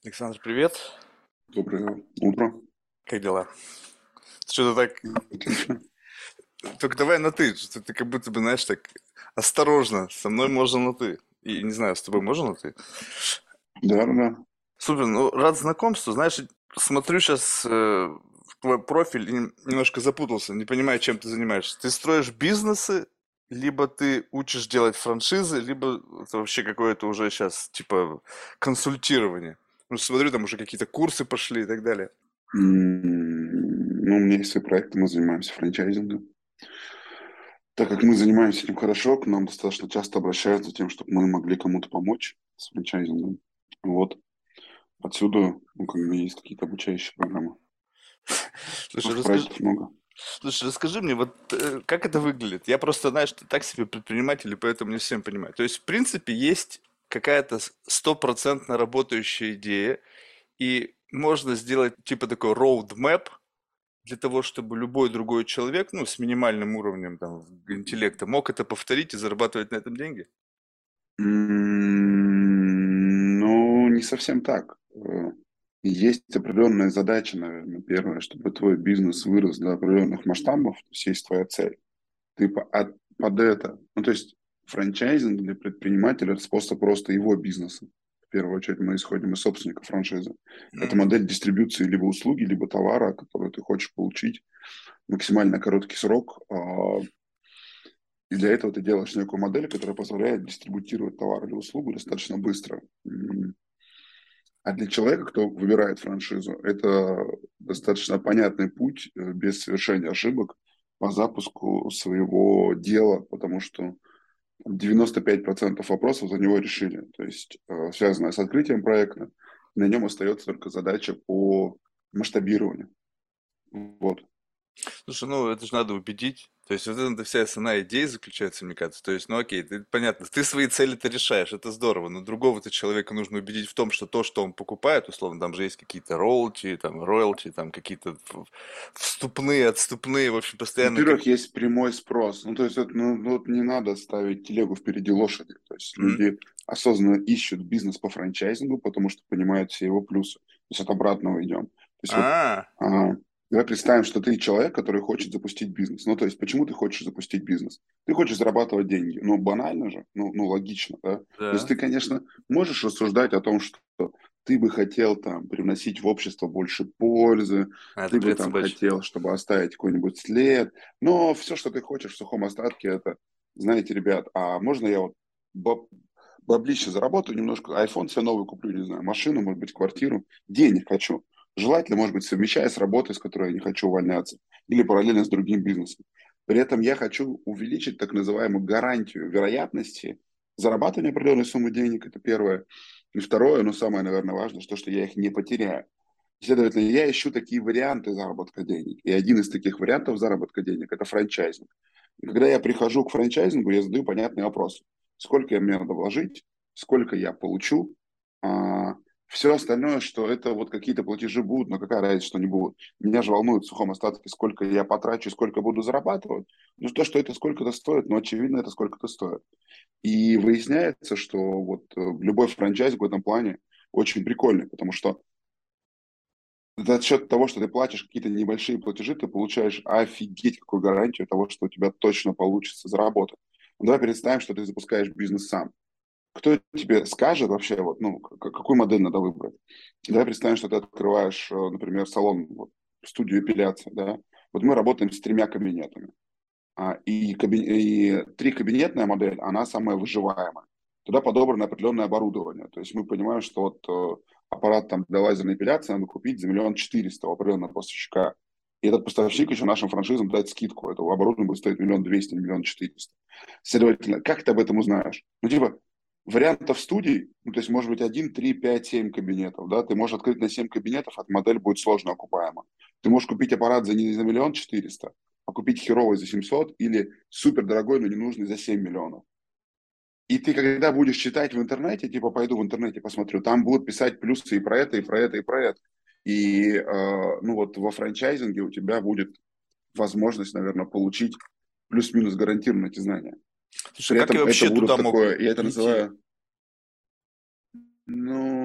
Александр, привет. Доброе утро. Как дела? Что-то так... Отлично. Только давай на ты. Что ты как будто бы, знаешь, так осторожно. Со мной можно на ты. И не знаю, с тобой можно на ты? Да, да, да. Супер, ну рад знакомству. Знаешь, смотрю сейчас в твой профиль и немножко запутался. Не понимаю, чем ты занимаешься. Ты строишь бизнесы, либо ты учишь делать франшизы, либо это вообще какое-то уже сейчас, типа, консультирование. Ну, смотрю, там уже какие-то курсы пошли и так далее. Ну, у меня есть свой проект, мы занимаемся франчайзингом. Так как мы занимаемся этим хорошо, к нам достаточно часто обращаются тем, чтобы мы могли кому-то помочь с франчайзингом. Вот. Отсюда, ну, как бы есть какие-то обучающие программы. Слушай, Просто расскажи, проектов много. Слушай, расскажи мне, вот как это выглядит? Я просто, знаешь, ты так себе предприниматель, и поэтому не всем понимаю. То есть, в принципе, есть какая-то стопроцентно работающая идея, и можно сделать типа такой roadmap для того, чтобы любой другой человек, ну, с минимальным уровнем там, интеллекта, мог это повторить и зарабатывать на этом деньги? Ну, не совсем так. Есть определенная задача, наверное, первое, чтобы твой бизнес вырос до определенных масштабов, то есть есть твоя цель. Ты под это, ну, то есть франчайзинг для предпринимателя– это способ просто его бизнеса. В первую очередь мы исходим из собственника франшизы. Это Мгм. модель дистрибуции либо услуги, либо товара, который ты хочешь получить в максимально короткий срок. И для этого ты делаешь некую модель, которая позволяет дистрибутировать товар или услугу достаточно быстро. А для человека, кто выбирает франшизу, это достаточно понятный путь без совершения ошибок по запуску своего дела, потому что 95% вопросов за него решили. То есть связанная с открытием проекта, на нем остается только задача по масштабированию. Вот. Слушай, ну это же надо убедить. То есть вот эта вся основная идея заключается, мне кажется. То есть, ну окей, ты, понятно, ты свои цели-то решаешь, это здорово, но другого-то человека нужно убедить в том, что то, что он покупает, условно, там же есть какие-то роялти, там какие-то вступные, отступные, в общем, постоянно как... Во-первых, есть прямой спрос. Ну, то есть, ну, вот не надо ставить телегу впереди лошади. То есть, М? люди осознанно ищут бизнес по франчайзингу, потому что понимают все его плюсы. То есть, от обратного идем. То есть, вот А, а, давай представим, что ты человек, который хочет запустить бизнес. Ну, то есть, почему ты хочешь запустить бизнес? Ты хочешь зарабатывать деньги. Ну, банально же, ну логично, да? То есть, да. ты, конечно, можешь рассуждать о том, что ты бы хотел там привносить в общество больше пользы, А, это ты бы бред там собачий. хотел, чтобы оставить какой-нибудь след, но все, что ты хочешь в сухом остатке, это, знаете, ребят, а можно я вот баб- баблище заработаю немножко, iPhone себе новый куплю, не знаю, машину, может быть, квартиру, денег хочу. Желательно, может быть, совмещая с работой, с которой я не хочу увольняться, или параллельно с другим бизнесом. При этом я хочу увеличить так называемую гарантию вероятности зарабатывания определенной суммы денег, это первое. И второе, ну самое, наверное, важное, что я их не потеряю. Следовательно, я ищу такие варианты заработка денег. И один из таких вариантов заработка денег– это франчайзинг. И когда я прихожу к франчайзингу, я задаю понятный вопрос. Сколько мне надо вложить, сколько я получу, а, все остальное, что это вот какие-то платежи будут, но какая разница, что не будут. Меня же волнует в сухом остатке, сколько я потрачу, сколько буду зарабатывать. Ну, то, что это сколько-то стоит, но очевидно, это сколько-то стоит. И выясняется, что вот любой франчайзинг в этом плане очень прикольный, потому что за счет того, что ты платишь какие-то небольшие платежи, ты получаешь офигеть какую гарантию того, что у тебя точно получится заработать. Ну, давай представим, что ты запускаешь бизнес сам. Кто тебе скажет вообще, вот, ну, какую модель надо выбрать? Давай представим, что ты открываешь, например, салон, вот, студию эпиляции, да? Вот мы работаем с тремя кабинетами. И трикабинетная модель, она самая выживаемая. Туда подобрано определенное оборудование. То есть мы понимаем, что вот аппарат там, для лазерной эпиляции надо купить за 1 400 000 у определенного поставщика. И этот поставщик еще нашим франшизам дает скидку. Это оборудование будет стоить 1 200 000, 1 400 000. Следовательно, как ты об этом узнаешь? Ну, типа, вариантов студий, ну, то есть, может быть, 1, 3, 5, 7 кабинетов, да, ты можешь открыть на 7 кабинетов, а модель будет сложно окупаема. Ты можешь купить аппарат за не за 1 400 000, а купить херовый за 700 или супер дорогой, но ненужный за 7 миллионов. И ты, когда будешь читать в интернете, типа пойду в интернете посмотрю, там будут писать плюсы и про это, и про это, и про это. И ну вот во франчайзинге у тебя будет возможность, наверное, получить плюс-минус гарантированно эти знания. Слушай, а При как я этом это вообще будут туда мог такое, я это прийти? называю, ну,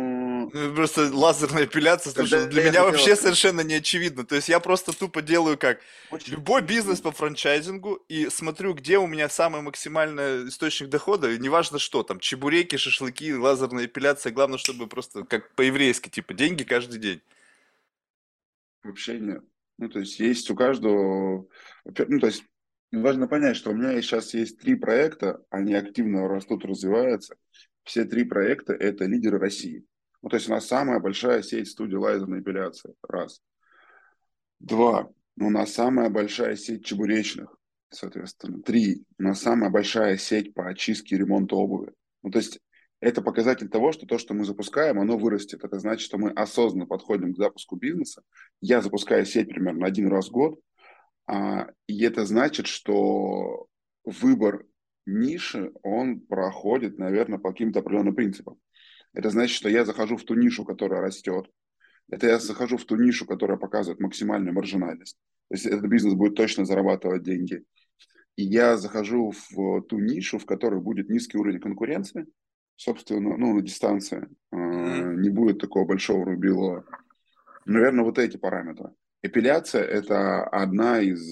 Ну, просто лазерная эпиляция, слушай, ну когда для я меня хотел вообще совершенно не очевидно. То есть я просто тупо делаю как очень любой бизнес очевидно. по франчайзингу и смотрю, где у меня самый максимальный источник дохода, и неважно что, там, чебуреки, шашлыки, лазерная эпиляция, главное, чтобы просто как по-еврейски, типа, деньги каждый день. Вообще нет. Ну, то есть есть у каждого... Ну, то есть важно понять, что у меня сейчас есть три проекта, они активно растут, развиваются. Все три проекта– это лидеры России. Ну, то есть у нас самая большая сеть студий лазерной эпиляции. Раз. Два. У нас самая большая сеть чебуречных, соответственно. Три. У нас самая большая сеть по очистке и ремонту обуви. Ну, то есть это показатель того, что то, что мы запускаем, оно вырастет. Это значит, что мы осознанно подходим к запуску бизнеса. Я запускаю сеть примерно один раз в год, и это значит, что выбор ниши, он проходит, наверное, по каким-то определенным принципам. Это значит, что я захожу в ту нишу, которая растет, это я захожу в ту нишу, которая показывает максимальную маржинальность. То есть этот бизнес будет точно зарабатывать деньги. И я захожу в ту нишу, в которой будет низкий уровень конкуренции, собственно, ну, на дистанции. Мгм. Не будет такого большого рубила. Наверное, вот эти параметры. Эпиляция– это одна из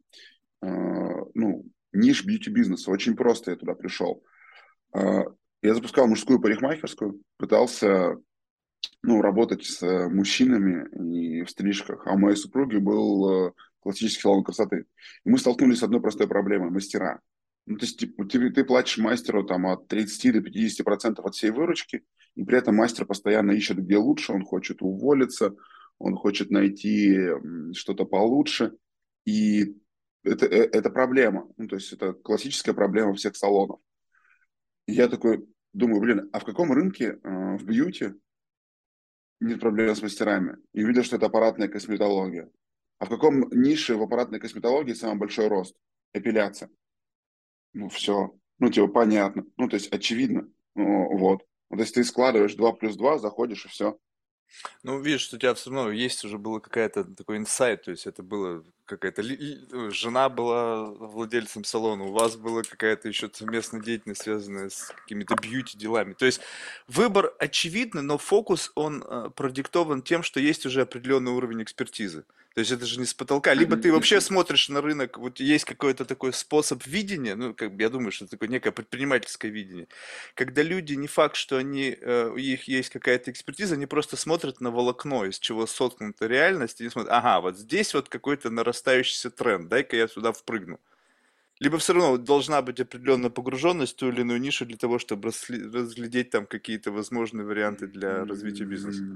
ну, ниш бьюти-бизнеса. Очень просто я туда пришел. Э, я запускал мужскую парикмахерскую, пытался ну, работать с мужчинами и в стрижках. А у моей супруги был классический салон красоты. И мы столкнулись с одной простой проблемой– мастера. Ну, то есть типа, ты платишь мастеру там, от 30 до 50% от всей выручки, и при этом мастер постоянно ищет, где лучше, он хочет уволиться, он хочет найти что-то получше. И это проблема. Ну, то есть это классическая проблема всех салонов. И я такой думаю, блин, а в каком рынке в бьюти нет проблем с мастерами? И увидел, что это аппаратная косметология. А в каком нише в аппаратной косметологии самый большой рост? Эпиляция. Ну, все. Ну, типа, понятно. Ну, то есть, очевидно. Ну, вот. Ну, то есть, ты складываешь 2 плюс 2, заходишь, и все. Ну, видишь, у тебя все равно есть уже было какая-то такой инсайт, то есть это было какая-то жена была владельцем салона, у вас была какая-то еще совместная деятельность, связанная с какими-то бьюти делами. То есть выбор очевидный, но фокус он продиктован тем, что есть уже определенный уровень экспертизы. То есть это же не с потолка. Либо ты вообще Конечно. смотришь на рынок, вот есть какой-то такой способ видения, ну, как бы я думаю, что это такое некое предпринимательское видение, когда люди, не факт, что у них есть какая-то экспертиза, они просто смотрят на волокно, из чего соткнута реальность, и смотрят, ага, вот здесь вот какой-то нарастающийся тренд, дай-ка я сюда впрыгну. Либо все равно должна быть определенная погруженность в ту или иную нишу для того, чтобы разглядеть там какие-то возможные варианты для развития бизнеса.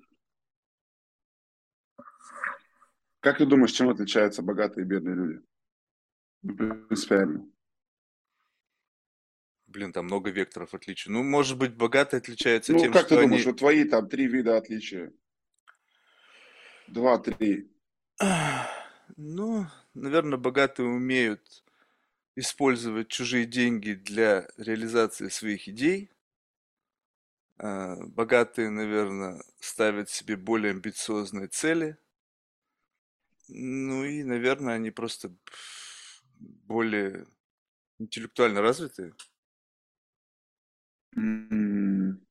Как ты думаешь, чем отличаются богатые и бедные люди? Ну, принципиально. Блин, там много векторов отличий. Ну, может быть, богатые отличаются Ну, тем, как ты что думаешь, они... вот твои там три вида отличия? Два, три. Ну, наверное, богатые умеют использовать чужие деньги для реализации своих идей. Богатые, наверное, ставят себе более амбициозные цели. Ну и, наверное, они просто более интеллектуально развитые. М,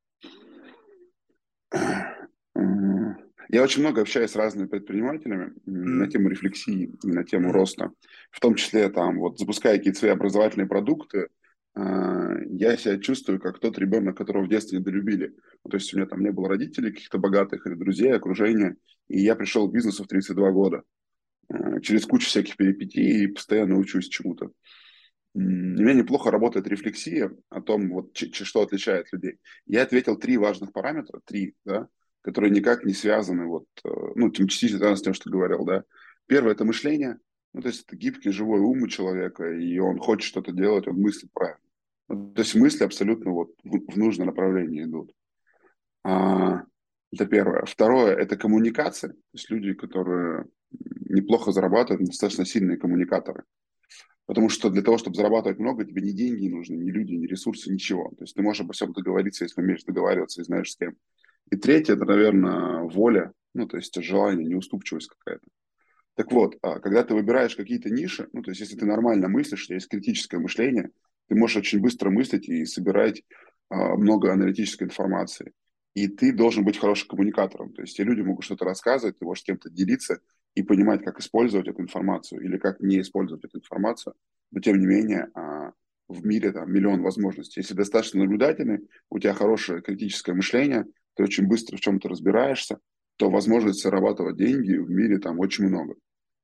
м. Я очень много общаюсь с разными предпринимателями на М, тему рефлексии и на тему м, роста. В том числе, там, вот, запуская какие-то свои образовательные продукты, я себя чувствую как тот ребенок, которого в детстве недолюбили. Ну, то есть у меня там не было родителей каких-то богатых или друзей, окружения, и я пришел к бизнесу в 32 года. Через кучу всяких перипетий и постоянно учусь чему-то. У меня неплохо работает рефлексия о том, вот, что отличает людей. Я ответил три важных параметра, три, да, которые никак не связаны, вот, ну, частично связаны с тем, что ты говорил, да. Первое– это мышление, ну, то есть это гибкий, живой ум у человека, и он хочет что-то делать, он мыслит правильно. Ну, то есть мысли абсолютно вот в нужное направление идут. А, это первое. Второе– это коммуникация, то есть люди, которые неплохо зарабатывают, достаточно сильные коммуникаторы. Потому что для того, чтобы зарабатывать много, тебе ни деньги не нужны, ни люди, ни ресурсы, ничего. То есть ты можешь обо всем договориться, если умеешь договариваться и знаешь с кем. И третье, это, наверное, воля, ну, то есть желание, неуступчивость какая-то. Так вот, когда ты выбираешь какие-то ниши, ну, то есть если ты нормально мыслишь, что есть критическое мышление, ты можешь очень быстро мыслить и собирать много аналитической информации. И ты должен быть хорошим коммуникатором. То есть те люди могут что-то рассказывать, ты можешь с кем-то делиться и понимать, как использовать эту информацию или как не использовать эту информацию. Но тем не менее, в мире там миллион возможностей. Если достаточно наблюдательный, у тебя хорошее критическое мышление, ты очень быстро в чем-то разбираешься, то возможность зарабатывать деньги в мире там очень много.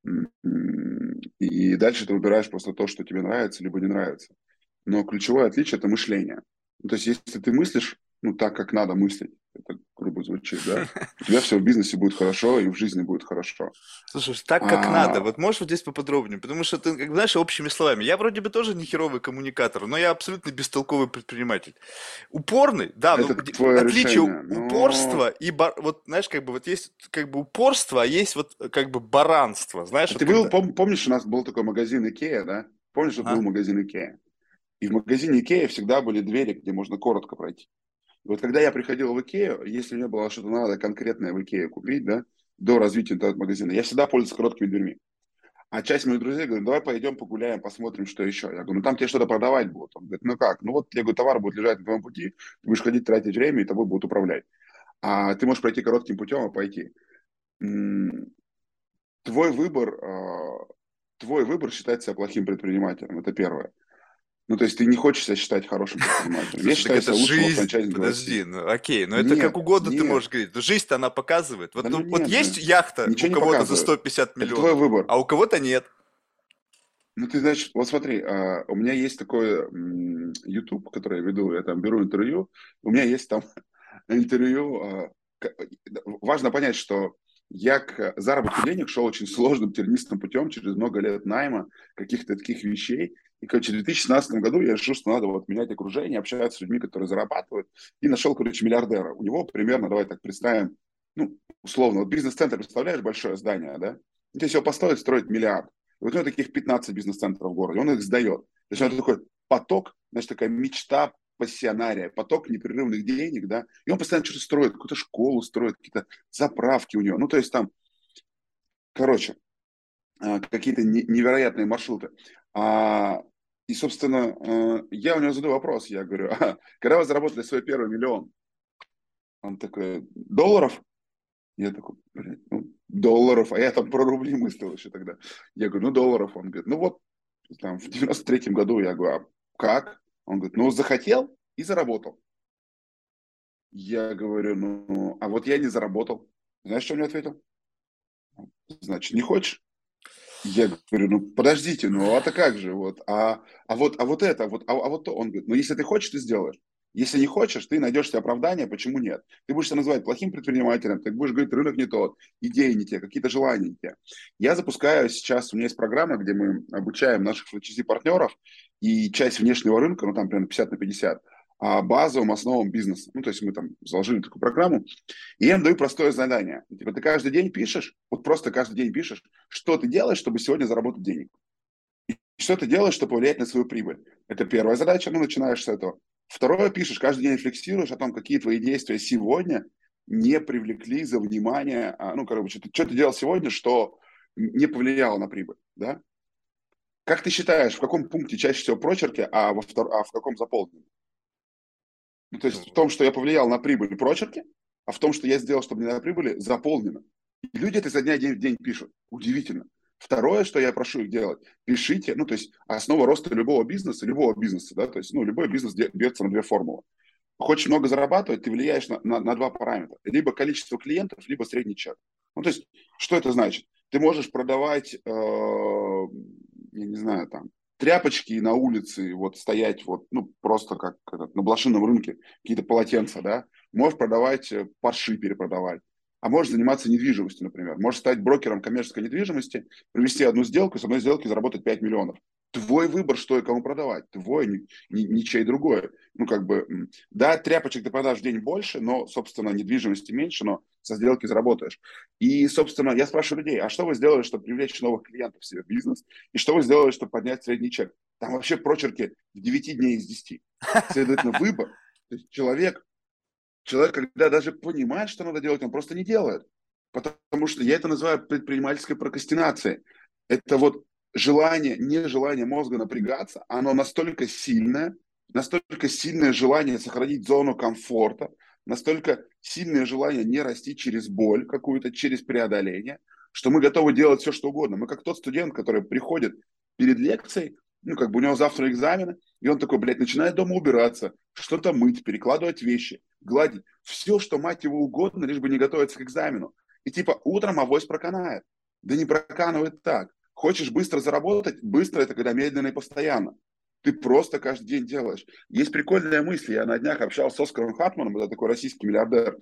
И дальше ты выбираешь просто то, что тебе нравится, либо не нравится. Но ключевое отличие – это мышление. Ну, то есть, если ты мыслишь, ну, так, как надо мыслить, это грубо звучит, да, у тебя все в бизнесе будет хорошо и в жизни будет хорошо. Слушай, так как надо. А Вот можешь вот здесь поподробнее? Потому что ты, как знаешь, общими словами. Я вроде бы тоже не херовый коммуникатор, но я абсолютно бестолковый предприниматель. Упорный, да, ну это твое отличие решение. упорства Но и, вот знаешь, как бы вот есть как бы упорство, а есть вот как бы баранство. Знаешь, вот ты был, когда... помнишь, у нас был такой магазин Икея, да? Помнишь, вот был Ага. магазин Икея? И в магазине Икея всегда были двери, где можно коротко пройти. И вот когда я приходил в Икею, если мне было что-то надо конкретное в Икее купить, да, до развития интернет-магазина, я всегда пользовался короткими дверьми. А часть моих друзей говорит, давай пойдем погуляем, посмотрим, что еще. Я говорю, ну там тебе что-то продавать будут. Он говорит, ну как? Ну вот, я говорю, товар будет лежать на твоем пути, ты будешь ходить, тратить время, и тобой будут управлять. А ты можешь пройти коротким путем, а пойти. М, Твой выбор, твой выбор считать себя плохим предпринимателем. Это первое. Ну, то есть ты не хочешь себя считать хорошим предпринимателем. Я Слушай, так считаю это себя лучшего жизнь. франчайзинга в Подожди, России. ну окей, ну это как Нет, угодно ты нет, можешь говорить. Но жизнь-то она показывает. да Вот, ну вот нет есть же. яхта у Ничего не кого-то за показывает. 150 Это твой миллионов, выбор. а у кого-то нет. Ну, ты, значит, вот смотри, у меня есть такой YouTube, который я веду, я там беру интервью, у меня есть там интервью. Важно понять, что я к заработку денег шел очень сложным, тернистым путем, через много лет найма, каких-то таких вещей. И, короче, в 2016 году я решил, что надо вот менять окружение, общаться с людьми, которые зарабатывают, и нашел, короче, миллиардера. У него примерно, давай так представим, ну, условно, вот бизнес-центр, представляешь, большое здание, да? Вот если его построить, строить миллиард. И вот у него таких 15 бизнес-центров в городе, он их сдает. То есть он такой поток, значит, такая мечта пассионария, поток непрерывных денег, да, и он постоянно что-то строит, какую-то школу строит, какие-то заправки у него, ну, то есть там, короче, какие-то невероятные маршруты. А, и, собственно, я у него задаю вопрос, я говорю, когда вы заработали свой первый миллион? Он такой, долларов? Я такой, блядь, ну, долларов, а я там про рубли мыслил еще тогда. Я говорю, ну, долларов. Он говорит, ну вот, там, в 93-м году я говорю, а как? Он говорит, ну, захотел и заработал. Я говорю, ну, а вот я не заработал. Знаешь, что он мне ответил? Значит, не хочешь? Я говорю, ну, подождите, ну, а то как же, вот, а вот это, вот, а вот то. Он говорит, ну, если ты хочешь, ты сделаешь. Если не хочешь, ты найдешь себе оправдание, почему нет. Ты будешь себя называть плохим предпринимателем, ты будешь говорить, рынок не тот, идеи не те, какие-то желания не те. Я запускаю сейчас, у меня есть программа, где мы обучаем наших франчайзи-партнеров, и часть внешнего рынка, ну, там примерно 50 на 50, базовым основам бизнеса. Ну, то есть мы там заложили такую программу, и я им даю простое задание. Типа, ты каждый день пишешь, вот просто каждый день пишешь, что ты делаешь, чтобы сегодня заработать денег. И что ты делаешь, чтобы повлиять на свою прибыль. Это первая задача, ну, начинаешь с этого. Второе, пишешь, каждый день рефлексируешь о том, какие твои действия сегодня не привлекли за внимание, ну, короче, что ты делал сегодня, что не повлияло на прибыль, да? Как ты считаешь, в каком пункте чаще всего прочерки, а в каком заполнены? Ну, то есть в том, что я повлиял на прибыль, прочерки, а в том, что я сделал, чтобы не на прибыли, заполнено. И люди это изо дня в день пишут. Удивительно. Второе, что я прошу их делать, пишите, ну, то есть основа роста любого бизнеса, да, то есть, ну, любой бизнес бьется на две формулы. Хочешь много зарабатывать, ты влияешь на два параметра. Либо количество клиентов, либо средний чек. Ну, то есть, что это значит? Ты можешь продавать, я не знаю, там, тряпочки на улице, вот стоять вот, ну, просто как на блошином рынке, какие-то полотенца, да, можешь продавать, парши перепродавать, а можешь заниматься недвижимостью, например. Можешь стать брокером коммерческой недвижимости, провести одну сделку, с одной сделки заработать 5 миллионов. Твой выбор, что и кому продавать. Твой, ничей другой. Ну, как бы, да, тряпочек ты продашь в день больше, но, собственно, недвижимости меньше, но со сделки заработаешь. И, собственно, я спрашиваю людей, а что вы сделали, чтобы привлечь новых клиентов в себе в бизнес? И что вы сделали, чтобы поднять средний чек? Там вообще прочерки в 9 дней из 10. Следовательно, выбор. То есть человек, когда даже понимает, что надо делать, он просто не делает. Потому что я это называю предпринимательской прокрастинацией. Это вот желание, нежелание мозга напрягаться, оно настолько сильное желание сохранить зону комфорта, настолько сильное желание не расти через боль какую-то, через преодоление, что мы готовы делать все, что угодно. Мы как тот студент, который приходит перед лекцией, ну, как бы у него завтра экзамены, и он такой, блядь, начинает дома убираться, что-то мыть, перекладывать вещи, гладить. Все, что, мать его, угодно, лишь бы не готовиться к экзамену. И типа утром авось проканает. Да не проканывает так. Хочешь быстро заработать? Быстро это когда медленно и постоянно. Ты просто каждый день делаешь. Есть прикольная мысль. Я на днях общался с Оскаром Хартманом, это такой российский миллиардер.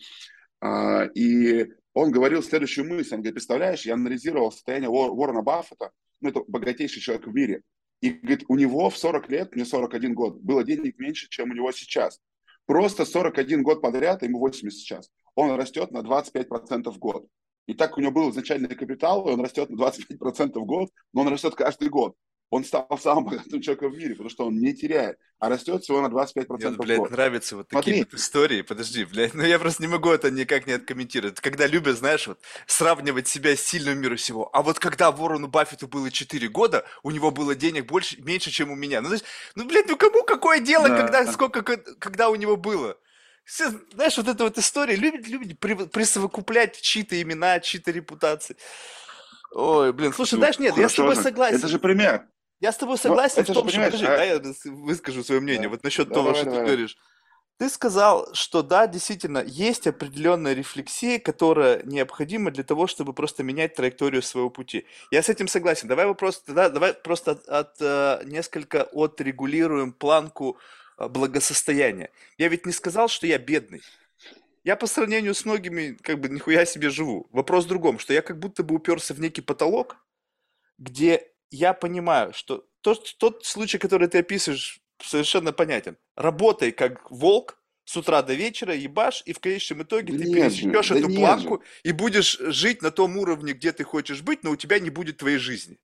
И он говорил следующую мысль. Он говорит, представляешь, я анализировал состояние Уоррена Баффета, ну, это богатейший человек в мире. И говорит, у него в 40 лет, мне 41 год, было денег меньше, чем у него сейчас. Просто 41 год подряд, ему 80 сейчас. Он растет на 25% в год. И так у него был изначальный капитал, и он растет на 25% в год, но он растет каждый год. Он стал самым богатым человеком в мире, потому что он не теряет, а растет всего на Мне, вот, 25% в блядь, год. нравятся вот такие Смотри, вот истории. Подожди, блядь, ну я просто не могу это никак не откомментировать. Когда любят, знаешь, вот сравнивать себя с сильным миром всего. А вот когда Уоррену Баффету было 4 года, у него было денег больше, меньше, чем у меня. Ну, то есть, ну, блядь, ну кому какое дело, когда, да, сколько, когда у него было? Все, знаешь, вот эта вот история, любят присовокуплять чьи-то имена, чьи-то репутации. Ой, блин, слушай, ну знаешь, нет, я с хорошо тобой же. Это же согласен. пример. Я с тобой Но согласен в это же, том, что, понимаешь, подожди, да, я выскажу свое мнение да, вот насчет да, того, давай, что ты давай, давай. говоришь. Ты сказал, что да, действительно, есть определенная рефлексия, которая необходима для того, чтобы просто менять траекторию своего пути. Я с этим согласен. Давай вопрос, тогда давай просто несколько отрегулируем планку благосостояния. Я ведь не сказал, что я бедный. Я по сравнению с многими, как бы, нихуя себе живу. Вопрос в другом, что я как будто бы уперся в некий потолок, где я понимаю, что тот случай, который ты описываешь, совершенно понятен. Работай как волк с утра до вечера, ебашь, и в конечном итоге Да ты нет же, пересечешь да эту нет же, планку и будешь жить на том уровне, где ты хочешь быть, но у тебя не будет твоей жизни.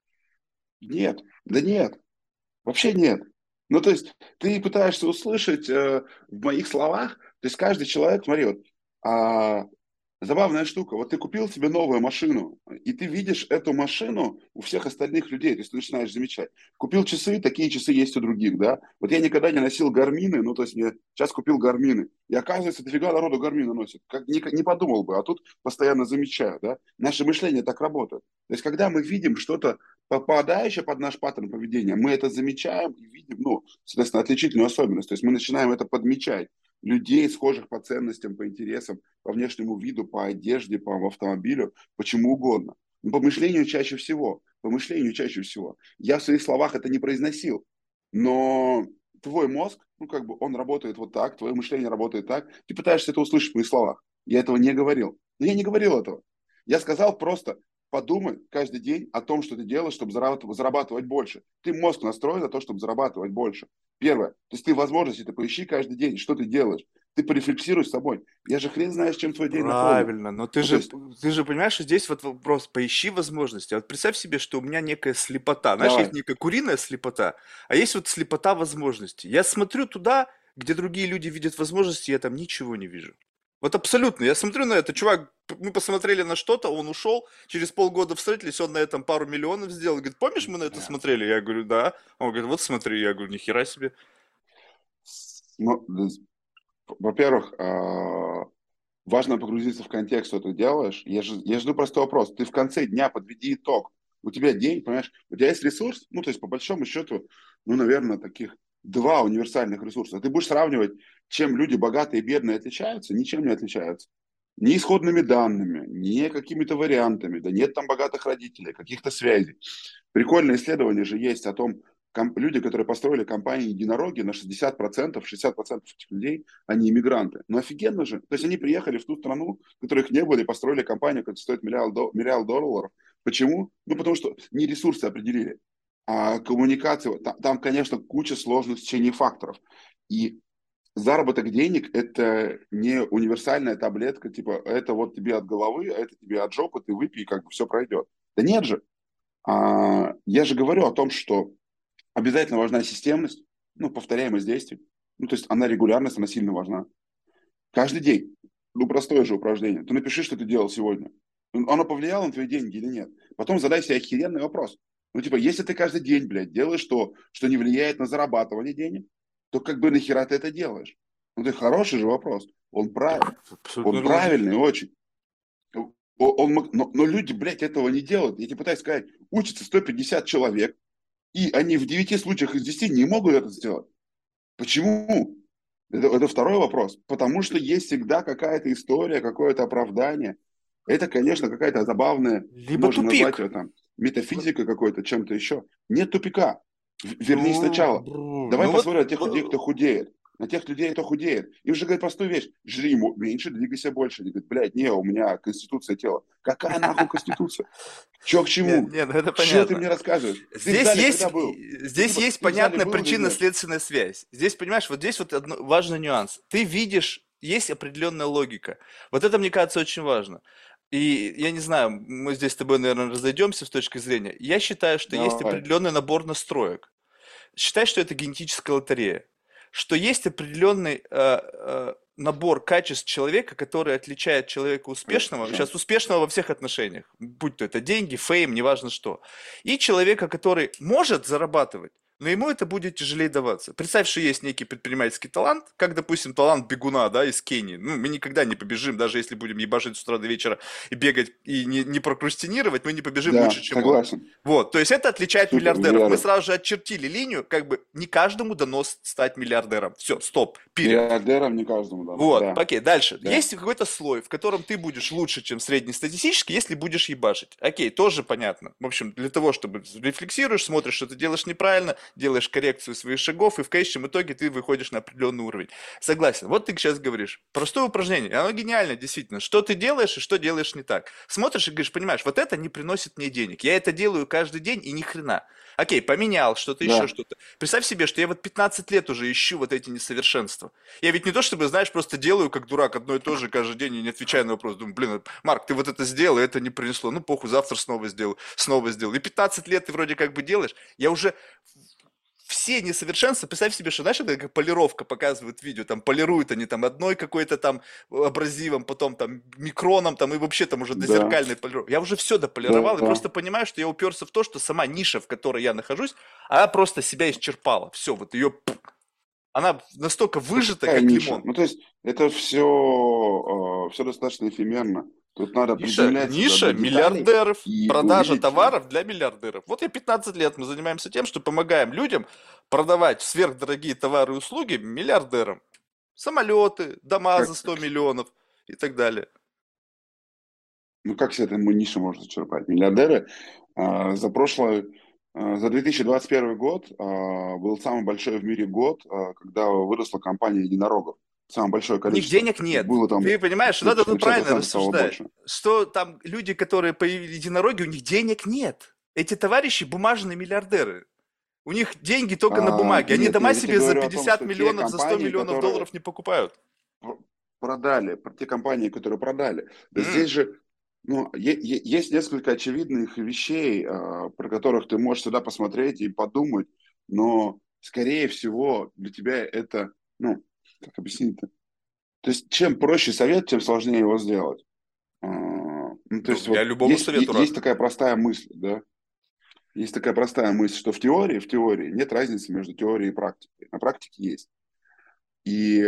нет, да нет, вообще нет. Ну, то есть ты пытаешься услышать в моих словах, то есть каждый человек, смотри, вот, а, забавная штука. Вот ты купил себе новую машину, и ты видишь эту машину у всех остальных людей. То есть ты начинаешь замечать. Купил часы, такие часы есть у других, да. Вот я никогда не носил гармины, ну, то есть я сейчас купил гармины. И оказывается, дофига народу гармины носит. Как, не подумал бы, а тут постоянно замечаю, да. Наше мышление так работает. То есть когда мы видим что-то, попадающее под наш паттерн поведения, мы это замечаем и видим, ну, соответственно, отличительную особенность. То есть мы начинаем это подмечать людей, схожих по ценностям, по интересам, по внешнему виду, по одежде, по автомобилю, почему угодно. Но по мышлению чаще всего. По мышлению чаще всего. Я в своих словах это не произносил, но твой мозг, ну как бы он работает вот так, твое мышление работает так, ты пытаешься это услышать в моих словах. Я этого не говорил. Но я не говорил этого. Я сказал просто, подумай каждый день о том, что ты делаешь, чтобы зарабатывать больше. Ты мозг настроен на то, чтобы зарабатывать больше. Первое. То есть ты возможности ты поищи каждый день, что ты делаешь. Ты порефлексируй с собой. Я же хрен знаешь, чем твой день наполнен. Правильно, но Ну, то есть, ты же понимаешь, что здесь вот вопрос, поищи возможности. А вот представь себе, что у меня некая слепота. Знаешь, есть давай. некая куриная слепота, а есть вот слепота возможностей. Я смотрю туда, где другие люди видят возможности, я там ничего не вижу. Вот абсолютно. Я смотрю на это, чувак, мы посмотрели на что-то, он ушел, через полгода встретились, он на этом пару миллионов сделал. Говорит, помнишь, мы на это Нет. смотрели? Я говорю, да. Он говорит, вот смотри. Я говорю, нихера себе. Ну, во-первых, важно погрузиться в контекст, что ты делаешь. Я жду простой вопрос. Ты в конце дня подведи итог. У тебя день, понимаешь, у тебя есть ресурс, ну, то есть, по большому счету, ну, наверное, таких два универсальных ресурса. Ты будешь сравнивать, чем люди богатые и бедные отличаются, ничем не отличаются. Ни исходными данными, ни какими-то вариантами. Да нет там богатых родителей, каких-то связей. Прикольное исследование же есть о том, люди, которые построили компании единороги, на 60% этих людей, они иммигранты. Ну офигенно же. То есть они приехали в ту страну, в которой их не было, и построили компанию, которая стоит миллиард долларов. Почему? Ну потому что не ресурсы определили, а коммуникация. Там, конечно, куча сложных течений факторов. И заработок денег – это не универсальная таблетка, типа это вот тебе от головы, а это тебе от жопы, ты выпей, и как бы все пройдет. Да нет же. Я же говорю о том, что обязательно важна системность, ну, повторяемость действий. Ну, то есть она регулярность, она сильно важна. Каждый день. Ну, простое же упражнение. Ты напиши, что ты делал сегодня. Оно повлияло на твои деньги или нет? Потом задай себе охеренный вопрос. Ну, типа, если ты каждый день, блядь, делаешь то, что не влияет на зарабатывание денег, то как бы нахера ты это делаешь? Ну, это хороший же вопрос. Абсолютно Он логично. правильный очень. Но люди, блядь, этого не делают. Я тебе пытаюсь сказать, учатся 150 человек, и они в 9 случаях из 10 не могут это сделать. Почему? Это второй вопрос. Потому что есть всегда какая-то история, какое-то оправдание. Это, конечно, какая-то забавная, Либо можем назвать тупик. ее там метафизикой какой-то, чем-то еще. Нет тупика. Вернись сначала. Давай Ну вот, посмотрим на тех людей, кто худеет. На тех людей, кто худеет. И уже говорит простую вещь. Жри меньше, двигайся больше. Они говорят, блядь, не, у меня конституция тела. Какая нахуй конституция? Че к не, чему? не, ну это Что ты понятно. мне рассказываешь? Ты в Здесь зале есть, когда был? Ну, здесь типа, есть ты в зале понятная был или нет? причинно-следственная связь. Здесь, понимаешь, вот здесь вот важный нюанс. Ты видишь, есть определенная логика. Вот это, мне кажется, очень важно. И я не знаю, мы здесь с тобой, наверное, разойдемся с точки зрения. Я считаю, что есть Давай. определенный набор настроек. Считай, что это генетическая лотерея. Что есть определенный набор качеств человека, который отличает человека успешного, Хорошо. сейчас успешного во всех отношениях, будь то это деньги, фейм, неважно что, и человека, который может зарабатывать, но ему это будет тяжелее даваться. Представь, что есть некий предпринимательский талант, как, допустим, талант бегуна, да, из Кении. Ну, мы никогда не побежим, даже если будем ебашить с утра до вечера и бегать, и не прокрастинировать, мы не побежим лучше, Да, чем он. согласен. Вот, то есть это отличает Супер, миллиардеров. Мы верю. сразу же отчертили линию, как бы не каждому дано стать миллиардером. Все, стоп, перед. Миллиардерам не каждому дано. Вот, Да, окей, дальше. да. Есть какой-то слой, в котором ты будешь лучше, чем среднестатистический, если будешь ебашить. Окей, тоже понятно. В общем, для того, чтобы рефлексируешь, смотришь, что ты делаешь неправильно, делаешь коррекцию своих шагов, и в конечном итоге ты выходишь на определенный уровень. Согласен. Вот ты сейчас говоришь. Простое упражнение. Оно гениально, действительно. Что ты делаешь и что делаешь не так. Смотришь и говоришь, понимаешь, вот это не приносит мне денег. Я это делаю каждый день и ни хрена. Окей, поменял что-то, еще Да, что-то. Представь себе, что я вот 15 лет уже ищу вот эти несовершенства. Я ведь не то чтобы, знаешь, просто делаю как дурак одно и то же каждый день и не отвечаю на вопрос. Думаю, блин, Марк, ты вот это сделал, и это не принесло. Ну, похуй, завтра снова сделаю, снова сделаю. И 15 лет ты вроде как бы делаешь. Я уже все несовершенства, представь себе, что, знаешь, это как полировка показывают видео, там полируют они там одной какой-то там абразивом, потом там микроном, там и вообще там уже до да, зеркальной полировки. Я уже все дополировал и да. просто понимаю, что я уперся в то, что сама ниша, в которой я нахожусь, она просто себя исчерпала. Все, вот ее, она настолько выжата, Какая как ниша? лимон. Ну, то есть, это все достаточно эфемерно. Тут надо Ниша, приземляться ниша до деталей миллиардеров, и продажа увидеть. товаров для миллиардеров. Вот я 15 лет мы занимаемся тем, что помогаем людям продавать сверхдорогие товары и услуги миллиардерам. Самолеты, дома Как, за 100 миллионов и так далее. ну, как себе эту нишу можно зачерпать? Миллиардеры за за 2021 год был самый большой в мире год, когда выросла компания единорогов. Самое большое У них количество. денег нет. Было там Ты понимаешь, на надо тут правильно 50% стало рассуждать. больше. Что там люди, которые появились единороги, у них денег нет. Эти товарищи бумажные миллиардеры. У них деньги только на бумаге. Они Нет, дома я тебе себе за говорю о том, 50 что те миллионов, за 100 компании, миллионов которые долларов не покупают. продали, про те компании, которые продали. М, Здесь же ну, есть несколько очевидных вещей, про которых ты можешь сюда посмотреть и подумать, но, скорее всего, для тебя это, ну, как объяснить-то? То есть, чем проще совет, тем сложнее его сделать. Ну, то Ну, есть, я вот любому совету есть рад. такая простая мысль, да? Есть такая простая мысль, что в теории нет разницы между теорией и практикой. На практике есть. И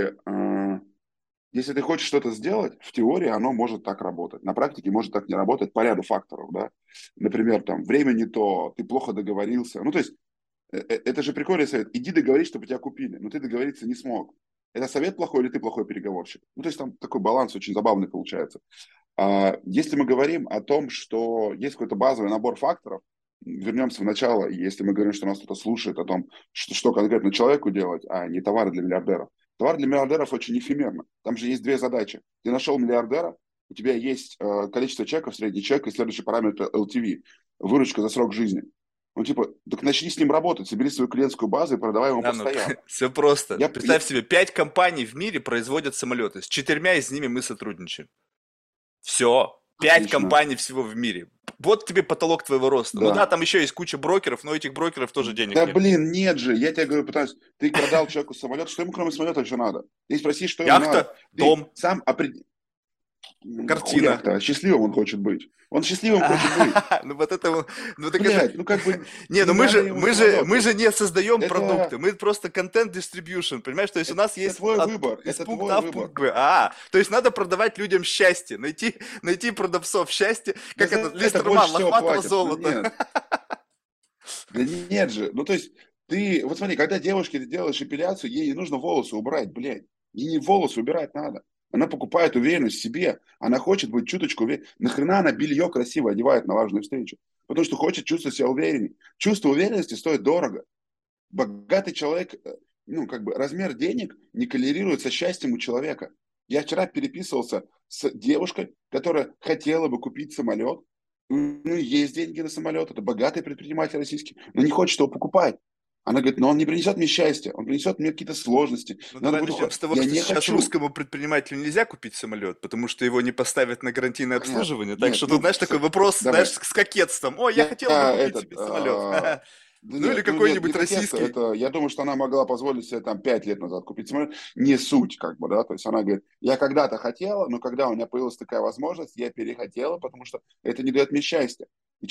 если ты хочешь что-то сделать, в теории оно может так работать. На практике может так не работать по ряду факторов, да. Например, там, время не то, ты плохо договорился. Ну, то есть, это же прикольный совет. Иди договорись, чтобы тебя купили. Но ты договориться не смог. Это совет плохой или ты плохой переговорщик? Ну, то есть, там такой баланс очень забавный получается. Если мы говорим о том, что есть какой-то базовый набор факторов, вернемся в начало, если мы говорим, что нас кто-то слушает о том, что конкретно человеку делать, а не товары для миллиардеров. Товар для миллиардеров очень эфемерно. Там же есть две задачи. Ты нашел миллиардера, у тебя есть количество чеков, средний чек и следующий параметр LTV, выручка за срок жизни. Ну, типа, так начни с ним работать, собери свою клиентскую базу и продавай ему Да, ну, постоянно. все просто. Я, Представь себе, 5 компаний в мире производят самолеты. С 4 из ними мы сотрудничаем. Все. 5 отлично, компаний всего в мире. Вот тебе потолок твоего роста. Ну да, да. там еще есть куча брокеров, но у этих брокеров тоже денег Да нет. блин, нет же, я тебе говорю, пытаюсь, ты продал человеку самолет, что ему кроме самолета еще надо? Ты спроси, что ему Яхта, надо. Ты дом. сам определи. Картина. Хуяк-то, а счастливым он хочет быть. Он счастливым хочет быть. Ну вот это вот, ну так это... Блядь, ну как бы Не, ну не мы надо же, ему мы же, мы самолеты. же не создаем продукты, Это, мы просто контент distribution, понимаешь? То есть у нас это есть твой выбор, из это пункта твой А в выбор. пункт Б. То есть надо продавать людям счастье, найти продавцов счастья, Да как за этот это Листерман, больше всего лохматого платят. Ну золота. нет, да нет же. Ну то есть ты, вот смотри, когда девушке ты делаешь эпиляцию, ей не нужно волосы убрать, блядь. Ей не волосы убирать надо. Она покупает уверенность в себе. Она хочет быть чуточку уверенной. Нахрена она белье красиво одевает на важную встречу? Потому что хочет чувствовать себя уверенней. Чувство уверенности стоит дорого. Богатый человек, ну, как бы размер денег не коррелирует со счастьем у человека. Я вчера переписывался с девушкой, которая хотела бы купить самолет. Ну, есть деньги на самолет, это богатый предприниматель российский, но не хочет его покупать. Она говорит, но он не принесет мне счастья, он принесет мне какие-то сложности. Ну Надо давай будет начнем с того, Я что не сейчас хочу. русскому предпринимателю нельзя купить самолет, потому что его не поставят на гарантийное Понятно. обслуживание. Так Нет, что тут, ну, знаешь, такой вопрос, знаешь, давай. с кокетством. Ой, я Я хотела бы купить этот, себе самолет. да Ну или нет, ну нет, не какой-нибудь кокетка, российский. это, я думаю, что она могла позволить себе там 5 лет назад купить самолет, не суть, как бы, да, то есть она говорит, я когда-то хотела, но когда у меня появилась такая возможность, я перехотела, потому что это не дает мне счастья. И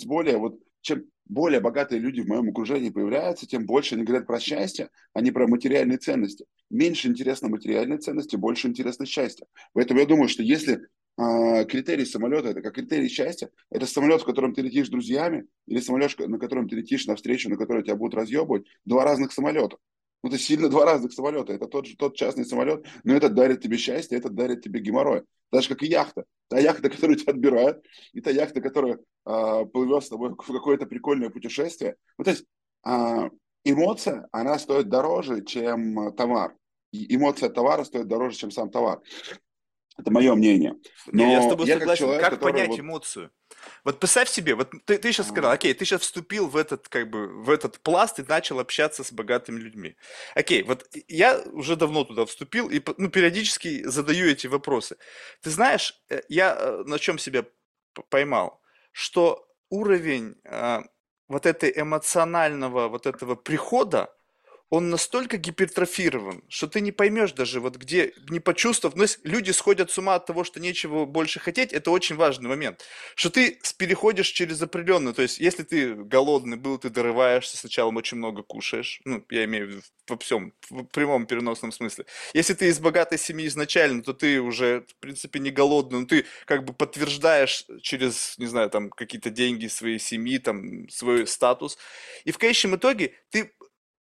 чем более богатые люди в моем окружении появляются, тем больше они говорят про счастье, а не про материальные ценности. Меньше интересно материальные ценности, больше интересно счастье. Поэтому я думаю, что если критерий самолета это как критерий счастья, это самолет, в котором ты летишь с друзьями, или самолет, на котором ты летишь на встречу, на которой тебя будут разъебывать, два разных самолета. Ну, это сильно два разных самолета. Это тот частный самолет, но этот дарит тебе счастье, этот дарит тебе геморрой. Так же, как и яхта. Та яхта, которую тебя отбирают, и та яхта, которая плывет с тобой в какое-то прикольное путешествие. Ну, то есть а, эмоция, она стоит дороже, чем товар. И эмоция товара стоит дороже, чем сам товар. Это мое мнение. Не, я с Но тобой я как согласен. человек, Как который понять вот эмоцию? Вот представь себе, вот ты сейчас сказал, окей, ты сейчас вступил в этот, как бы, в этот пласт и начал общаться с богатыми людьми. Окей, вот я уже давно туда вступил и, ну, периодически задаю эти вопросы. Ты знаешь, я на чем себя поймал, что уровень вот этой эмоционального вот этого прихода, он настолько гипертрофирован, что ты не поймешь даже, вот где, не почувствовав, ну, если люди сходят с ума от того, что нечего больше хотеть, это очень важный момент, что ты переходишь через определенную, то есть, если ты голодный был, ты дорываешься, сначала очень много кушаешь, ну, я имею в виду во всем, в прямом переносном смысле. Если ты из богатой семьи изначально, то ты уже, в принципе, не голодный, но ты как бы подтверждаешь через, не знаю, там, какие-то деньги своей семьи, там, свой статус, и в конечном итоге ты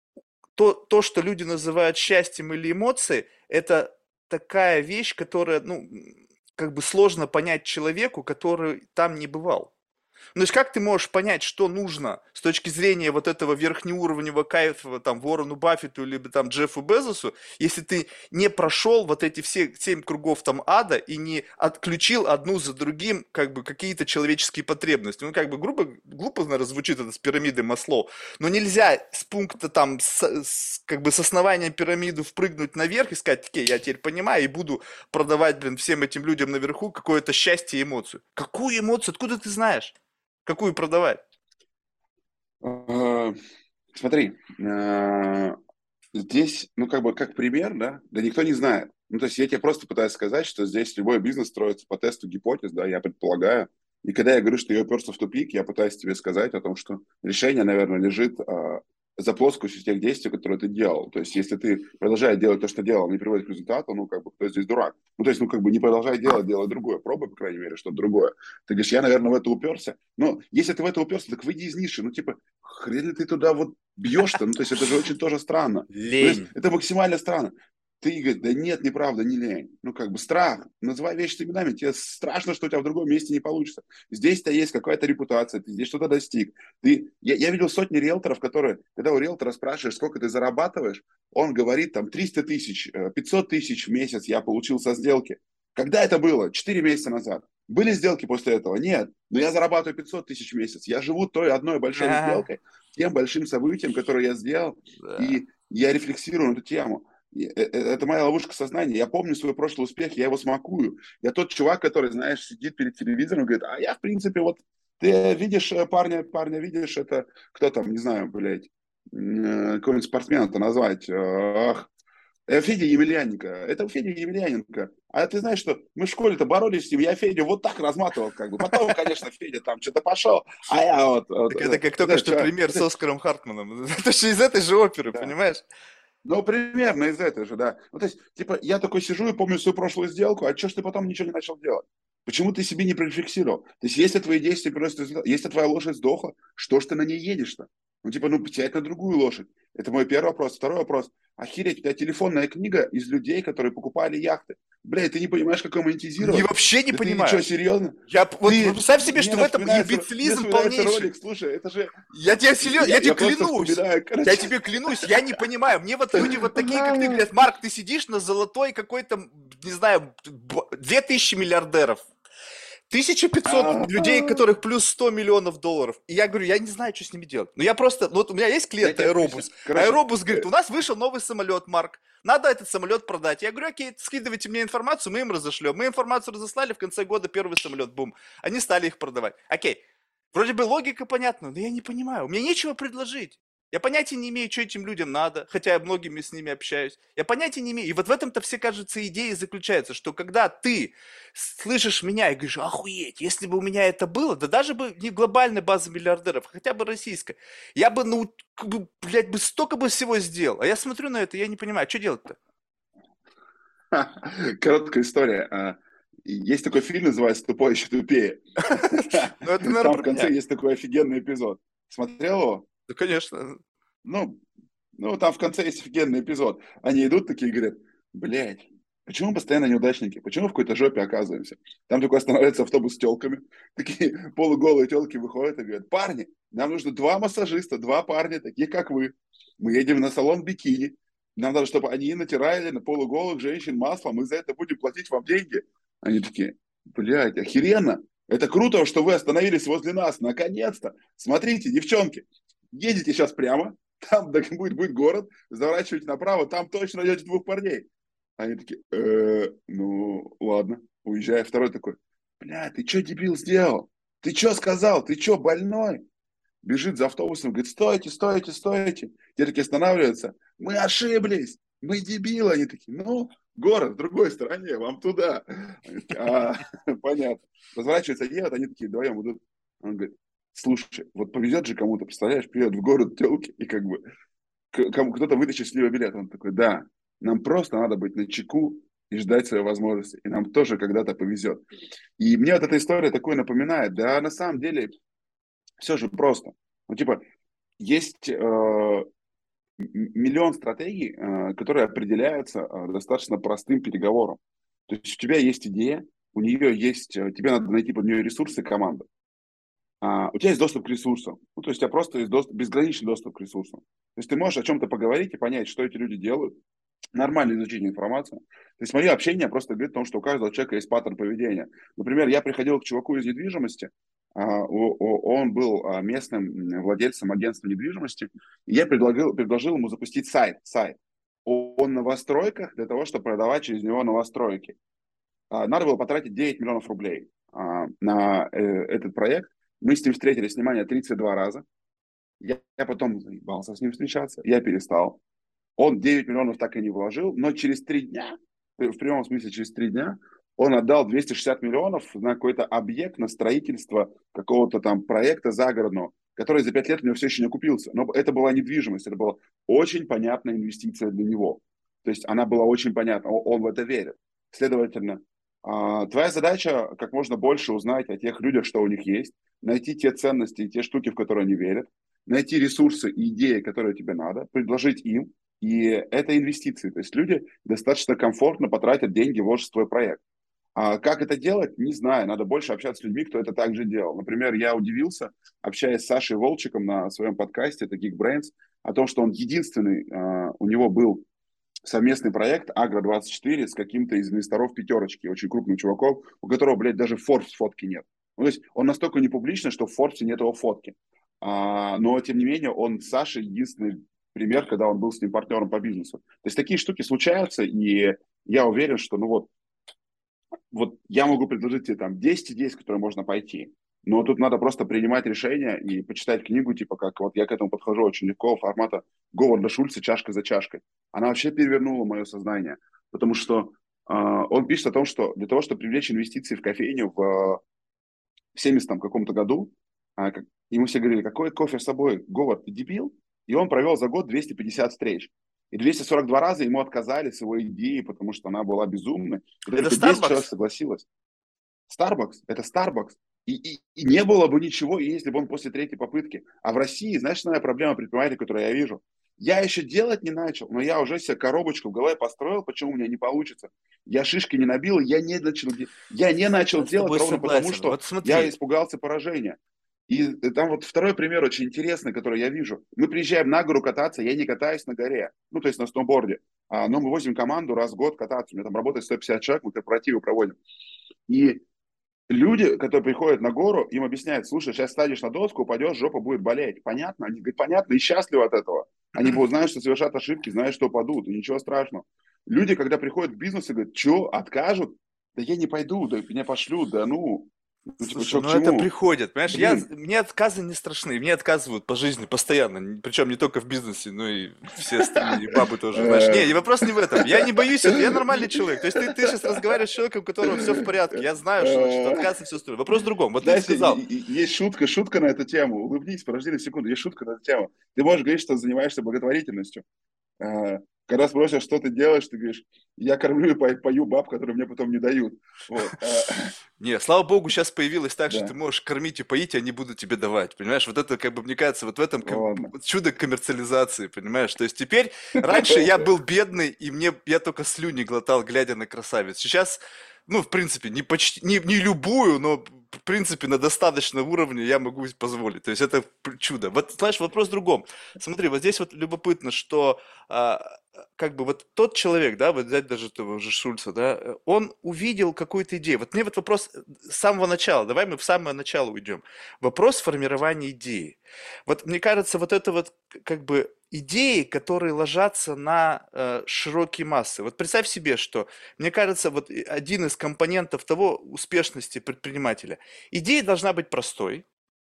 то, что люди называют счастьем или эмоцией, это такая вещь, которая, ну, как бы сложно понять человеку, который там не бывал. Ну, то есть как ты можешь понять, что нужно с точки зрения вот этого верхнеуровневого кайфа там Уоррену Баффету либо там Джеффу Безосу, если ты не прошел вот эти все 7 кругов там ада и не отключил одну за другим как бы какие-то человеческие потребности. Ну, как бы глупо, наверное, звучит это с пирамиды Маслоу, но нельзя с пункта там, как бы с основания пирамиды впрыгнуть наверх и сказать, окей, я теперь понимаю и буду продавать, блин, всем этим людям наверху какое-то счастье и эмоцию. Какую эмоцию? Откуда ты знаешь? Какую продавать? э, смотри, здесь, ну, как бы, как пример, да никто не знает. Ну, то есть я тебе просто пытаюсь сказать, что здесь любой бизнес строится по тесту гипотез, да, я предполагаю. И когда я говорю, что я уперся в тупик, я пытаюсь тебе сказать о том, что решение, наверное, лежит за плоскостью тех действий, которые ты делал. То есть если ты продолжаешь делать то, что делал, не приводит к результату, ну, как бы, кто здесь дурак? Ну, то есть, ну, как бы, не продолжай делать, делай другое. Пробуй, по крайней мере, что-то другое. Ты говоришь, я, наверное, в это уперся. Но если ты в это уперся, так выйди из ниши. Ну, типа, хрен ли ты туда вот бьешь-то? Ну, то есть это же очень тоже странно. Ну, то есть Лень. это максимально странно. Ты говоришь, да нет, неправда, не лень. Ну, как бы страх. Называй вещи с именами. Тебе страшно, что у тебя в другом месте не получится. Здесь-то есть какая-то репутация, ты здесь что-то достиг. Я видел сотни риэлторов, которые, когда у риэлтора спрашиваешь, сколько ты зарабатываешь, он говорит там 300 тысяч, 500 тысяч в месяц я получил со сделки. Когда это было? 4 месяца назад. Были сделки после этого? Нет. Но я зарабатываю 500 тысяч в месяц. Я живу той одной большой А, сделкой, тем большим событием, которое я сделал, да. и я рефлексирую на эту тему. Это моя ловушка сознания. Я помню свой прошлый успех, я его смакую. Я тот чувак, который, знаешь, сидит перед телевизором и говорит, а я, в принципе, вот ты видишь парня видишь, это кто там, не знаю, блядь, какой-нибудь спортсмен это назвать. Ах, Федя Емельяненко. Это Федя Емельяненко. А ты знаешь, что мы в школе-то боролись с ним, я Федю вот так разматывал, как бы. Потом, конечно, Федя там что-то пошел, а я Так это как только знаешь, что пример с Оскаром Хартманом. Это же из этой же оперы, да. понимаешь? Ну, примерно из этой же, да. Ну, то есть, типа, я такой сижу и помню свою прошлую сделку, а что ж ты потом ничего не начал делать? Почему ты себе не прорефлексировал? То есть, если твои действия приносят результат, если твоя лошадь сдохла, что ж ты на ней едешь-то? Ну, типа, ну, сядь на другую лошадь. Это мой первый вопрос. Второй вопрос. Охереть, у тебя телефонная книга из людей, которые покупали яхты. Бля, ты не понимаешь, как ее Не монетизировать? вообще не Да ты что, понимаю. серьезно? Вот представь себе, Мне что в этом мне имбецилизм вспоминается полнейший. ролик, слушай, это же, Я тебе серьезно, я тебе я просто клянусь. вспоминаю, Я короче, тебе клянусь, я не понимаю. Мне вот люди вот такие, как ты, говорят, Марк, ты сидишь на золотой какой-то, не знаю, 2000 миллиардеров. 1500 людей, которых плюс 100 миллионов долларов. И я говорю, я не знаю, что с ними делать. Ну я просто, ну вот у меня есть я клиент тебе объясню. Аэробус. Короче, Аэробус говорит, у нас вышел новый самолет, Марк. Надо этот самолет продать. Я говорю, окей, скидывайте мне информацию, мы им разошлем. Мы информацию разослали, в конце года первый самолет, бум. Они стали их продавать. Окей, вроде бы логика понятна, но я не понимаю. У меня нечего предложить. Я понятия не имею, что этим людям надо, хотя я многими с ними общаюсь. Я понятия не имею. И вот в этом-то все, кажется, идея заключается, что когда ты слышишь меня и говоришь, охуеть, если бы у меня это было, да даже бы не глобальная база миллиардеров, а хотя бы российская, я бы, ну, как бы, блядь, бы столько бы всего сделал. А я смотрю на это, и я не понимаю, что делать-то? короткая история. Есть такой фильм, называется «Тупой еще тупее». Ну, это, наверное, Там в про конце меня. есть такой офигенный эпизод. Смотрел его? Да, конечно. Ну, ну, там в конце есть офигенный эпизод. Они идут такие и говорят, блядь, почему мы постоянно неудачники? Почему в какой-то жопе оказываемся? Там такой останавливается автобус с телками. Такие полуголые телки выходят и говорят, парни, нам нужно два массажиста, два парня, таких как вы. Мы едем на салон бикини. Нам надо, чтобы они натирали на полуголых женщин маслом, мы за это будем платить вам деньги. Они такие, блядь, охеренно. Это круто, что вы остановились возле нас. Наконец-то. Смотрите, девчонки, едете сейчас прямо, там будет город, заворачивайте направо, там точно найдете двух парней. Они такие, ну, ладно, уезжаю. Второй такой, бля, ты что, дебил, сделал? Ты что сказал? Ты что, больной? Бежит за автобусом, говорит, стойте, стойте, стойте. Те такие останавливаются. Мы ошиблись, мы дебилы. Они такие, ну, город в другой стороне, вам туда. Они такие, понятно. Разворачиваются, едут, они такие, вдвоем идут. Он говорит, слушай, вот повезет же кому-то, представляешь, приедет в город телки, и как бы кто-то вытащит счастливый билет. Он такой, да, нам просто надо быть на чеку и ждать своей возможности. И нам тоже когда-то повезет. И мне вот эта история такое напоминает. Да, на самом деле, все же просто. Ну, типа, есть миллион стратегий, которые определяются достаточно простым переговором. То есть у тебя есть идея, у нее есть, тебе надо найти под нее ресурсы, команда. У тебя есть доступ к ресурсам. Ну, то есть у тебя просто есть безграничный доступ к ресурсам. То есть ты можешь о чем-то поговорить и понять, что эти люди делают, нормально изучить информацию. То есть мое общение просто говорит о том, что у каждого человека есть паттерн поведения. Например, я приходил к чуваку из недвижимости, он был местным владельцем агентства недвижимости, и я предложил ему запустить сайт. Он на новостройках для того, чтобы продавать через него новостройки. Надо было потратить 9 миллионов рублей на этот проект. Мы с ним встретились, внимание, 32 раза. Я потом заебался с ним встречаться, я перестал. Он 9 миллионов так и не вложил, но через 3 дня, в прямом смысле через 3 дня, он отдал 260 миллионов на какой-то объект, на строительство какого-то там проекта загородного, который за 5 лет у него все еще не окупился. Но это была недвижимость, это была очень понятная инвестиция для него. То есть она была очень понятна, он в это верит. Следовательно, твоя задача как можно больше узнать о тех людях, что у них есть, найти те ценности и те штуки, в которые они верят, найти ресурсы и идеи, которые тебе надо, предложить им, и это инвестиции. То есть люди достаточно комфортно потратят деньги в свой проект. А как это делать, не знаю. Надо больше общаться с людьми, кто это также делал. Например, я удивился, общаясь с Сашей Волчиком на своем подкасте «Это Geekbrains», о том, что он единственный, у него был совместный проект Агро-24 с каким-то из инвесторов пятерочки, очень крупных чуваков, у которого, блядь, даже в Forbes фотки нет. Ну, то есть он настолько не публичный, что в Forbes нет его фотки. Но, тем не менее, он с Сашей единственный пример, когда он был с ним партнером по бизнесу. То есть такие штуки случаются, и я уверен, что, ну вот я могу предложить тебе там 10 идей, с которыми можно пойти. Но тут надо просто принимать решения и почитать книгу, типа как вот я к этому подхожу очень легко, формата Говарда Шульца «Чашка за чашкой». Она вообще перевернула мое сознание, потому что он пишет о том, что для того, чтобы привлечь инвестиции в кофейню в 70 каком-то году, ему все говорили, какой кофе с собой, Говард, ты дебил? И он провел за год 250 встреч. И 242 раза ему отказали с его идеей, потому что она была безумной. И Это только 10 человек Starbucks? согласилось. Starbucks, это Starbucks. И не было бы ничего, если бы он после третьей попытки. А в России, знаешь, основная проблема предпринимателей, которую я вижу? Я еще делать не начал, но я уже себе коробочку в голове построил, почему у меня не получится. Я шишки не набил, я не начал Я с делать тобой ровно потому, согласен. что Вот я смотри, испугался поражения. И там вот второй пример очень интересный, который я вижу. Мы приезжаем на гору кататься, я не катаюсь на горе, ну, то есть на сноуборде, но мы возим команду раз в год кататься. У меня там работает 150 человек, мы корпоративы проводим. И люди, которые приходят на гору, им объясняют, слушай, сейчас станешь на доску, упадешь, жопа будет болеть. Понятно? Они говорят, понятно, и счастливы от этого. Они будут знать, что совершат ошибки, знают, что упадут, и ничего страшного. Люди, когда приходят в бизнес и говорят, что, откажут? Да я не пойду, да меня пошлют, да ну типа, слушай, что к ну это чему? приходит, понимаешь, Блин, мне отказы не страшны, мне отказывают по жизни постоянно, причем не только в бизнесе, но и все остальные, и бабы тоже, знаешь. Не, э, и вопрос не в этом, я не боюсь этого, я нормальный человек, то есть ты сейчас разговариваешь с человеком, у которого все в порядке, я знаю, что значит э, отказ и все остальное. Вопрос в другом, вот ты знаете, сказал, есть шутка на эту тему. Улыбнись, подожди на секунду. Есть шутка на эту тему. Ты можешь говорить, что занимаешься благотворительностью. Когда спросят, что ты делаешь, ты говоришь, я кормлю и пою баб, которые мне потом не дают. Вот. не, слава богу, сейчас появилось так, что ты Да, можешь кормить и поить, а они будут тебе давать, понимаешь? Вот это, как бы, мне кажется, вот в этом ладно. вот чудо коммерциализации, понимаешь? То есть теперь, раньше я был бедный, и я только слюни глотал, глядя на красавиц. Сейчас, ну, в принципе, не почти, не любую, но, в принципе, на достаточном уровне я могу позволить. То есть это чудо. Вот, знаешь, вопрос в другом. Смотри, вот здесь вот любопытно, что как бы вот тот человек, да, вот взять даже того же Шульца, да, он увидел какую-то идею. Вот мне вот вопрос с самого начала, давай мы в самое начало уйдем. Вопрос формирования идеи. Вот мне кажется, вот это вот как бы идеи, которые ложатся на широкие массы. Вот представь себе, что, мне кажется, вот один из компонентов того успешности предпринимателя. Идея должна быть простой,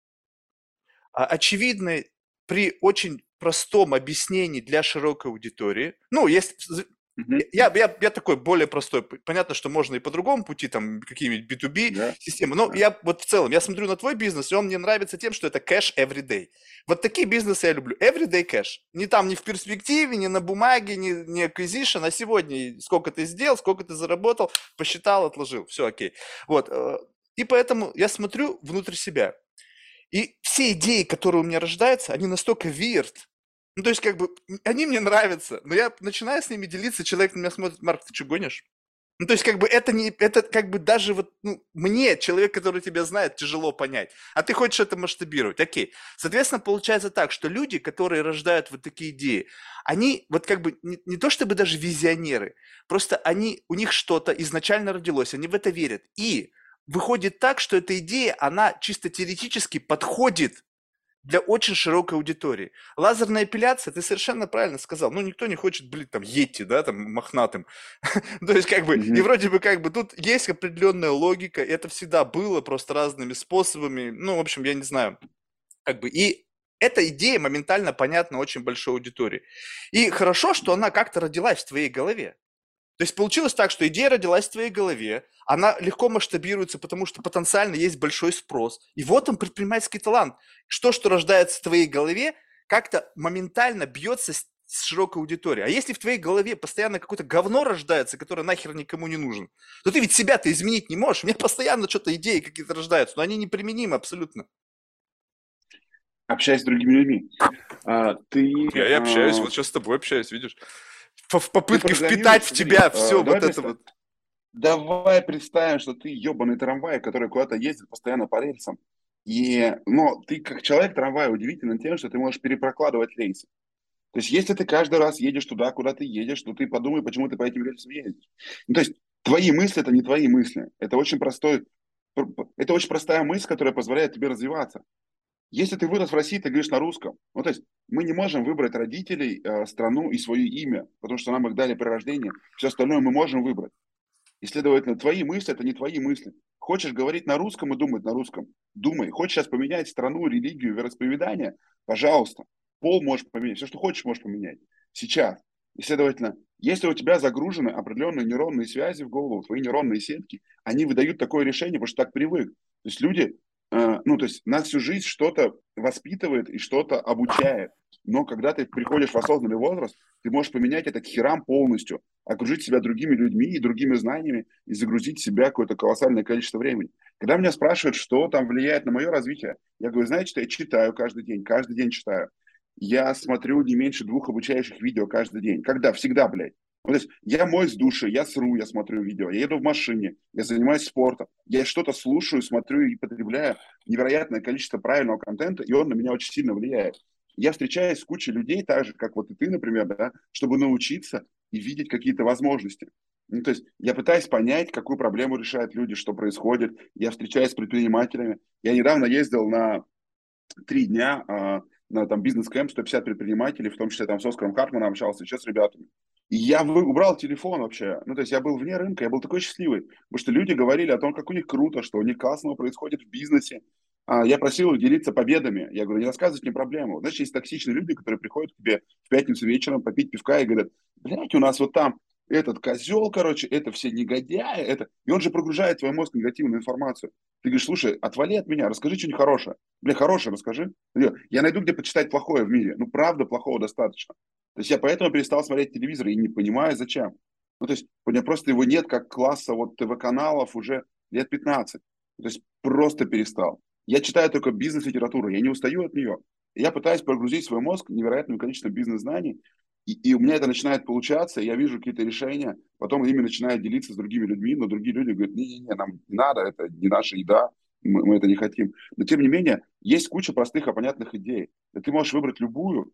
очевидной при очень простом объяснении для широкой аудитории. Ну, есть Мгм. я такой более простой. Понятно, что можно и по другому пути, там, какие-нибудь B2B Да, системы. Но да. я вот в целом, я смотрю на твой бизнес, и он мне нравится тем, что это кэш everyday. Вот такие бизнесы я люблю. Everyday кэш. Не там, не в перспективе, не на бумаге, не acquisition, а сегодня сколько ты сделал, сколько ты заработал, посчитал, отложил. Все, окей. Вот. И поэтому я смотрю внутрь себя. И все идеи, которые у меня рождаются, они настолько weird. Ну, то есть, как бы, они мне нравятся, но я начинаю с ними делиться, человек на меня смотрит, Марк, ты что, гонишь? Ну, то есть, как бы, это как бы даже вот, ну, мне, человек, который тебя знает, тяжело понять. А ты хочешь это масштабировать, окей. Соответственно, получается так, что люди, которые рождают вот такие идеи, они вот как бы не то чтобы даже визионеры, просто у них что-то изначально родилось, они в это верят. И выходит так, что эта идея, она чисто теоретически подходит для очень широкой аудитории. Лазерная эпиляция, ты совершенно правильно сказал. Ну, никто не хочет, блин, там, йети, да, там, мохнатым. То есть, как бы, и Мгм. вроде бы, как бы, тут есть определенная логика, это всегда было, просто разными способами. Ну, в общем, я не знаю. Как бы, и эта идея моментально понятна очень большой аудитории. И хорошо, что она как-то родилась в твоей голове. То есть получилось так, что идея родилась в твоей голове, она легко масштабируется, потому что потенциально есть большой спрос. И вот он, предпринимательский талант. Что рождается в твоей голове, как-то моментально бьется с широкой аудиторией. А если в твоей голове постоянно какое-то говно рождается, которое нахер никому не нужен, то ты ведь себя-то изменить не можешь. У меня постоянно что-то идеи какие-то рождаются, но они неприменимы абсолютно. Общаясь с другими людьми. Ты, Я и общаюсь, вот сейчас с тобой общаюсь, видишь? В ты попытке программируешь, впитать в смотри, тебя все давай вот это представь. вот. Давай представим, что ты ебаный трамвай, который куда-то ездит постоянно по рельсам. Но ты как человек трамвая удивителен тем, что ты можешь перепрокладывать рейсы. То есть, если ты каждый раз едешь туда, куда ты едешь, то ты подумай, почему ты по этим рельсам едешь. Ну, то есть, твои мысли– это не твои мысли. Это очень простая мысль, которая позволяет тебе развиваться. Если ты вырос в России, ты говоришь на русском. Ну, то есть, мы не можем выбрать родителей, страну и свое имя, потому что нам их дали при рождении. Все остальное мы можем выбрать. И, следовательно, твои мысли – это не твои мысли. Хочешь говорить на русском и думать на русском – думай. Хочешь сейчас поменять страну, религию, вероисповедание – пожалуйста. Пол можешь поменять, все, что хочешь, можешь поменять. Сейчас. И, следовательно, если у тебя загружены определенные нейронные связи в голову, твои нейронные сетки, они выдают такое решение, потому что так привык. То есть люди, ну, то есть нас всю жизнь что-то воспитывает и что-то обучает. Но когда ты приходишь в осознанный возраст, ты можешь поменять это к херам полностью, окружить себя другими людьми и другими знаниями и загрузить в себя какое-то колоссальное количество времени. Когда меня спрашивают, что там влияет на мое развитие, я говорю, знаете, что я читаю каждый день читаю. Я смотрю не меньше 2 обучающих видео каждый день. Когда? Всегда, блядь. Ну, то есть я моюсь в душе, я сру, я смотрю видео, я еду в машине, я занимаюсь спортом, я что-то слушаю, смотрю и потребляю невероятное количество правильного контента, и он на меня очень сильно влияет. Я встречаюсь с кучей людей, так же, как вот и ты, например, да, чтобы научиться и видеть какие-то возможности. Ну, то есть я пытаюсь понять, какую проблему решают люди, что происходит. Я встречаюсь с предпринимателями. Я недавно ездил на 3 дня на там бизнес-кэмп 150 предпринимателей, в том числе там с Оскаром Хартманом общался, еще с ребятами. И я убрал телефон вообще. Ну, то есть я был вне рынка, я был такой счастливый. Потому что люди говорили о том, как у них круто, что у них классного происходит в бизнесе. Я просил их делиться победами. Я говорю, не рассказывайте мне проблему. Знаешь, есть токсичные люди, которые приходят к тебе в пятницу вечером попить пивка и говорят, блядь, у нас вот там этот козел, короче, это все негодяи, это... И он же прогружает в твой мозг негативную информацию. Ты говоришь, слушай, отвали от меня, расскажи что-нибудь хорошее. Бля, хорошее расскажи. Я найду, где почитать плохое в мире. Ну, правда, плохого достаточно. То есть я поэтому перестал смотреть телевизор и не понимаю, зачем. Ну, то есть у меня просто его нет как класса вот ТВ-каналов уже лет 15. То есть просто перестал. Я читаю только бизнес-литературу, я не устаю от нее. Я пытаюсь прогрузить свой мозг невероятным количеством бизнес-знаний, и у меня это начинает получаться, я вижу какие-то решения, потом ими начинаю делиться с другими людьми, но другие люди говорят, не-не-не, нам не надо, это не наша еда, мы это не хотим. Но тем не менее, есть куча простых и понятных идей. Да ты можешь выбрать любую,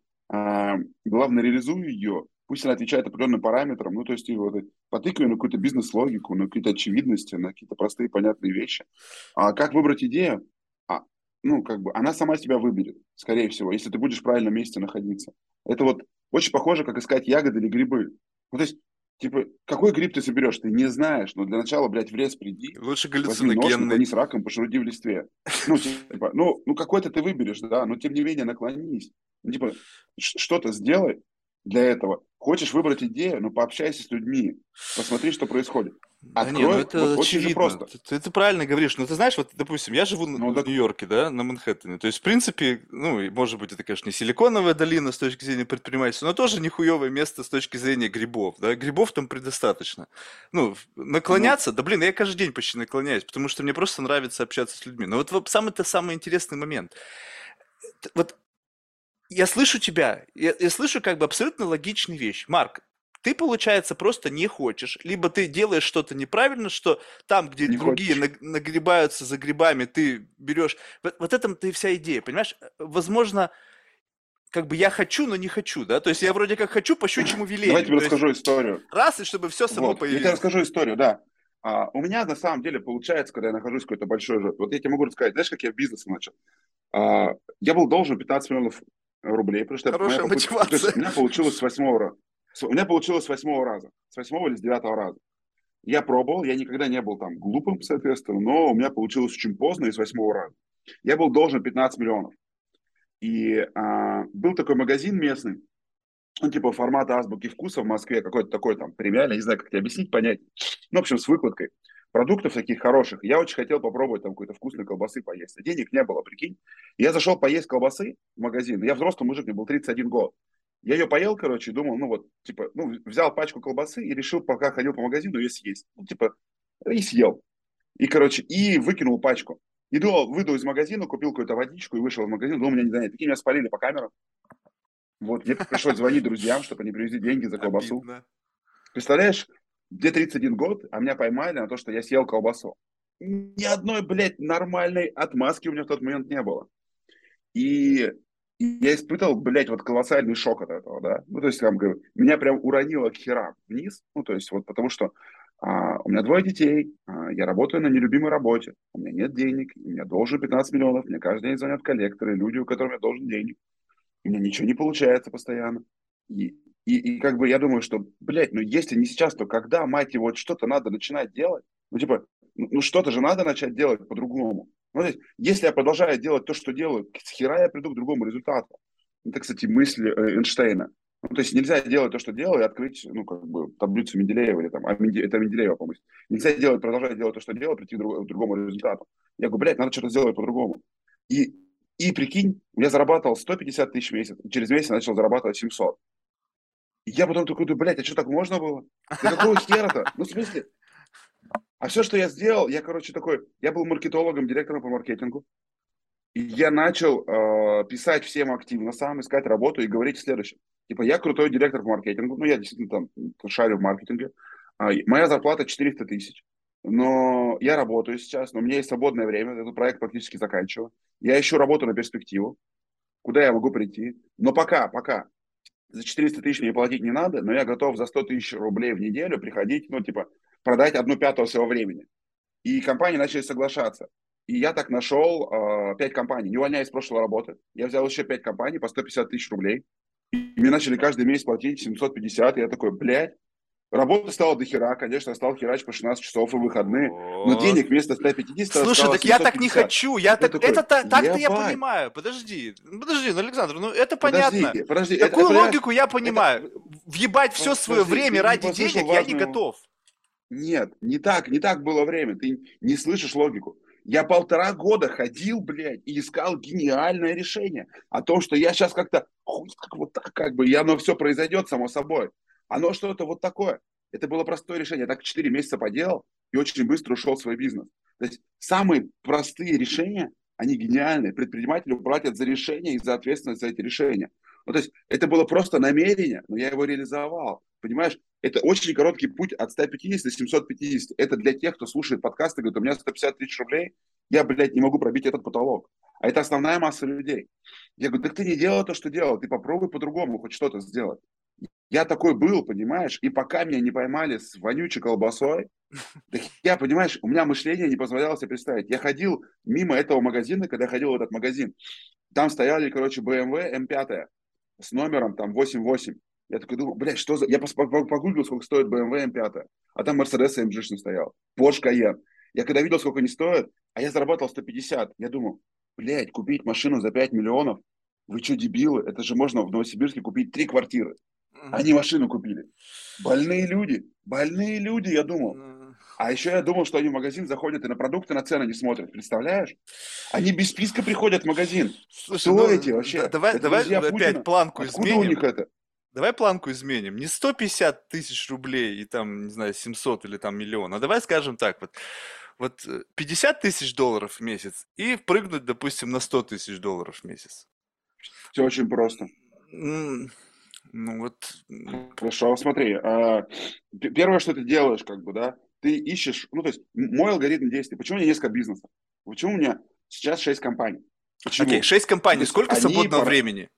главное, реализуй ее, пусть она отвечает определенным параметрам, ну, то есть, вот, потыкай на какую-то бизнес-логику, на какие-то очевидности, на какие-то простые понятные вещи. А как выбрать идею? А, ну, как бы, она сама себя выберет, скорее всего, если ты будешь в правильном месте находиться. Это вот очень похоже, как искать ягоды или грибы. Ну, то есть, типа, какой гриб ты соберешь, ты не знаешь, но для начала, блядь, в лес приди, Лучше возьми нож, галлюциногенный. наклонись раком, пошуруди в листве. Ну, типа, ну какой-то ты выберешь, да, но тем не менее наклонись. Ну, типа, что-то сделай для этого. Хочешь выбрать идею, ну, пообщайся с людьми, посмотри, что происходит. Да не, ну Открой, это вот очень же очевидно. просто. Ты правильно говоришь. Но ты знаешь, вот, допустим, я живу Ну, в так, Нью-Йорке, да, на Манхэттене. То есть, в принципе, ну, и, может быть, это, конечно, не силиконовая долина с точки зрения предпринимательства, но тоже нихуевое место с точки зрения грибов, да. Грибов там предостаточно. Ну, ну, наклоняться, да блин, я каждый день почти наклоняюсь, потому что мне просто нравится общаться с людьми. Но вот самый-то самый интересный момент. Вот я слышу тебя, я слышу как бы абсолютно логичную вещь. Марк, ты, получается, просто не хочешь, либо ты делаешь что-то неправильно, что там, где не другие хочешь. нагребаются за грибами, ты берешь... Вот этом-то и вся идея, понимаешь? Возможно, как бы я хочу, но не хочу, да? То есть я вроде как хочу по щучьему Давай я велению. тебе То есть расскажу историю. раз, и чтобы все само Вот, я тебе появилось. расскажу историю, да. У меня на самом деле получается, когда я нахожусь в какой-то большой жертве, вот я тебе могу рассказать, знаешь, как я бизнес начал? Я был должен 15 миллионов рублей, потому что моя Хорошая попытка, то есть мотивация. у меня получилось с 8 раза. У меня получилось с 8 раза, с 8 или с 9 раза. Я пробовал, я никогда не был там глупым, соответственно, но у меня получилось очень поздно и с 8 раза. Я был должен 15 миллионов. И был такой магазин местный, он типа формата азбуки вкуса в Москве, какой-то такой там премиальный, не знаю, как тебе объяснить, понять. Ну, в общем, с выкладкой продуктов таких хороших. Я очень хотел попробовать там какой-то вкусной колбасы поесть. А денег не было, прикинь. Я зашел поесть колбасы в магазин. Я взрослый мужик, мне был 31 год. Я ее поел, короче, и думал, ну вот, типа, ну, взял пачку колбасы и решил, пока ходил по магазину, ее съесть. Ну, типа, и съел. И, короче, и выкинул пачку. Иду, выйду из магазина, купил какую-то водичку и вышел из магазина, думал, меня не занять. Такие меня спалили по камерам. Вот, мне пришлось звонить друзьям, чтобы они привезли деньги за колбасу. Обидно. Представляешь, где 31 год, а меня поймали на то, что я съел колбасу. Ни одной, блядь, нормальной отмазки у меня в тот момент не было. И я испытывал, блядь, вот колоссальный шок от этого, да. Ну, то есть, там, говорю, меня прям уронило к херам вниз. Ну, то есть, вот потому что у меня 2 детей, я работаю на нелюбимой работе, у меня нет денег, у меня должен 15 миллионов, мне каждый день звонят коллекторы, люди, у которых я должен денег. У меня ничего не получается постоянно. И И как бы я думаю, что, блядь, ну если не сейчас, то когда, мать его, вот что-то надо начинать делать? Ну, типа, ну что-то же надо начать делать по-другому. Ну, то есть, если я продолжаю делать то, что делаю, с хера я приду к другому результату. Это, кстати, мысль Эйнштейна. Ну, то есть нельзя делать то, что делаю, и открыть, ну, как бы, таблицу Менделеева или там, это Менделеева, по-моему. Нельзя делать, продолжать делать то, что делаю, прийти к другому результату. Я говорю, блядь, надо что-то сделать по-другому. И, и прикинь, я зарабатывал 150 тысяч в месяц, через месяц я начал зарабатывать 700. И я потом такой, думаю, блядь, а что так можно было? Да какого хера-то? Ну, в смысле, а все, что я сделал, я, короче, такой, я был маркетологом, директором по маркетингу, и я начал писать всем активно сам, искать работу и говорить следующее. Типа, я крутой директор по маркетингу, ну, я действительно там шарю в маркетинге, моя зарплата 400 тысяч, но я работаю сейчас, но у меня есть свободное время, этот проект практически заканчиваю, я ищу работу на перспективу, куда я могу прийти, но пока за 400 тысяч мне платить не надо, но я готов за 100 тысяч рублей в неделю приходить, ну, типа, продать 1/5 своего времени. И компании начали соглашаться. И я так нашел 5 компаний, не увольняясь с прошлой работы. Я взял еще 5 компаний по 150 тысяч рублей. И мне начали каждый месяц платить 750. И я такой, блядь, работа стала до хера. Конечно, я стал херачить по 16 часов и выходные. Но Вот. денег вместо 150 Слушай, стало так я так не 750. хочу. Я такой, Так-то я ебать. понимаю. Подожди, ну, Александр, ну это понятно. Подожди, Такую понимаешь, логику я это, понимаю. Въебать все свое подожди, время ты не ради послушал денег я не важную. готов. Нет, не так было время. Ты не слышишь логику. Я 1,5 года ходил, блядь, и искал гениальное решение о том, что я сейчас как-то хуй так вот так как бы, и оно все произойдет само собой. Оно что-то вот такое. Это было простое решение. Я так 4 месяца поделал и очень быстро ушел в свой бизнес. То есть самые простые решения, они гениальные. Предпринимателю платят за решение и за ответственность за эти решения. Ну, то есть это было просто намерение, но я его реализовал. Понимаешь, это очень короткий путь от 150 до 750. Это для тех, кто слушает подкасты и говорит, у меня 150 тысяч рублей, я, блядь, не могу пробить этот потолок. А это основная масса людей. Я говорю, так ты не делал то, что делал, ты попробуй по-другому хоть что-то сделать. Я такой был, понимаешь, и пока меня не поймали с вонючей колбасой, так я, понимаешь, у меня мышление не позволяло себе представить. Я ходил мимо этого магазина, когда я ходил в этот магазин, там стояли, короче, BMW M5 с номером там 88. Я такой думал, блядь, что за... Я погуглил, сколько стоит BMW M5, а там Mercedes AMG стоял, Porsche Cayenne. Я когда видел, сколько они стоят, а я зарабатывал 150, я думал, блядь, купить машину за 5 миллионов, вы что, дебилы? Это же можно в Новосибирске купить 3 квартиры. Они машину купили. Больные люди, я думал. А еще я думал, что они в магазин заходят и на продукты, на цены не смотрят. Представляешь? Они без списка приходят в магазин. Слушай, Кто ну эти вообще? давай, Это давай друзья опять Путина? планку Откуда у изменим. них это? Давай планку изменим. Не 150 тысяч рублей и там, не знаю, 700 или там миллион, а давай скажем так, вот 50 тысяч долларов в месяц и впрыгнуть, допустим, на 100 тысяч долларов в месяц. Все очень просто. М, Ну вот, Хорошо, смотри. Первое, что ты делаешь, как бы, да, ты ищешь, ну, то есть мой алгоритм действий. Почему у меня несколько бизнесов? Почему у меня сейчас 6 компаний? окей, Почему? 6 Ну, то компаний, есть сколько свободного времени?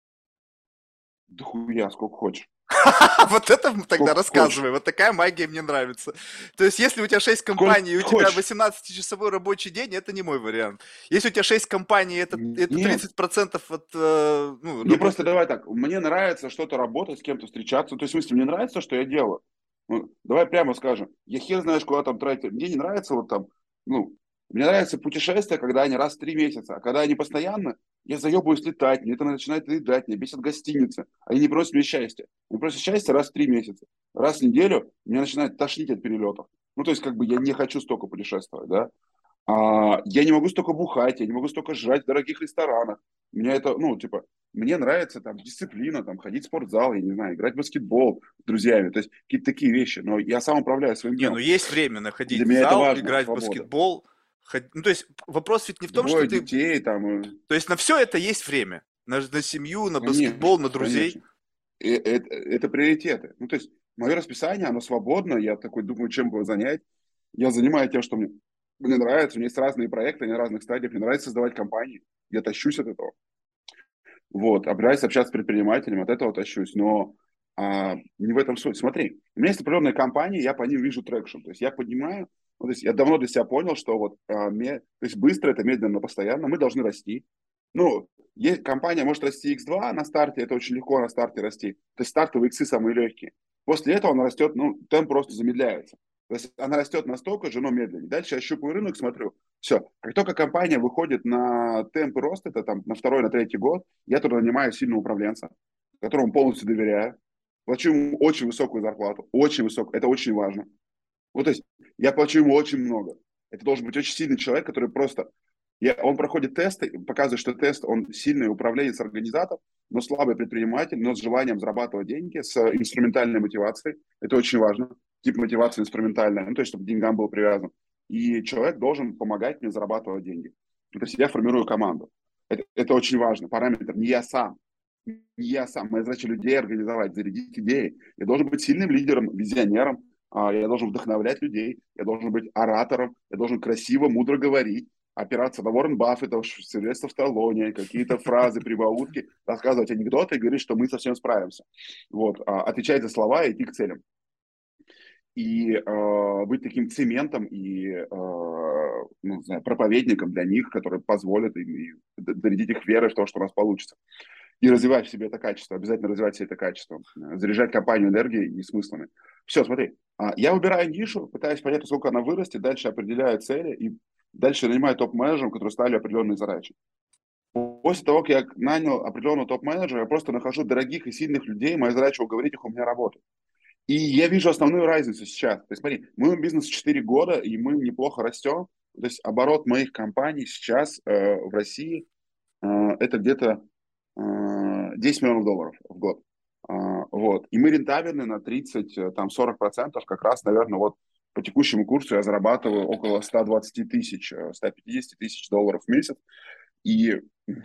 Да хуя, сколько хочешь. Вот это тогда Сколько хочешь. рассказывай, вот такая магия мне нравится. То есть, если у тебя 6 Сколько компаний и у тебя хочешь. 18-часовой рабочий день, это не мой вариант. Если у тебя 6 компаний, это Нет. 30% от ну, Мне просто работы. давай так, мне нравится что-то работать, с кем-то встречаться. То есть, в смысле, мне нравится, что я делаю. Ну, давай прямо скажем. Я хер знаешь, куда там тратить. Мне не нравится вот там, ну, мне нравятся путешествия, когда они раз в 3 месяца. А когда они постоянно, я заебываюсь летать, мне это начинает летать, мне бесит гостиницы. Они не просят мне счастья. Они просят счастья раз в 3 месяца. Раз в неделю меня начинает тошнить от перелетов. Ну, то есть, как бы я не хочу столько путешествовать, да. Я не могу столько бухать, я не могу столько жрать в дорогих ресторанах. Меня это, ну, типа, мне нравится там дисциплина, там ходить в спортзал, я не знаю, играть в баскетбол с друзьями, то есть какие-то такие вещи. Но я сам управляю своим Не, ну днем. есть время находить Для в меня это зал, важно, играть в свобода. баскетбол. Ну, то есть вопрос ведь не в том, что Двое ты... детей, там, То есть на все это есть время. На семью, на баскетбол, конечно, на друзей. конечно. Это приоритеты. Ну, то есть мое расписание, оно свободно, я такой думаю, чем бы занять. Я занимаюсь тем, что мне нравится, у меня есть разные проекты, они на разных стадиях, мне нравится создавать компании, я тащусь от этого. Вот, нравится общаться с предпринимателями, от этого тащусь, но не в этом суть. Смотри, у меня есть определенные компании, я по ним вижу трекшн, то есть я понимаю, ну, то есть я давно для себя понял, что вот то есть быстро это медленно, но постоянно, мы должны расти, Ну, есть, компания может расти x2 на старте, это очень легко на старте расти. То есть стартовые иксы самые легкие. После этого она растет, ну, темп просто замедляется. То есть она растет настолько же, но медленнее. Дальше я щупаю рынок, смотрю. Все. Как только компания выходит на темп роста, это там на второй, на третий год, я туда нанимаю сильного управленца, которому полностью доверяю. Плачу ему очень высокую зарплату. Очень высокую. Это очень важно. Вот, то есть я плачу ему очень много. Это должен быть очень сильный человек, который просто... он проходит тесты, показывает, что тест, он сильный управленец, организатор, но слабый предприниматель, но с желанием зарабатывать деньги, с инструментальной мотивацией. Это очень важно. Тип мотивации инструментальная, ну, то есть, чтобы к деньгам был привязан. И человек должен помогать мне зарабатывать деньги. То есть я формирую команду. Это очень важно. Параметр не я сам. Не я сам. Моя задача людей организовать, зарядить идеи. Я должен быть сильным лидером, визионером, я должен вдохновлять людей, я должен быть оратором, я должен красиво, мудро говорить, опираться на Уоррен Баффета, Сильвестра Сталлоне, какие-то фразы, прибаутки, рассказывать анекдоты и говорить, что мы совсем справимся. Вот, отвечать за слова и идти к целям. И быть таким цементом и ну, не знаю, проповедником для них, который позволит им и зарядить их верой в то, что у нас получится. И развивать в себе это качество, обязательно развивать себе это качество, заряжать компанию энергией и смыслами. Все, смотри, я выбираю нишу, пытаюсь понять, насколько она вырастет, дальше определяю цели и дальше нанимаю топ-менеджеров, которые ставили определенные задачи. После того, как я нанял определенного топ-менеджера, я просто нахожу дорогих и сильных людей, моя задача уговорить их у меня работать. И я вижу основную разницу сейчас. То есть смотри, мы в бизнесе 4 года, и мы неплохо растем. То есть оборот моих компаний сейчас в России это где-то 10 миллионов долларов в год. Вот. И мы рентабельны на 30, там 40%, как раз, наверное, вот по текущему курсу я зарабатываю около 120 тысяч, 150 тысяч долларов в месяц. И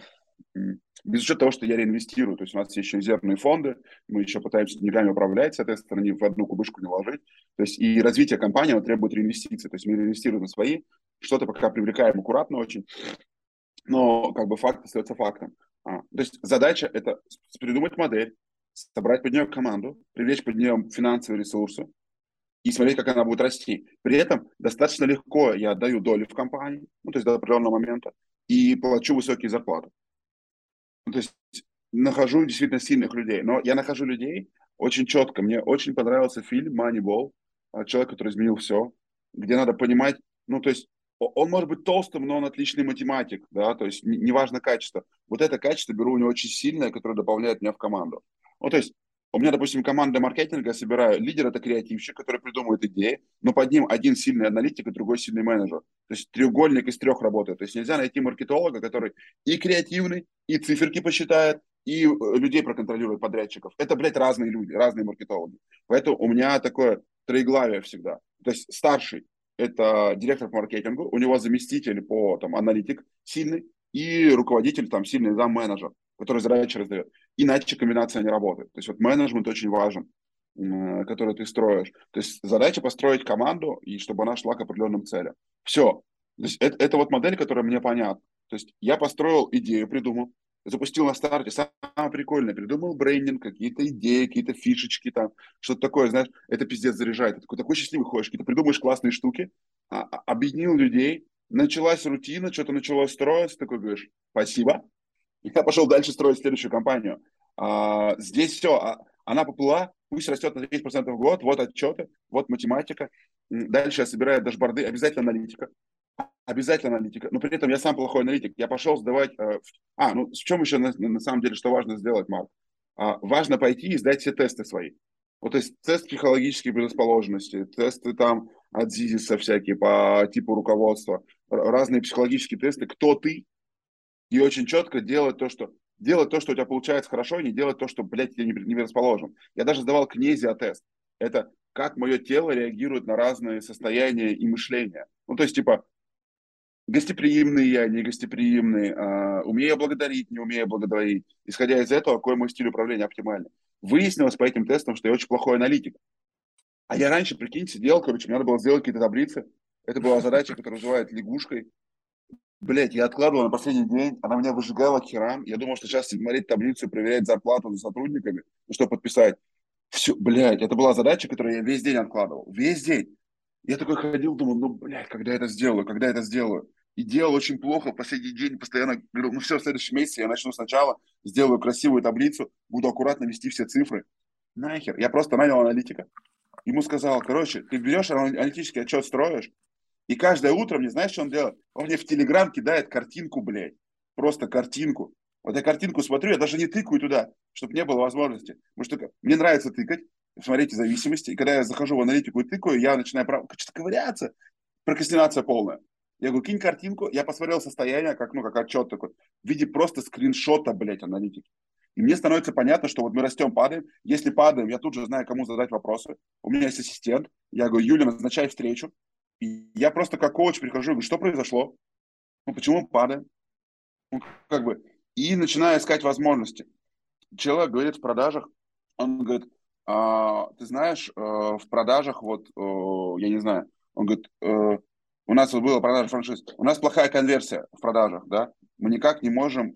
без учета того, что я реинвестирую, то есть у нас есть еще резервные фонды, мы еще пытаемся деньгами управлять, соответственно, ни в одну кубышку не вложить. То есть и развитие компании требует реинвестиций. То есть мы реинвестируем на свои, что-то пока привлекаем аккуратно очень, но как бы факт остается фактом. То есть задача это придумать модель, собрать под нее команду, привлечь под нее финансовые ресурсы и смотреть, как она будет расти. При этом достаточно легко я отдаю долю в компании, ну, то есть до определенного момента, и плачу высокие зарплаты. Ну, то есть нахожу действительно сильных людей. Но я нахожу людей очень четко. Мне очень понравился фильм «Moneyball», «Человек, который изменил все», где надо понимать, ну, то есть он может быть толстым, но он отличный математик, да, то есть неважно качество. Вот это качество беру у него очень сильное, которое дополняет меня в команду. Ну, то есть у меня, допустим, команда маркетинга, я собираю, лидер это креативщик, который придумывает идеи, но под ним один сильный аналитик и другой сильный менеджер. То есть треугольник из трех работает. То есть нельзя найти маркетолога, который и креативный, и циферки посчитает, и людей проконтролирует, подрядчиков. Это, блядь, разные люди, разные маркетологи. Поэтому у меня такое троеглавие всегда. То есть старший– это директор по маркетингу, у него заместитель по там, аналитик сильный, и руководитель, там, сильный зам-менеджер, который задачи раздает. Иначе комбинация не работает. То есть вот менеджмент очень важен, который ты строишь. То есть задача построить команду, и чтобы она шла к определенным целям. Все. То есть это вот модель, которая мне понятна. То есть я построил идею, придумал, запустил на старте, самое прикольное, придумал брендинг, какие-то идеи, какие-то фишечки там, что-то такое, знаешь, это пиздец заряжает. Ты такой счастливый ходишь, какие-то придумаешь классные штуки, объединил людей, началась рутина, что-то началось строиться, такой говоришь, спасибо, я пошел дальше строить следующую компанию. Здесь все, она поплыла, пусть растет на 10% в год, вот отчеты, вот математика. Дальше я собираю дашборды, обязательно аналитика. Обязательно аналитика. Но при этом я сам плохой аналитик. Я пошел сдавать... ну в чем еще на самом деле, что важно сделать, Марк? Важно пойти и сдать все тесты свои. Вот, то есть тест психологической предрасположенности, тесты там от ЗИЗИСа всякие по типу руководства, разные психологические тесты, кто ты, и очень четко делать то, что у тебя получается хорошо, и не делать то, что, блядь, тебе не расположен. Я даже сдавал кинезио-тест. Это как мое тело реагирует на разные состояния и мышления. Ну, то есть, типа, гостеприимный я, не гостеприимный, умею благодарить, не умею благодарить. Исходя из этого, какой мой стиль управления оптимальный. Выяснилось по этим тестам, что я очень плохой аналитик. А я раньше, прикинь, сидел, короче, мне надо было сделать какие-то таблицы. Это была задача, которая называют лягушкой. Блять, я откладывал на последний день, она меня выжигала к херам. Я думал, что сейчас смотреть таблицу и проверять зарплату за сотрудниками, ну, что подписать. Все, блядь, это была задача, которую я весь день откладывал. Весь день. Я такой ходил, думал, ну, блядь, когда я это сделаю, когда я это сделаю. и делал очень плохо в последний день, постоянно говорил, ну все, в следующем месяце я начну сначала, сделаю красивую таблицу, буду аккуратно вести все цифры. Нахер. Я просто нанял аналитика. Ему сказал, короче, ты берешь аналитический отчет, строишь, и каждое утро мне, знаешь, что он делает? Он мне в Телеграм кидает картинку, блядь. Просто картинку. Вот я картинку смотрю, я даже не тыкаю туда, чтобы не было возможности. Потому что мне нравится тыкать, смотреть зависимости. И когда я захожу в аналитику и тыкаю, я начинаю что-то ковыряться. Прокрастинация полная. Я говорю, кинь картинку. Я посмотрел состояние, как, ну, как отчет такой, в виде просто скриншота, блядь, аналитики. И мне становится понятно, что вот мы растем, падаем. Если падаем, я тут же знаю, кому задать вопросы. У меня есть ассистент. Я говорю, Юля, назначай встречу. И я просто как коуч прихожу, говорю, что произошло? Ну, почему мы падаем? Ну, как бы, и начинаю искать возможности. Человек говорит в продажах, он говорит, ты знаешь, в продажах, вот, я не знаю, он говорит, у нас вот была продажа франшиз, у нас плохая конверсия в продажах, да, мы никак не можем,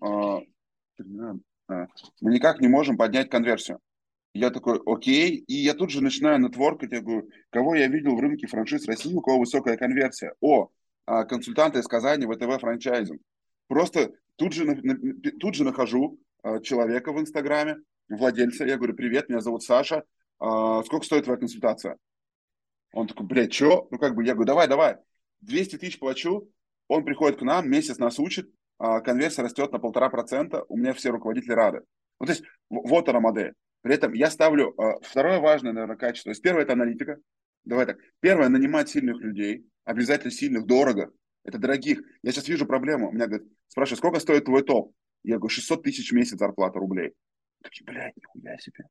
мы никак не можем поднять конверсию. Я такой, окей, и я тут же начинаю нетворкать, я говорю, кого я видел в рынке франшиз России, у кого высокая конверсия? Консультанты из Казани, ВТВ франчайзинг. Просто тут же нахожу человека в Инстаграме, владельца, я говорю, привет, меня зовут Саша, сколько стоит твоя консультация? Он такой, блядь, что? Ну, как бы, я говорю, давай, 200 тысяч плачу, он приходит к нам, месяц нас учит, конверсия растет на 1,5%, у меня все руководители рады. Ну, то есть, вот она модель. При этом я ставлю, второе важное, наверное, качество. То есть, первое – это аналитика. Давай так. Первое – нанимать сильных людей, обязательно сильных, дорого. Это дорогих. Я сейчас вижу проблему. У меня говорят, спрашивают, сколько стоит твой топ? Я говорю, 600 тысяч в месяц зарплата рублей. Такие, блядь, нихуя себе.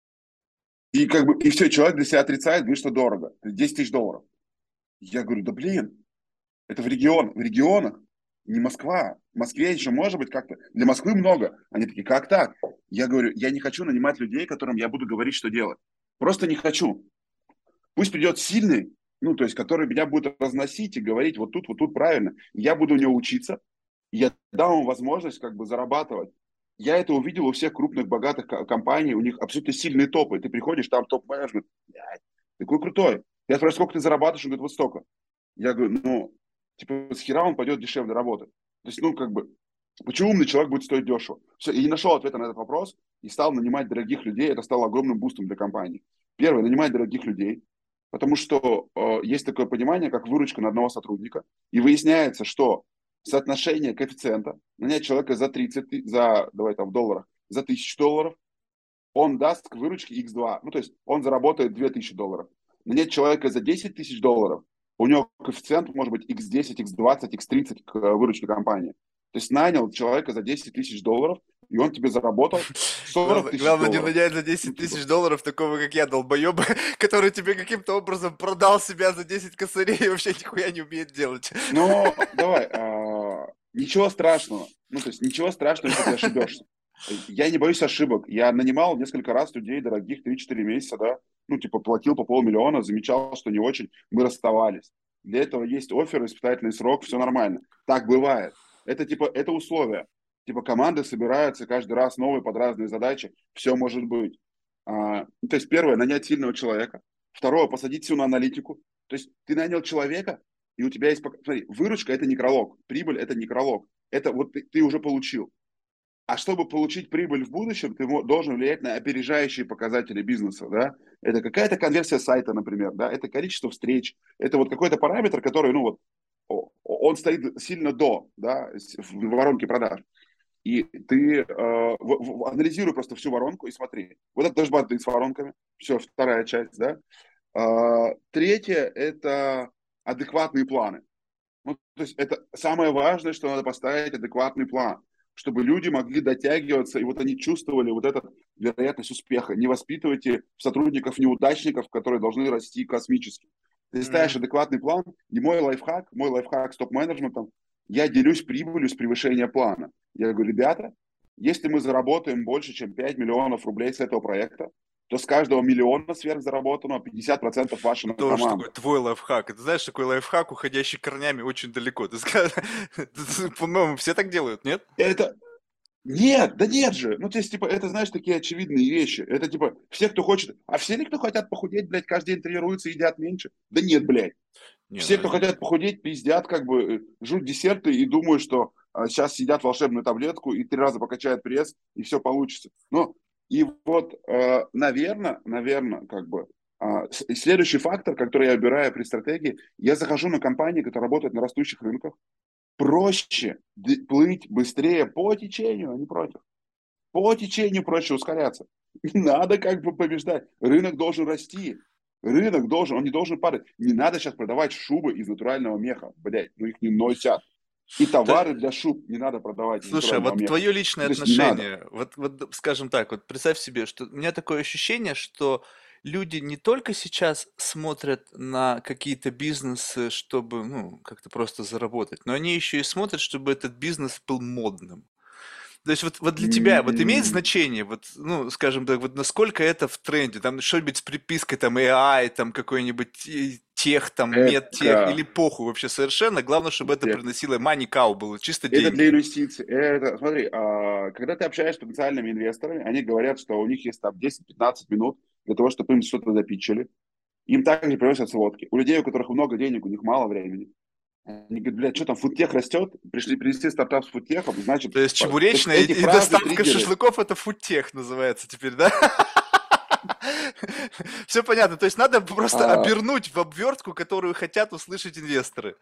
И как бы, и все, человек для себя отрицает, говорит, что дорого. 10 тысяч долларов. Я говорю, да блин, это в регионах, не Москва. В Москве еще может быть как-то. Для Москвы много. Они такие, как так? Я говорю, я не хочу нанимать людей, которым я буду говорить, что делать. Просто не хочу. Пусть придет сильный, ну, то есть, который меня будет разносить и говорить вот тут правильно. Я буду у него учиться, и я дам ему возможность как бы зарабатывать. Я это увидел у всех крупных, богатых компаний, у них абсолютно сильные топы. Ты приходишь, там топ-менеджмент, такой крутой. Я спрашиваю, сколько ты зарабатываешь? Он говорит, вот столько. Я говорю, ну, типа, с хера он пойдет дешевле работать. То есть, ну, как бы, почему умный человек будет стоить дешево? Все, и не нашел ответа на этот вопрос, и стал нанимать дорогих людей. Это стало огромным бустом для компании. Первое, нанимать дорогих людей, потому что есть такое понимание, как выручка на одного сотрудника, и выясняется, что соотношение коэффициента, нанять человека за 30, давай там в долларах, за $1000, он даст к выручке X2. Ну, то есть он заработает $2000. Нанять человека за $10 000, у него коэффициент может быть X10, X20, X30 к выручке компании. То есть нанял человека за $10 000, и он тебе заработал 40 тысяч Главное не долларов. нанять за Ну, 10 типа, тысяч долларов такого, как я, долбоеба, который тебе каким-то образом продал себя за 10 косарей и вообще нихуя не умеет делать. но давай, ничего страшного. Ну, то есть ничего страшного, если ты ошибешься. Я не боюсь ошибок. Я нанимал несколько раз людей дорогих 3-4 месяца, да. Ну, типа, платил по 500 000, замечал, что не очень. Мы расставались. Для этого есть оффер, испытательный срок, все нормально. Так бывает. Это, типа, это условия. Типа, команды собираются каждый раз новые под разные задачи. Все может быть. Ну, то есть, первое, нанять сильного человека. Второе, посадить всю на аналитику. То есть, ты нанял человека, и у тебя есть... Смотри, выручка – это некролог. Прибыль – это некролог. Это вот ты уже получил. А чтобы получить прибыль в будущем, ты должен влиять на опережающие показатели бизнеса, да? Это какая-то конверсия сайта, например, да? Это количество встреч, это вот какой-то параметр, который, ну вот, он стоит сильно до, да, в воронке продаж. И ты анализируй просто всю воронку и смотри. Вот это дашборды с воронками, все, вторая часть, да? Третье – это адекватные планы. Ну, то есть это самое важное, что надо поставить адекватный план, чтобы люди могли дотягиваться, и вот они чувствовали вот эту вероятность успеха. Не воспитывайте сотрудников-неудачников, которые должны расти космически. Ты ставишь Мгм. адекватный план, и мой лайфхак с топ-менеджментом, я делюсь прибылью с превышения плана. Я говорю, ребята, если мы заработаем больше, чем 5 миллионов рублей с этого проекта, то с каждого миллиона сверхзаработанного 50% ваша на Тоже такой команду. твой лайфхак. Это знаешь, такой лайфхак, уходящий корнями очень далеко. По-моему, все так делают, нет? Это Нет, да нет же. Ну, то есть, типа, это, знаешь, такие очевидные вещи. Это, типа, все, кто хочет... А все ли, кто хотят похудеть, блядь, каждый день тренируются и едят меньше? Да нет, блядь. Не, ну Все, кто это... хотят похудеть, пиздят, как бы, жрут десерты и думают, что сейчас съедят волшебную таблетку и 3 раза покачают пресс, и все получится. Ну, и вот, наверное, как бы, следующий фактор, который я выбираю при стратегии, я захожу на компании, которые работают на растущих рынках, проще плыть быстрее по течению, а не против. По течению проще ускоряться. Не надо как бы побеждать. Рынок должен расти. Рынок должен, он не должен падать. Не надо сейчас продавать шубы из натурального меха. Блять, ну их не носят. И То- товары для шуб не надо продавать из Слушай, а натурального вот меха. твое личное Ну, то есть не надо. отношение, вот скажем так, вот представь себе, что у меня такое ощущение, что люди не только сейчас смотрят на какие-то бизнесы, чтобы, ну, как-то просто заработать, но они еще и смотрят, чтобы этот бизнес был модным. То есть вот для тебя вот имеет М, значение, вот, ну, скажем так, вот насколько это в тренде, там что-нибудь с припиской, там AI, там какой-нибудь тех, там медтех, или Это, похуй вообще совершенно, главное, чтобы это приносило money cow было, чисто это деньги. для инвестиций. Это, смотри, когда ты общаешься с потенциальными инвесторами, они говорят, что у них есть там 10-15 минут для того, чтобы им что-то запичили. Им также приносят сводки. У людей, у которых много денег, у них мало времени. Они говорят, блядь, что там, фудтех растет? Пришли принести стартап с фудтехом, значит, То есть то есть чебуречная эти и фразы, доставка триггеры, шашлыков это фудтех называется теперь, да? Все понятно. То есть надо просто а, обернуть в обвертку, которую хотят услышать инвесторы.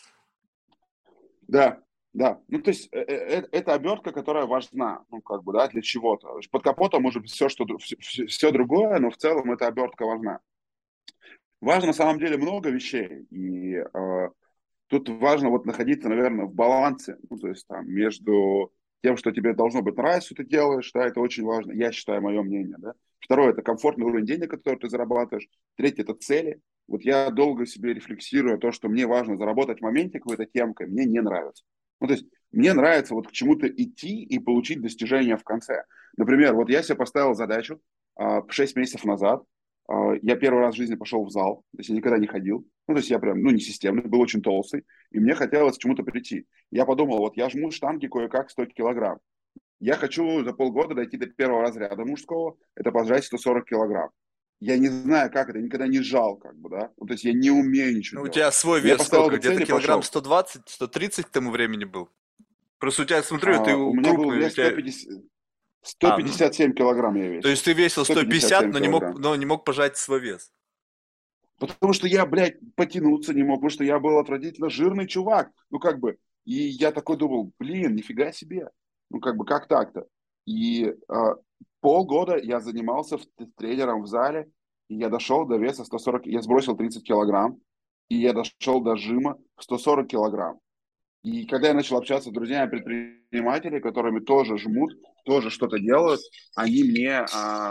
да, да. Ну, то есть это обертка, которая важна, ну, как бы, да, для чего-то. Под капотом может быть все, что, все другое, но в целом эта обертка важна. Важно на самом деле много вещей, и тут важно вот находиться, наверное, в балансе, ну, то есть там между тем, что тебе должно быть нравится, что ты делаешь, да, это очень важно, я считаю, мое мнение, да. Второе, это комфортный уровень денег, который ты зарабатываешь. Третье, это цели. Вот я долго себе рефлексирую то, что мне важно заработать в моменте какой-то темкой, мне не нравится. Ну, то есть мне нравится вот к чему-то идти и получить достижение в конце. Например, вот я себе поставил задачу 6 месяцев назад, я первый раз в жизни пошел в зал, то есть я никогда не ходил. Ну, то есть я прям, ну, не системный, был очень толстый, и мне хотелось к чему-то прийти. Я подумал, вот я жму штанги кое-как 100 килограмм. Я хочу за полгода дойти до первого разряда мужского, это пожать 140 килограмм. Я не знаю, как это, никогда не жал, как бы, да. Ну, то есть я не умею ничего Ну, у делать. тебя свой Я вес поставил сколько? эту Где-то цель и килограмм пошел. 120, 130 к тому времени был? Просто у тебя, смотрю, ты У меня был крупный, у вес тебя... 150, Ну, 157 килограмм я то весил. есть ты весил 150, 157 но не мог, килограмм. но не мог пожать свой вес. Потому что я, блядь, потянуться не мог, потому что я был отвратительно жирный чувак. Ну, как бы, и я такой думал, блин, нифига себе. Ну, как бы, как так-то? И полгода я занимался тренером в зале, и я дошел до веса 140, я сбросил 30 килограмм, и я дошел до жима в 140 килограмм. И когда я начал общаться с друзьями-предпринимателями, которыми тоже жмут, тоже что-то делают, они мне,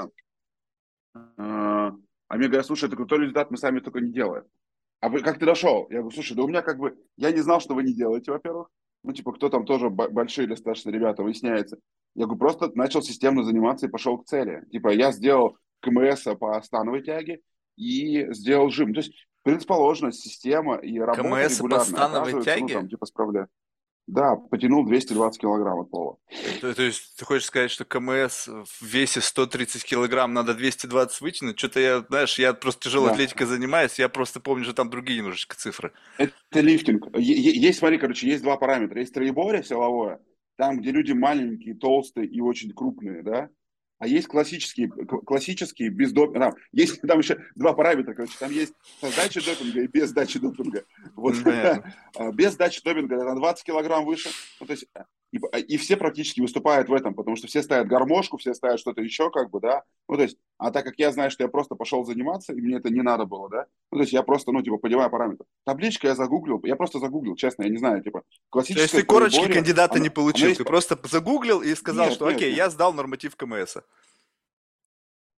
они мне говорят, слушай, это крутой результат, мы сами только не делаем. А вы как ты дошел? Я говорю, слушай, да у меня как бы, я не знал, что вы не делаете, во-первых. Ну, типа, кто там тоже большие достаточно ребята, выясняется. Я говорю, просто начал системно заниматься и пошел к цели. Типа, я сделал КМС по становой тяге и сделал жим. То есть, предрасположенность, система и работа КМС по регулярная становой оказывается, ну, тяге? там, типа, справляет. Да, потянул 220 килограмм от пола. То есть ты хочешь сказать, что КМС в весе 130 килограмм надо 220 вытянуть? Что-то я, знаешь, я просто тяжелой Да. атлетикой занимаюсь, я просто помню, что там другие немножечко цифры. Это лифтинг. Есть, смотри, короче, есть два параметра. Есть троеборье силовое, там, где люди маленькие, толстые и очень крупные, да. А есть классические без допинга. Там, есть там еще два параметра, короче. Там есть со сдачей допинга и без сдачи допинга. Вот Понятно. без сдачи допинга это на 20 килограмм выше. Ну, то есть, и все практически выступают в этом, потому что все ставят гармошку, все ставят что-то еще, как бы, да. Ну, то есть, а так как я знаю, что я просто пошел заниматься, и мне это не надо было, да, ну, то есть я просто, ну, типа, понимаю параметры. Табличка я загуглил, я просто загуглил, честно, я не знаю, типа, То есть классическое ты корочки троеборье, кандидата не оно получил, есть... ты просто загуглил и сказал, Нет, что нет, окей, нет. я сдал норматив КМС.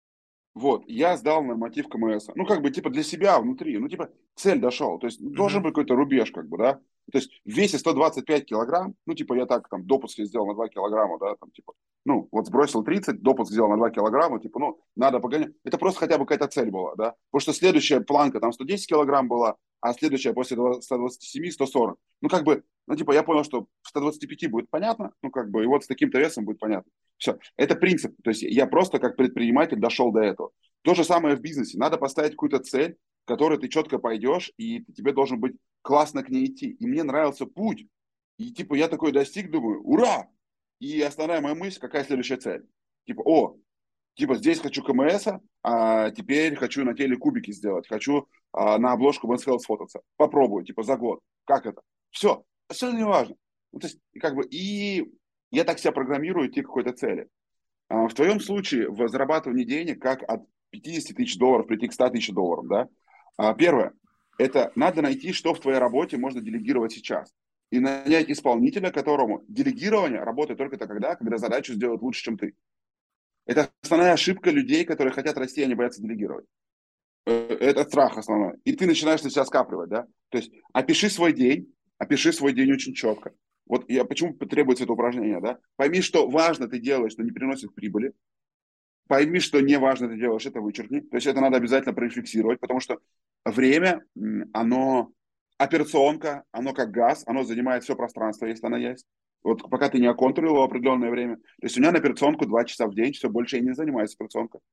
Вот, я сдал норматив КМС. Ну, как бы, типа, для себя внутри. Ну, типа, цель дошел. То есть, должен Мгм. быть какой-то рубеж, как бы, да. То есть, в весе 125 килограмм, ну, типа, я так, там, допуск я сделал на 2 килограмма, да, там, типа, ну, вот сбросил 30, допуск сделал на 2 килограмма, типа, ну, надо погонять. Это просто хотя бы какая-то цель была, да. Потому что следующая планка, там, 110 килограмм была, а следующая после 127, 140. Ну, как бы, ну, типа, я понял, что в 125 будет понятно, ну, как бы, и вот с таким-то весом будет понятно. Все, это принцип. То есть я просто как предприниматель дошел до этого. То же самое в бизнесе. Надо поставить какую-то цель, к которой ты четко пойдешь, и тебе должен быть классно к ней идти. И мне нравился путь. И типа я такой достиг, думаю, ура! И основная моя мысль, какая следующая цель? Типа, типа здесь хочу КМС, а теперь хочу на теле кубики сделать, хочу на обложку Men's Health сфотаться. Попробую, типа за год. Как это? Все, все не важно. Ну, то есть, как бы, и я так себя программирую идти к какой-то цели. В твоем случае в зарабатывании денег, как от 50 тысяч долларов прийти к 100 тысяч долларов, да? Первое, это надо найти, что в твоей работе можно делегировать сейчас. И нанять исполнителя, которому делегирование работает только тогда, когда задачу сделают лучше, чем ты. Это основная ошибка людей, которые хотят расти, они боятся делегировать. Это страх основной. И ты начинаешь на себя скапливать, да? То есть опиши свой день очень четко. Вот я почему требуется это упражнение, да? Пойми, что важно ты делаешь, что не приносит прибыли. Пойми, что не важно ты делаешь, это вычеркни. То есть это надо обязательно профиксировать, потому что время, оно операционка, оно как газ, оно занимает все пространство, если оно есть. Вот пока ты не оконтурил его определенное время. То есть у меня на операционку 2 часа в день, все больше я не занимаюсь операционкой.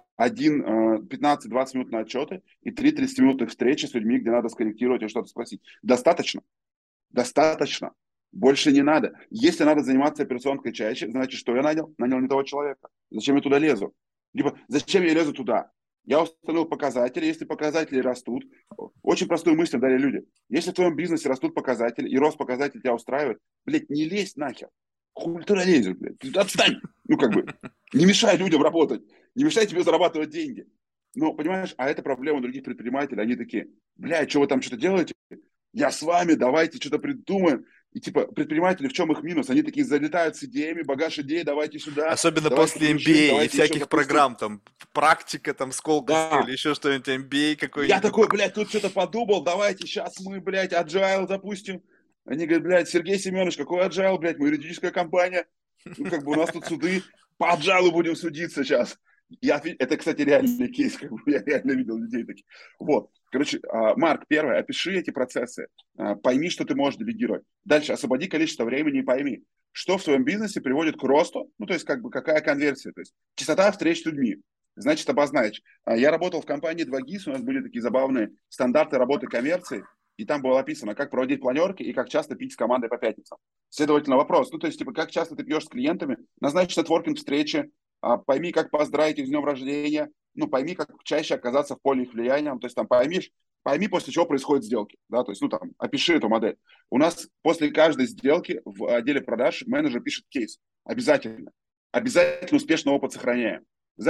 15-20 минут на отчеты и 3 30-минутных встречи с людьми, где надо скорректировать и что-то спросить. Достаточно? Достаточно. Больше не надо. Если надо заниматься операционкой чаще, значит, что я нанял? Нанял не того человека. Зачем я туда лезу? Либо зачем я лезу туда? Я установил показатели. Если показатели растут, очень простую мысль дали люди. Если в твоем бизнесе растут показатели, и рост показателей тебя устраивает, блядь, не лезь нахер. Хуй ты лезешь, блядь. Ты отстань. Ну, как бы, не мешай людям работать. Не мешай тебе зарабатывать деньги. Но, понимаешь, а это проблема других предпринимателей. Они такие, блядь, что вы там что-то делаете? Я с вами, давайте что-то придумаем. И типа предприниматели, в чем их минус? Они такие залетают с идеями, багаж идей, давайте сюда, Особенно давайте после побежим, MBA и давайте еще всяких запустим. программ, там, практика, там, Сколковская или Да, еще что-нибудь, MBA я какой-нибудь. такой, блядь, тут что-то подумал, давайте сейчас мы, блядь, agile запустим. Они говорят, блядь, Сергей Семенович, какой agile, блядь, мы юридическая компания. Ну, как бы у нас тут суды, по agile будем судиться сейчас. Это, кстати, реальный кейс, как бы я реально видел людей таких. Вот. Короче, Марк, первое, опиши эти процессы, пойми, что ты можешь делегировать. Дальше, освободи количество времени и пойми, что в своем бизнесе приводит к росту, ну, то есть, как бы, какая конверсия, то есть, частота встреч с людьми, значит, обозначь. Я работал в компании 2GIS, у нас были такие забавные стандарты работы коммерции, и там было описано, как проводить планерки и как часто пить с командой по пятницам. Следовательно, вопрос, ну, то есть, типа, как часто ты пьешь с клиентами, назначь нетворкинг встречи, пойми, как поздравить их с днем рождения, ну, пойми, как чаще оказаться в поле их влияния, то есть, там, пойми, после чего происходят сделки, да, то есть, ну, там, опиши эту модель. У нас после каждой сделки в отделе продаж менеджер пишет кейс, обязательно. Обязательно успешный опыт сохраняем.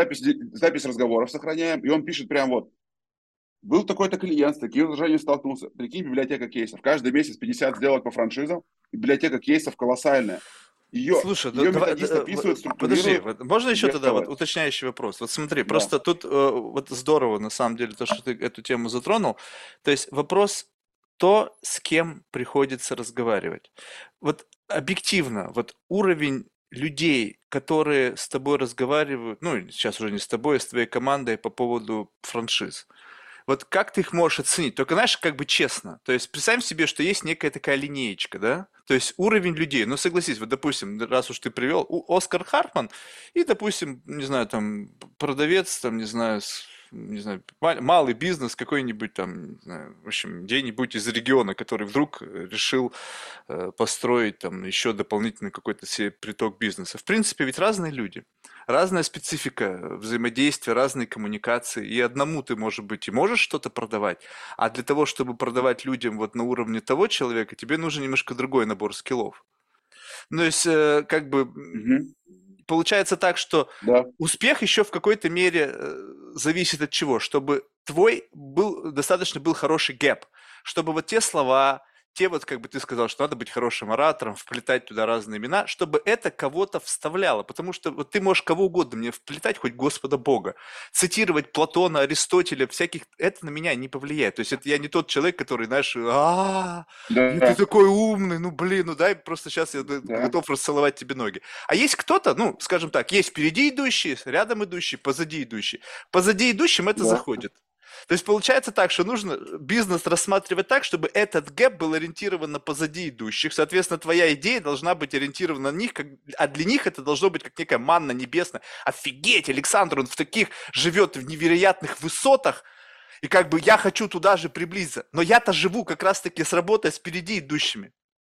Запись разговоров сохраняем, и он пишет прям вот, был такой-то клиент, с таким возражением столкнулся. Прикинь, библиотека кейсов. Каждый месяц 50 сделок по франшизам, и библиотека кейсов колоссальная. Ее, Слушай, ее методист описывает, подожди, структурирует можно и еще тогда вот делает. уточняющий вопрос? Вот смотри, Да. просто тут вот здорово на самом деле то, что ты эту тему затронул. То есть вопрос то, с кем приходится разговаривать. Вот объективно, вот уровень людей, которые с тобой разговаривают, ну, сейчас уже не с тобой, а с твоей командой по поводу франшиз. Вот как ты их можешь оценить? Только, знаешь, как бы честно. То есть представь себе, что есть некая такая линеечка, да? То есть уровень людей. Ну, согласись, вот, допустим, раз уж ты привел Оскар Хартман и, допустим, не знаю, там, продавец, там, не знаю, не знаю, малый бизнес какой-нибудь там, не знаю, в общем, где-нибудь из региона, который вдруг решил построить там еще дополнительный какой-то себе приток бизнеса. В принципе, ведь разные люди, разная специфика взаимодействия, разные коммуникации. И одному ты, может быть, и можешь что-то продавать, а для того, чтобы продавать людям вот на уровне того человека, тебе нужен немножко другой набор скиллов. Ну, то есть, как бы Мгм. получается так, что Да. успех еще в какой-то мере зависит от чего? Чтобы твой был, достаточно был хороший гэп, чтобы вот те слова, те вот, как бы ты сказал, что надо быть хорошим оратором, вплетать туда разные имена, чтобы это кого-то вставляло. Потому что вот ты можешь кого угодно мне вплетать, хоть Господа Бога. Цитировать Платона, Аристотеля, всяких, это на меня не повлияет. То есть это я не тот человек, который, знаешь, ты Да, такой умный, ну блин, ну дай просто сейчас я да, готов расцеловать тебе ноги. А есть кто-то, ну, скажем так, есть впереди идущие, рядом идущие, позади идущие. Позади идущим это да. заходит. То есть получается так, что нужно бизнес рассматривать так, чтобы этот гэп был ориентирован на позади идущих. Соответственно, твоя идея должна быть ориентирована на них, а для них это должно быть как некая манна небесная. Офигеть, Александр, он в таких живет в невероятных высотах, и как бы я хочу туда же приблизиться. Но я-то живу как раз-таки с работой с впереди идущими.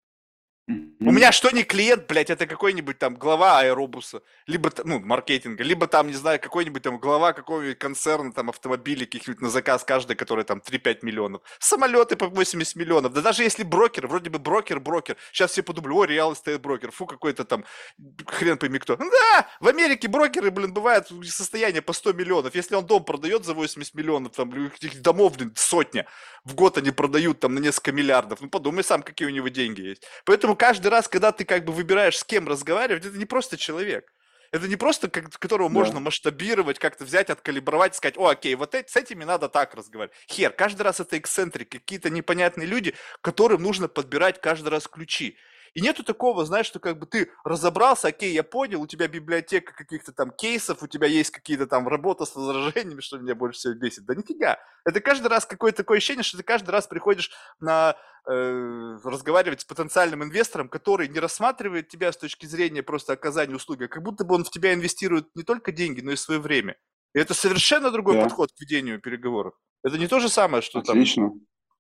У Мгм. меня что не клиент, блядь, это какой-нибудь там глава аэробуса, либо, ну, маркетинга, либо там, не знаю, какой-нибудь там глава какого-нибудь концерна, там, автомобилей каких-нибудь на заказ каждый, который там 3-5 миллионов. Самолеты по 80 миллионов. Да даже если брокер, вроде бы брокер. Сейчас все подумали, о, реал стоит брокер, фу, какой-то там хрен пойми кто. Ну да, в Америке брокеры, блин, бывают состояние по 100 миллионов. Если он дом продает за 80 миллионов, там, этих домов, блин, сотня, в год они продают там на несколько миллиардов. Ну подумай сам, какие у него деньги есть. Поэтому каждый раз, когда ты как бы выбираешь, с кем разговаривать, это не просто человек. Это не просто которого можно Да, масштабировать, как-то взять, откалибровать, сказать, о, окей, вот с этими надо так разговаривать. Хер, каждый раз это эксцентрики, какие-то непонятные люди, которым нужно подбирать каждый раз ключи. И нету такого, знаешь, что как бы ты разобрался, окей, я понял, у тебя библиотека каких-то там кейсов, у тебя есть какие-то там работа с возражениями, что меня больше всего бесит. Да нифига. Это каждый раз какое-то такое ощущение, что ты каждый раз приходишь на разговаривать с потенциальным инвестором, который не рассматривает тебя с точки зрения просто оказания услуги, а как будто бы он в тебя инвестирует не только деньги, но и свое время. И это совершенно другой да, подход к ведению переговоров. Это не то же самое, что там... отлично.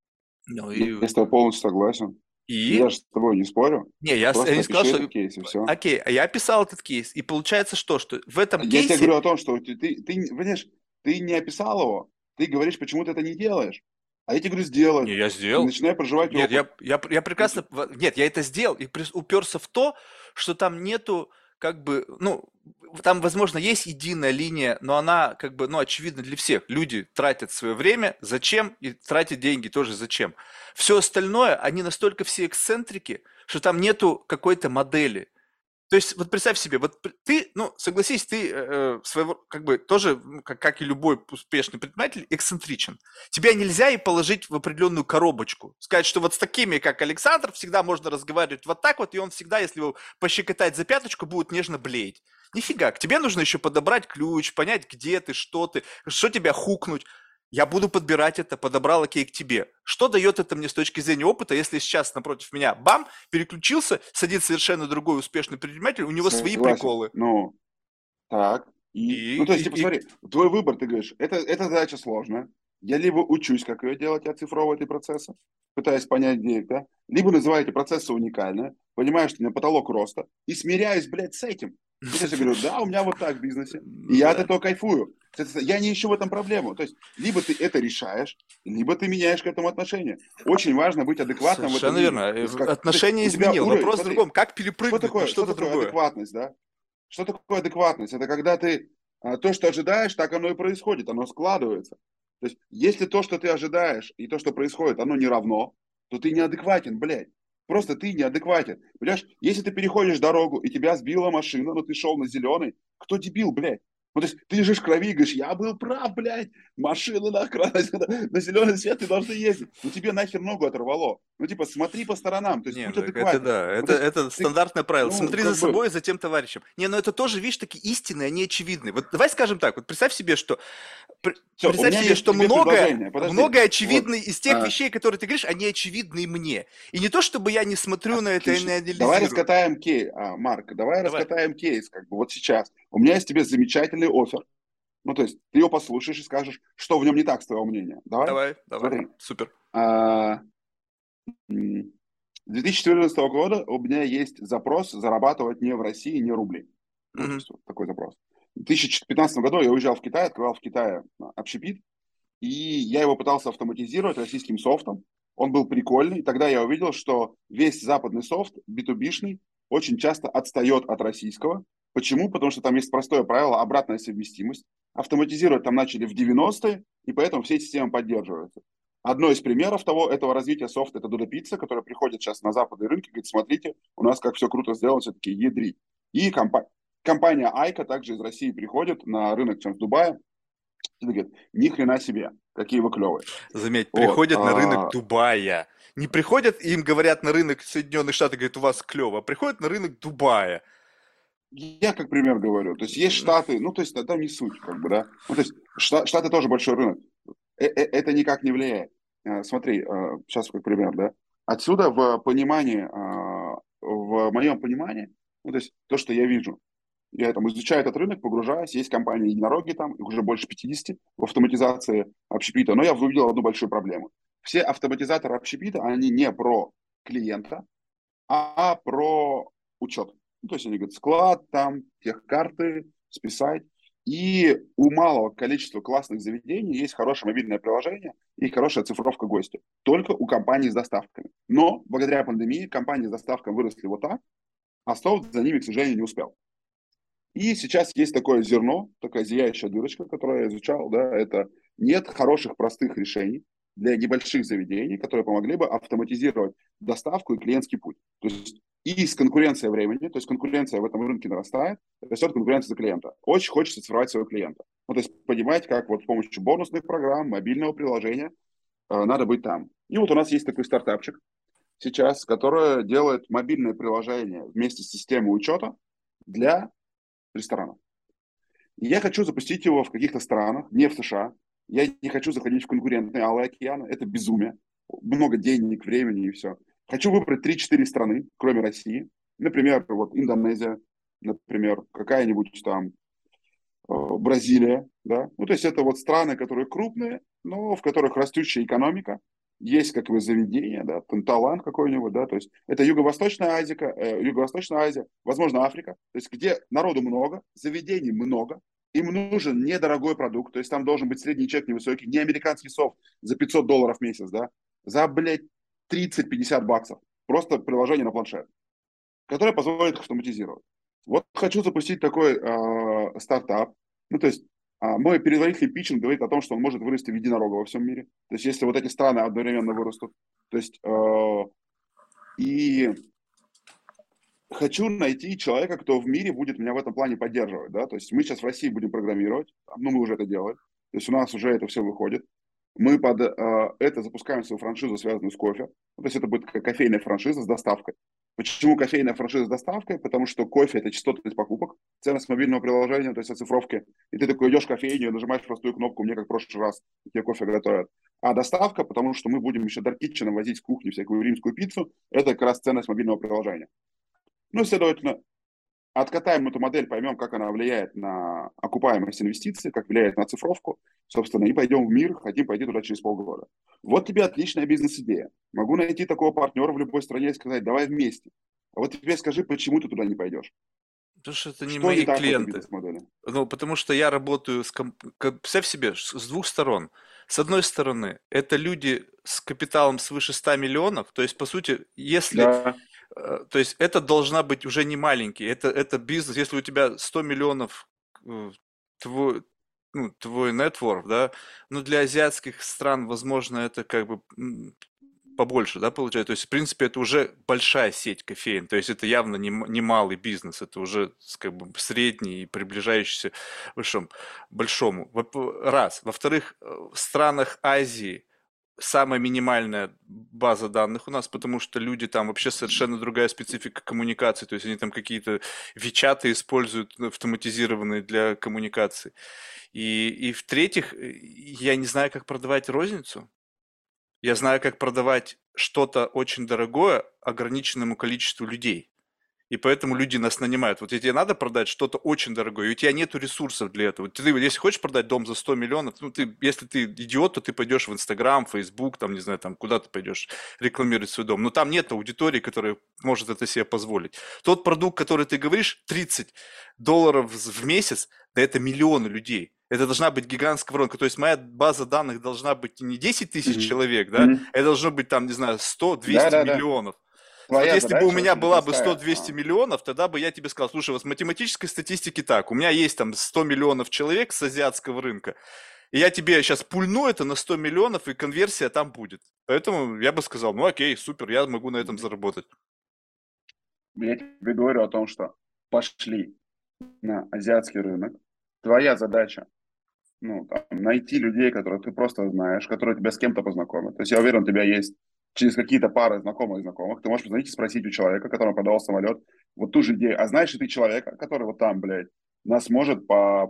Ну Я с тобой полностью согласен. Я и... же с тобой не спорю. Не, я Просто не сказал, опиши этот что... кейс и все. Окей, а я описал этот кейс. И получается что в этом Я тебе кейсе... говорю о том, что понимаешь, ты не описал его, ты говоришь, почему ты это не делаешь. А я тебе говорю, сделай. Не, я И сделал. начинай проживать Нет, опыт. я прекрасно... Нет, я это сделал и уперся в то, что там нету как бы, ну, там, возможно, есть единая линия, но она как бы, ну, очевидна для всех. Люди тратят свое время, зачем, и тратят деньги тоже зачем. Все остальное, они настолько все эксцентрики, что там нету какой-то модели. То есть, вот представь себе, вот ты, ну, согласись, ты своего, как бы, тоже, ну, как и любой успешный предприниматель, эксцентричен. Тебя нельзя и положить в определенную коробочку. Сказать, что вот с такими, как Александр, всегда можно разговаривать вот так вот, и он всегда, если его пощекотать за пяточку, будет нежно блеять. Нифига, к тебе нужно еще подобрать ключ, понять, где ты, что тебя хукнуть. Я буду подбирать это, подобрал, окей, к тебе. Что дает это мне с точки зрения опыта, если сейчас напротив меня, бам, переключился, сидит совершенно другой успешный предприниматель, у него свои Согласен. приколы. Ну, так. И, Ну, то есть, типа, и, и- смотри, твой выбор, ты говоришь, это задача сложная. Я либо учусь, как ее делать, я оцифровываю эти процессы, пытаясь понять, где их, да, либо называю эти процессы уникальные, понимаю, что у меня потолок роста, и смиряюсь, блядь, с этим. Ну, то есть я говорю, да, у меня вот так в бизнесе, и Ну я от да. этого кайфую. Соответственно, я не ищу в этом проблему. То есть, либо ты это решаешь, либо ты меняешь к этому отношение. Очень важно быть адекватным в этом Совершенно мире. верно. То есть, как, ну, то есть Отношение у тебя изменил. уровень, Вопрос в смотри, другом. Как перепрыгнуть на что что-то такое другое? адекватность, да? Что такое адекватность? Это когда ты то, что ожидаешь, так оно и происходит, оно складывается. То есть, если то, что ты ожидаешь, и то, что происходит, оно не равно, то ты неадекватен, блядь. Просто ты неадекватен. Понимаешь, если ты переходишь дорогу, и тебя сбила машина, но ты шел на зеленый, кто дебил, блядь? Ну, то есть ты лежишь в крови и говоришь, я был прав, блядь, машина на зеленый свет ты должны ездить. Ну тебе нахер ногу оторвало. Ну типа смотри по сторонам, то есть Не, будь так это адекватен. да, Ну то есть это ты, стандартное правило. ну Смотри за как бы, собой, за тем товарищем. Не, ну это тоже, видишь, такие истины, они очевидны. Вот давай скажем так, вот представь себе, что все, у представь меня себе, есть что тебе многое, предложение, подожди, многое вот, очевидно из тех вещей, которые ты говоришь, они очевидны и мне. И не то, чтобы я не смотрю на это и не отлично. Давай анализирую. раскатаем кейс, Марк, давай Давай, раскатаем кейс, как бы вот сейчас. У меня есть тебе замечательный оффер. Ну, то есть ты его послушаешь и скажешь, что в нем не так, с твоего мнения. Давай? давай, Смотри. супер. А, м, С 2014 года у меня есть запрос зарабатывать не в России, не рубли. Ну, то Мгм. есть вот такой запрос. В 2015 году я уезжал в Китай, открывал в Китае общепит, и я его пытался автоматизировать российским софтом. Он был прикольный. Тогда я увидел, что весь западный софт, B2B-шный, очень часто отстает от российского. Почему? Потому что там есть простое правило — обратная совместимость. Автоматизировать там начали в 90-е, и поэтому все системы поддерживаются. Одно из примеров этого развития софта — это Додо Пицца, которая приходит сейчас на западные рынки, говорит, смотрите, у нас как все круто сделано, все-таки ядри. И компания Айка также из России приходит на рынок, чем в Дубае, и говорит, ни хрена себе, какие вы клевые. Заметь, Вот. приходят на рынок Дубая. Не приходят, и им говорят на рынок Соединенных Штатов, говорят, у вас клево, а приходят на рынок Дубая. Я как пример говорю, то есть есть штаты, ну, то есть это не суть, как бы, да. Ну, то есть штаты тоже большой рынок. Это никак не влияет. Смотри, сейчас как пример, да. Отсюда в понимании, в моем понимании, ну, то есть то, что я вижу, я там изучаю этот рынок, погружаюсь, есть компании единороги там, их уже больше 50 в автоматизации общепита, но я увидел одну большую проблему. Все автоматизаторы общепита, они не про клиента, а про учет. Ну, то есть они говорят, склад там, техкарты, списать. И у малого количества классных заведений есть хорошее мобильное приложение и хорошая цифровка гостя. Только у компаний с доставками. Но благодаря пандемии компании с доставкой выросли вот так, а софт за ними, к сожалению, не успел. И сейчас есть такое зерно, такая зияющая дырочка, которую я изучал, да, это нет хороших простых решений для небольших заведений, которые помогли бы автоматизировать доставку и клиентский путь. То есть и с конкуренцией времени, то есть конкуренция в этом рынке нарастает, растет конкуренция за клиента. Очень хочется цифровать своего клиента. Ну, то есть понимать, как вот с помощью бонусных программ, мобильного приложения надо быть там. И вот у нас есть такой стартапчик сейчас, который делает мобильное приложение вместе с системой учета для ресторанов. И я хочу запустить его в каких-то странах, не в США. Я не хочу заходить в конкурентные Алые океаны. Это безумие. Много денег, времени и все. Хочу выбрать 3-4 страны, кроме России. Например, вот Индонезия, например, какая-нибудь там Бразилия, да. Ну, то есть это вот страны, которые крупные, но в которых растущая экономика, есть как бы заведения, да, там Таиланд какой-нибудь, да, то есть это Юго-Восточная Азия, возможно, Африка, то есть где народу много, заведений много, им нужен недорогой продукт, то есть там должен быть средний чек невысокий, не американский софт за $500 в месяц, да, за, блядь, 30-50 баксов, просто приложение на планшет, которое позволит их автоматизировать. Вот хочу запустить такой стартап. Ну, то есть мой предварительный питчинг говорит о том, что он может вырасти в единорога во всем мире. То есть если вот эти страны одновременно вырастут. То есть и хочу найти человека, кто в мире будет меня в этом плане поддерживать. Да? То есть мы сейчас в России будем программировать, ну, мы уже это делаем. То есть у нас уже это все выходит. Мы под это запускаем свою франшизу, связанную с кофе. Ну, то есть это будет как кофейная франшиза с доставкой. Почему кофейная франшиза с доставкой? Потому что кофе — это частотность покупок, ценность мобильного приложения, то есть оцифровки. И ты такой идешь в кофейню, нажимаешь простую кнопку, мне как в прошлый раз, и тебе кофе готовят. А доставка, потому что мы будем еще даркитченом возить с кухни всякую римскую пиццу, это как раз ценность мобильного приложения. Ну, следовательно, откатаем эту модель, поймем, как она влияет на окупаемость инвестиций, как влияет на цифровку, собственно, и пойдем в мир, хотим пойти туда через полгода. Вот тебе отличная бизнес-идея. Могу найти такого партнера в любой стране и сказать, давай вместе. А вот теперь скажи, почему ты туда не пойдешь? Потому что это не Что не мои так в этой клиенты. бизнес-модели? Ну, потому что я работаю представь себе, с двух сторон. С одной стороны, это люди с капиталом свыше 100 миллионов, то есть, по сути, если Да. то есть это должна быть уже не маленький, это бизнес, если у тебя 100 миллионов твой, ну, твой нетворк, да, но для азиатских стран, возможно, это как бы побольше, да, получается. То есть, в принципе, это уже большая сеть кофеин, то есть это явно не малый бизнес, это уже как бы средний и приближающийся большому. Раз. Во-вторых, в странах Азии самая минимальная база данных у нас, потому что люди там вообще совершенно другая специфика коммуникации, то есть они там какие-то вичаты используют автоматизированные для коммуникации. И в-третьих, я не знаю, как продавать розницу. Я знаю, как продавать что-то очень дорогое ограниченному количеству людей. И поэтому люди нас нанимают. Вот тебе надо продать что-то очень дорогое, и у тебя нету ресурсов для этого. Ты, если хочешь продать дом за 100 миллионов, ну, ты, если ты идиот, то ты пойдешь в Инстаграм, Фейсбук, там, не знаю, там, куда ты пойдешь рекламировать свой дом. Но там нет аудитории, которая может это себе позволить. Тот продукт, который ты говоришь, $30 в месяц, да это миллионы людей. Это должна быть гигантская воронка. То есть моя база данных должна быть не 10 тысяч Мгм. человек, да, Мгм. это должно быть там, не знаю, 100-200 Да-да-да. миллионов. Вот Твоя если бы у задача меня очень была бы простая. 100-200 миллионов, тогда бы я тебе сказал, слушай, вот с математической статистики так, у меня есть там 100 миллионов человек с азиатского рынка, И я тебе сейчас пульну это на 100 миллионов, и конверсия там будет. Поэтому я бы сказал, ну окей, супер, я могу на этом заработать. Я тебе говорю о том, что пошли на азиатский рынок. Твоя задача, ну, там, найти людей, которых ты просто знаешь, которые тебя с кем-то познакомят. То есть я уверен, у тебя есть через какие-то пары знакомых, ты можешь позвонить и спросить у человека, которому продавал самолет, вот ту же идею. А знаешь ли ты человека, который вот там, блядь, нас может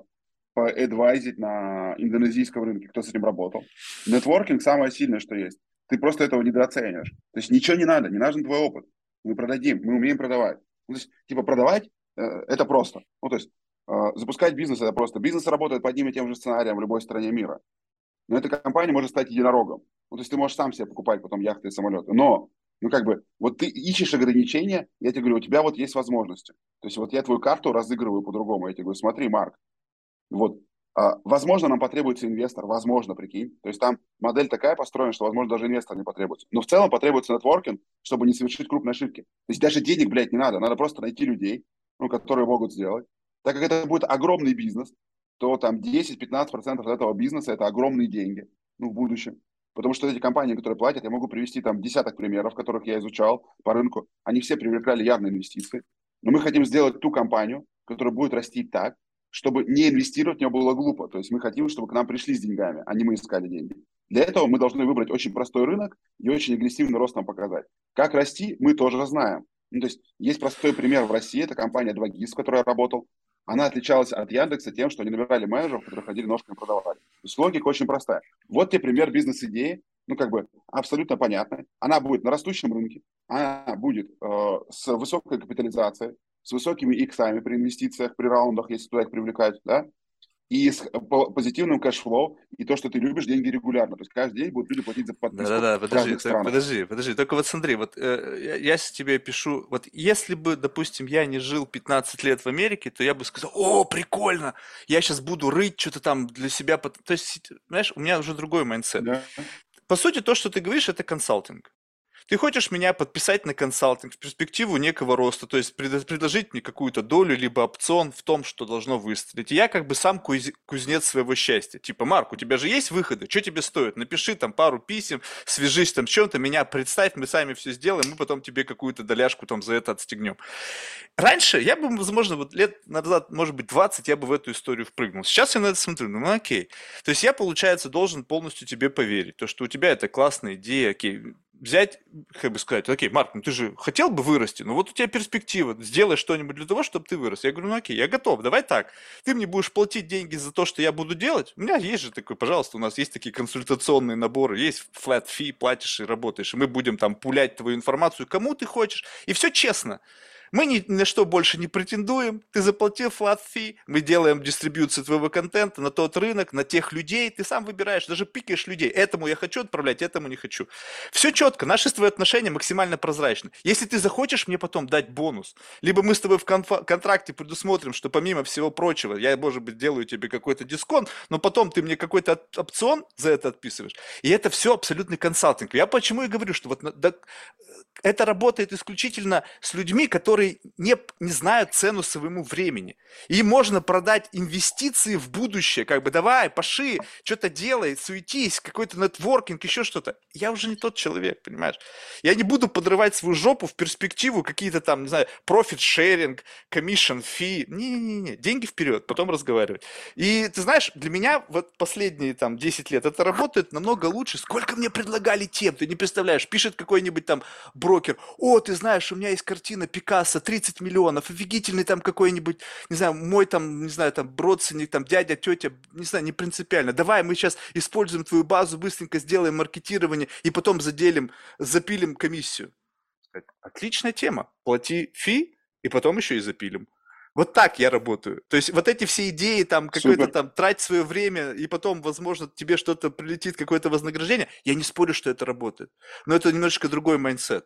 поэдвайзить на индонезийском рынке, кто с этим работал? Нетворкинг самое сильное, что есть. Ты просто этого недооцениваешь. То есть ничего не надо, не нужен твой опыт. Мы продадим, мы умеем продавать. Ну, то есть, типа, продавать это просто. Ну, то есть, запускать бизнес это просто. Бизнес работает по одним и тем же сценариям в любой стране мира. Но эта компания может стать единорогом. Ну, то есть ты можешь сам себе покупать потом яхты и самолеты. Но, ну, как бы, вот ты ищешь ограничения, я тебе говорю, у тебя вот есть возможности. То есть вот я твою карту разыгрываю по-другому. Я тебе говорю, смотри, Марк, вот, возможно, нам потребуется инвестор, возможно, прикинь. То есть там модель такая построена, что, возможно, даже инвестор не потребуется. Но в целом потребуется нетворкинг, чтобы не совершить крупные ошибки. То есть даже денег, блядь, не надо просто найти людей, ну, которые могут сделать. Так как это будет огромный бизнес, то там 10-15% от этого бизнеса – это огромные деньги, ну, в будущем. Потому что эти компании, которые платят, я могу привести там десяток примеров, которых я изучал по рынку, они все привлекали явные инвестиции. Но мы хотим сделать ту компанию, которая будет расти так, чтобы не инвестировать в нее было глупо. То есть мы хотим, чтобы к нам пришли с деньгами, а не мы искали деньги. Для этого мы должны выбрать очень простой рынок и очень агрессивный рост нам показать. Как расти, мы тоже знаем. Ну, то есть простой пример в России, это компания 2GIS, в которой я работал. Она отличалась от Яндекса тем, что они набирали менеджеров, которые ходили ножками продавали. То есть логика очень простая. Вот тебе пример бизнес-идеи, ну как бы абсолютно понятная. Она будет на растущем рынке, она будет с высокой капитализацией, с высокими иксами при инвестициях, при раундах, если туда их привлекать, да, и с позитивным кэшфлоу, и то, что ты любишь деньги регулярно. То есть каждый день будут люди платить за подписку Да-да-да, в подожди, каждых так, странах. подожди. Только вот смотри, вот я тебе пишу, вот если бы, допустим, я не жил 15 лет в Америке, то я бы сказал, о, прикольно, я сейчас буду рыть что-то там для себя. То есть, знаешь, у меня уже другой майндсет. Да, По сути, то, что ты говоришь, это консалтинг. Ты хочешь меня подписать на консалтинг в перспективу некого роста, то есть предложить мне какую-то долю, либо опцион в том, что должно выстрелить. И я как бы сам кузнец своего счастья. Типа, Марк, у тебя же есть выходы? Что тебе стоит? Напиши там пару писем, свяжись там с чем-то, меня представь, мы сами все сделаем, мы потом тебе какую-то доляшку там за это отстегнем. Раньше я бы, возможно, вот лет назад, может быть, 20, я бы в эту историю впрыгнул. Сейчас я на это смотрю, ну окей. То есть я, получается, должен полностью тебе поверить, то, что у тебя это классная идея, окей, взять, как бы сказать, окей, Марк, ну ты же хотел бы вырасти, ну вот у тебя перспектива, сделай что-нибудь для того, чтобы ты вырос. Я говорю, ну окей, я готов, давай так. Ты мне будешь платить деньги за то, что я буду делать. У меня есть же такой, пожалуйста, у нас есть такие консультационные наборы, есть flat fee, платишь и работаешь, и мы будем там пулять твою информацию кому ты хочешь, и все честно. Мы ни на что больше не претендуем. Ты заплатил flat fee, мы делаем дистрибьюцию твоего контента на тот рынок, на тех людей. Ты сам выбираешь, даже пикаешь людей. Этому я хочу отправлять, этому не хочу. Все четко, наши с тобой отношения максимально прозрачны. Если ты захочешь мне потом дать бонус, либо мы с тобой в контракте предусмотрим, что помимо всего прочего, я, может быть, делаю тебе какой-то дисконт, но потом ты мне какой-то опцион за это отписываешь. И это все абсолютный консалтинг. Я почему и говорю, что вот это работает исключительно с людьми, которые не знают цену своему времени. И можно продать инвестиции в будущее, как бы давай, паши, что-то делай, суетись, какой-то нетворкинг, еще что-то. Я уже не тот человек, понимаешь? Я не буду подрывать свою жопу в перспективу какие-то там, не знаю, профит-шеринг, commission fee. Не-не-не, деньги вперед, потом разговаривать. И ты знаешь, для меня вот последние там 10 лет это работает намного лучше. Сколько мне предлагали тем, ты не представляешь, пишет какой-нибудь там брокер, о, ты знаешь, у меня есть картина Пикассо, 30 миллионов, офигительный там какой-нибудь, не знаю, мой там, не знаю, там родственник, там дядя, тетя, не знаю, не принципиально. Давай мы сейчас используем твою базу, быстренько сделаем маркетирование и потом заделим, запилим комиссию. Отличная тема. Плати фи и потом еще и запилим. Вот так я работаю. То есть вот эти все идеи, там, какое-то супер. там, трать свое время, и потом, возможно, тебе что-то прилетит, какое-то вознаграждение, я не спорю, что это работает. Но это немножечко другой майндсет.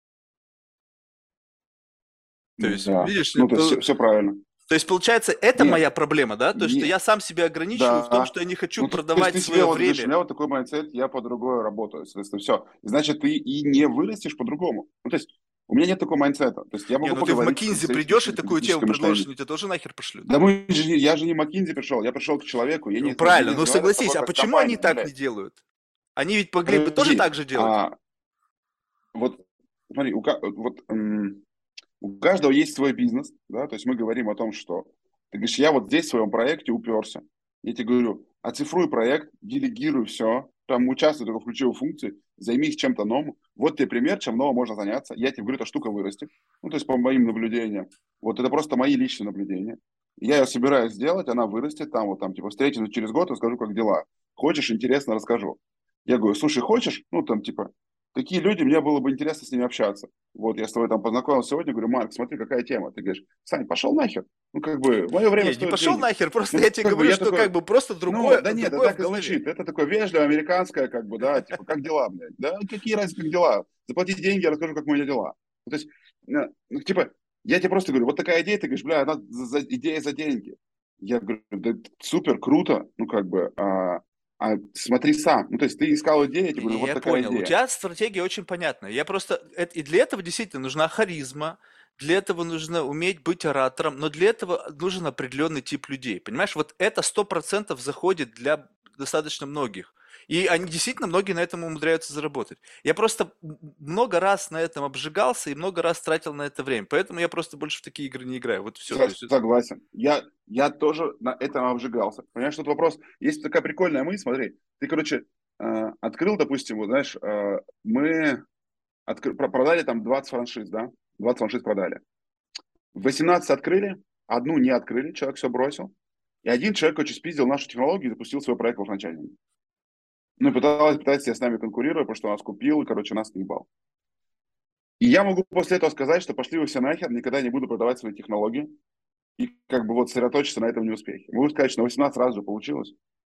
То есть, Да. видишь, Ну, то есть все правильно. то есть, получается, это Нет, моя проблема, да? То, что не, я сам себя ограничиваю в том, да. что я не хочу Ну, то есть продавать ты себе свое вот говоришь, у время. меня вот такой майндсет, я по-другому работаю, соответственно, все. Значит, ты и не вырастешь по-другому. Ну, то есть У меня нет такого майндсета. То есть я Не, могу ну ты в поговорить с McKinsey специалистом придешь и чисто такую тему теоретическое предложишь, мышление. они тебя тоже нахер пошлют. Да я же не McKinsey пришел, я пришел к человеку, я Правильно, не ну разговариваю с согласись, тобой а как с почему они компанией, так блядь. не делают? Они ведь могли бы тоже Подожди, так же делать. вот смотри, у каждого есть свой бизнес, да, то есть мы говорим о том, что ты говоришь, я вот здесь в своем проекте уперся. Я тебе говорю, оцифруй проект, делегируй все, там участвуй только в ключевой функции, займись чем-то новым. Вот тебе пример, чем новым можно заняться. Я тебе говорю, эта штука вырастет. Ну, то есть по моим наблюдениям. Вот это просто мои личные наблюдения. Я ее собираюсь сделать, она вырастет, там вот там типа встретимся через год, расскажу, как дела. Хочешь, интересно, расскажу. Я говорю, слушай, хочешь? Ну, там типа, такие люди, мне было бы интересно с ними общаться. Вот я с тобой там познакомился сегодня, говорю, Марк, смотри, какая тема. Ты говоришь, Сань, пошел нахер. Ну, как бы, мое время Не, не стоит пошел денег. нахер, просто Ну, я тебе как бы, говорю, я что как такой, бы просто ну, другое, да нет, это другое в так и голове. звучит. Это такое вежливое, американское, как бы, да, типа, как дела, блядь? Да, какие разницы, как дела? Заплати деньги, я расскажу, как у меня дела. Ну, то есть, ну, типа, я тебе просто говорю, вот такая идея, ты говоришь, бля, она идея за деньги. Я говорю, да, супер, круто, ну, как бы, смотри сам. Ну, то есть, ты искал идею, я тебе говорю, Не, вот я такая понял. У идея. тебя стратегия очень понятная. Я просто... И для этого действительно нужна харизма, для этого нужно уметь быть оратором, но для этого нужен определенный тип людей. Понимаешь, вот это 100% заходит для достаточно многих. И они действительно, многие на этом умудряются заработать. Я просто много раз на этом обжигался и много раз тратил на это время. Поэтому я просто больше в такие игры не играю. Вот все. То есть, Согласен. Я тоже на этом обжигался. Понимаешь, тут вопрос. Есть такая прикольная мысль, смотри. Ты, короче, открыл, допустим, вот знаешь, мы продали там 20 франшиз, да? 20 франшиз продали. 18 открыли, одну не открыли, человек все бросил. И один человек, короче, спиздил нашу технологию и запустил свой проект во франчайзинге. Ну, и пытается с нами конкурировать, потому что он нас купил и, короче, нас наебал. И я могу после этого сказать, что пошли вы все нахер, никогда не буду продавать свои технологии. И как бы вот сосредоточиться на этом неуспехе. Могу сказать, что на 18 раз же получилось.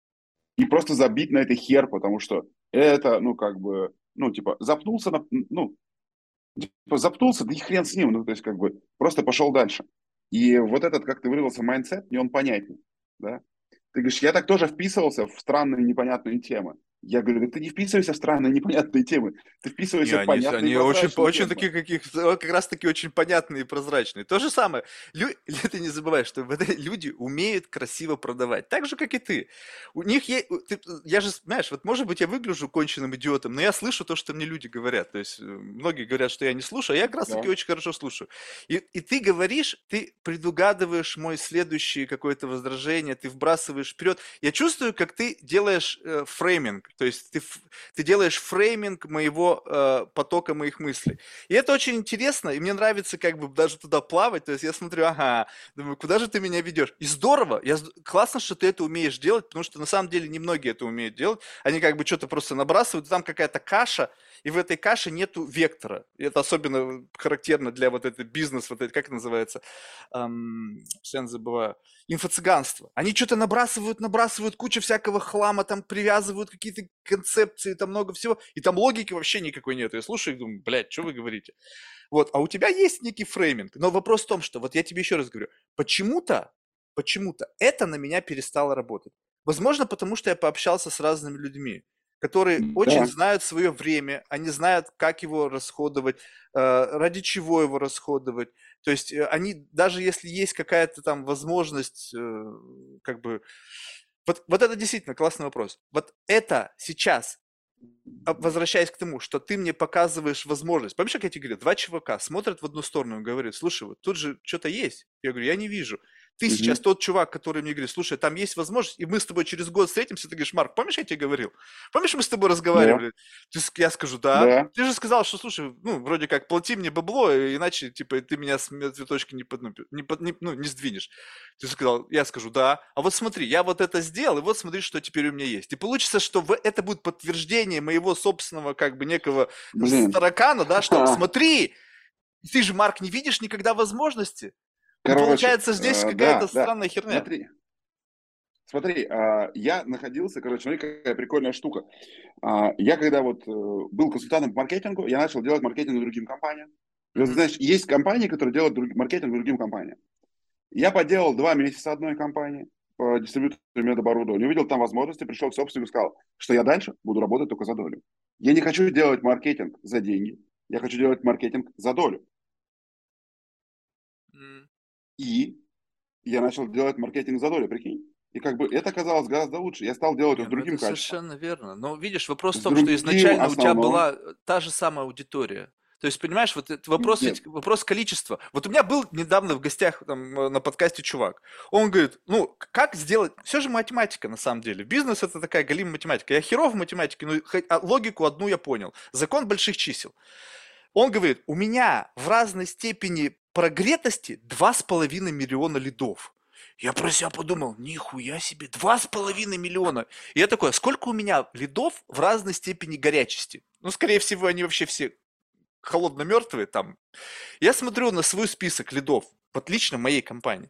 И просто забить на это хер, потому что это, ну, как бы, ну, типа, запнулся, ну, типа, запнулся, да и хрен с ним, ну, то есть, как бы, просто пошел дальше. И вот этот, как ты выразился, майндсет, мне он понятен, да. Ты говоришь, я так тоже вписывался в странные непонятные темы. Я говорю, да ты не вписывайся в странные непонятные темы, ты не, вписывайся в они понятные и очень, прозрачные очень темы. такие, как раз таки очень понятные и прозрачные. То же самое. Ты не забывай, что люди умеют красиво продавать. Так же, как и ты. У них есть... Я же, знаешь, вот может быть я выгляжу конченным идиотом, но я слышу то, что мне люди говорят. То есть многие говорят, что я не слушаю, а я как раз таки Да. очень хорошо слушаю. И ты говоришь, ты предугадываешь мой следующее какое-то возражение, ты вбрасываешь вперед. Я чувствую, как ты делаешь фрейминг. То есть ты делаешь фрейминг моего потока моих мыслей. И это очень интересно, и мне нравится как бы даже туда плавать. То есть я смотрю, ага, думаю, куда же ты меня ведешь? И здорово, классно, что ты это умеешь делать, потому что на самом деле немногие это умеют делать. Они как бы что-то просто набрасывают, там какая-то каша, и в этой каше нету вектора. И это особенно характерно для вот этого бизнеса, вот это, как это называется, постоянно забываю, инфо-цыганство. Они что-то набрасывают, набрасывают, кучу всякого хлама, там привязывают какие-то концепции, там много всего, и там логики вообще никакой нет. Я слушаю и думаю, блядь, что вы говорите? Вот, а у тебя есть некий фрейминг, но вопрос в том, что, вот я тебе еще раз говорю, почему-то это на меня перестало работать. Возможно, потому что я пообщался с разными людьми, которые очень Да. знают свое время, они знают, как его расходовать, ради чего его расходовать. То есть они, даже если есть какая-то там возможность, как бы... Вот это действительно классный вопрос. Вот это сейчас возвращаясь к тому, что ты мне показываешь возможность. Помнишь, как я тебе говорю, два чувака смотрят в одну сторону и говорят, слушай, вот тут же что-то есть. Я говорю, я не вижу. Ты сейчас Мгм. тот чувак, который мне говорит, слушай, там есть возможность, и мы с тобой через год встретимся, ты говоришь, Марк, помнишь, я тебе говорил? Помнишь, мы с тобой Да. разговаривали? Я скажу, да. Да. Ты же сказал, что, слушай, ну, вроде как, плати мне бабло, иначе, типа, ты меня с цветочки не сдвинешь. Ты сказал, я скажу, да. А вот смотри, я вот это сделал, и вот смотри, что теперь у меня есть. И получится, что это будет подтверждение моего собственного, как бы, некого Блин. таракана, да, что смотри, ты же, Марк, не видишь никогда возможности. И Короче, получается, здесь какая-то да, да. странная херня. Смотри, смотри, я находился, короче, смотри, какая прикольная штука. Я когда вот был консультантом по маркетингу, я начал делать маркетинг другим компаниям. И вот, Мгм. знаешь, есть компании, которые делают маркетинг другим компаниям. Я поделал 2 месяца одной компании по дистрибьютору медоборудования, увидел там возможности, пришел к собственнику и сказал, что я дальше буду работать только за долю. Я не хочу делать маркетинг за деньги. я хочу делать маркетинг за долю. М. И я начал делать маркетинг за долю, прикинь. И как бы это казалось гораздо лучше. Я стал делать его Не, с ну другим это качеством, совершенно верно. Но видишь, вопрос в с том, что другим изначально у тебя основной. была та же самая аудитория. То есть, понимаешь, вот этот вопрос Нет, ведь вопрос количества. Вот у меня был недавно в гостях там, на подкасте чувак. Он говорит, ну, как сделать... Все же математика на самом деле. Бизнес это такая галимая математика. Я херов в математике, но логику одну я понял. Закон больших чисел. Он говорит, у меня в разной степени прогретости 2,5 миллиона лидов. Я про себя подумал, нихуя себе, 2,5 миллиона. И я такой, а сколько у меня лидов в разной степени горячести? Ну, скорее всего, они вообще все холодно-мертвые там. Я смотрю на свой список лидов, вот лично моей компании,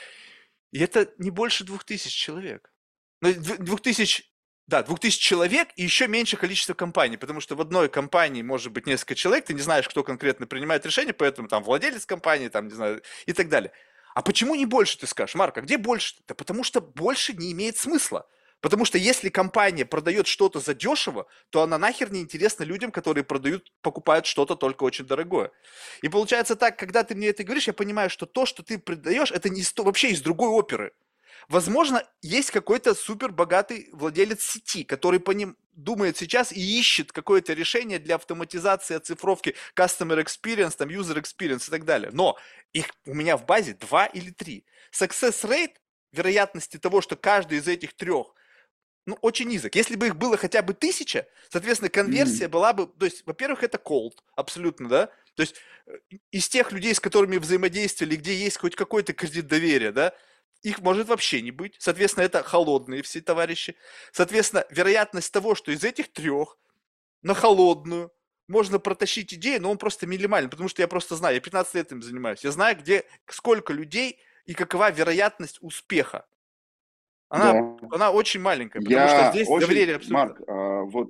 и это не больше 2000 человек. Ну, 2000, да, 2000 человек и еще меньше количество компаний, потому что в одной компании может быть несколько человек, ты не знаешь, кто конкретно принимает решение, поэтому там владелец компании, там, не знаю, и так далее. А почему не больше, ты скажешь, Марк, а где больше? Да потому что больше не имеет смысла. Потому что если компания продает что-то за дешево, то она нахер не интересна людям, которые продают, покупают что-то только очень дорогое. И получается так, когда ты мне это говоришь, я понимаю, что то, что ты продаешь, это не вообще из другой оперы. Возможно, есть какой-то супер богатый владелец сети, который по ним думает сейчас и ищет какое-то решение для автоматизации, оцифровки customer experience, там, user experience и так далее. Но их у меня в базе 2 или 3. Success rate, вероятности того, что каждый из этих трех, ну, очень низок. Если бы их было хотя бы 1000, соответственно, конверсия была бы, то есть, во-первых, это cold, абсолютно, да, то есть из тех людей, с которыми взаимодействовали, где есть хоть какой-то кредит доверия, да, их может вообще не быть. Соответственно, это холодные все товарищи. Соответственно, вероятность того, что из этих трех на холодную можно протащить идею, но он просто минимальный, потому что я просто знаю, я 15 лет этим занимаюсь. Я знаю, где, сколько людей и какова вероятность успеха. Она, да. она очень маленькая, потому что Я здесь очень, доверие абсолютно. Марк, вот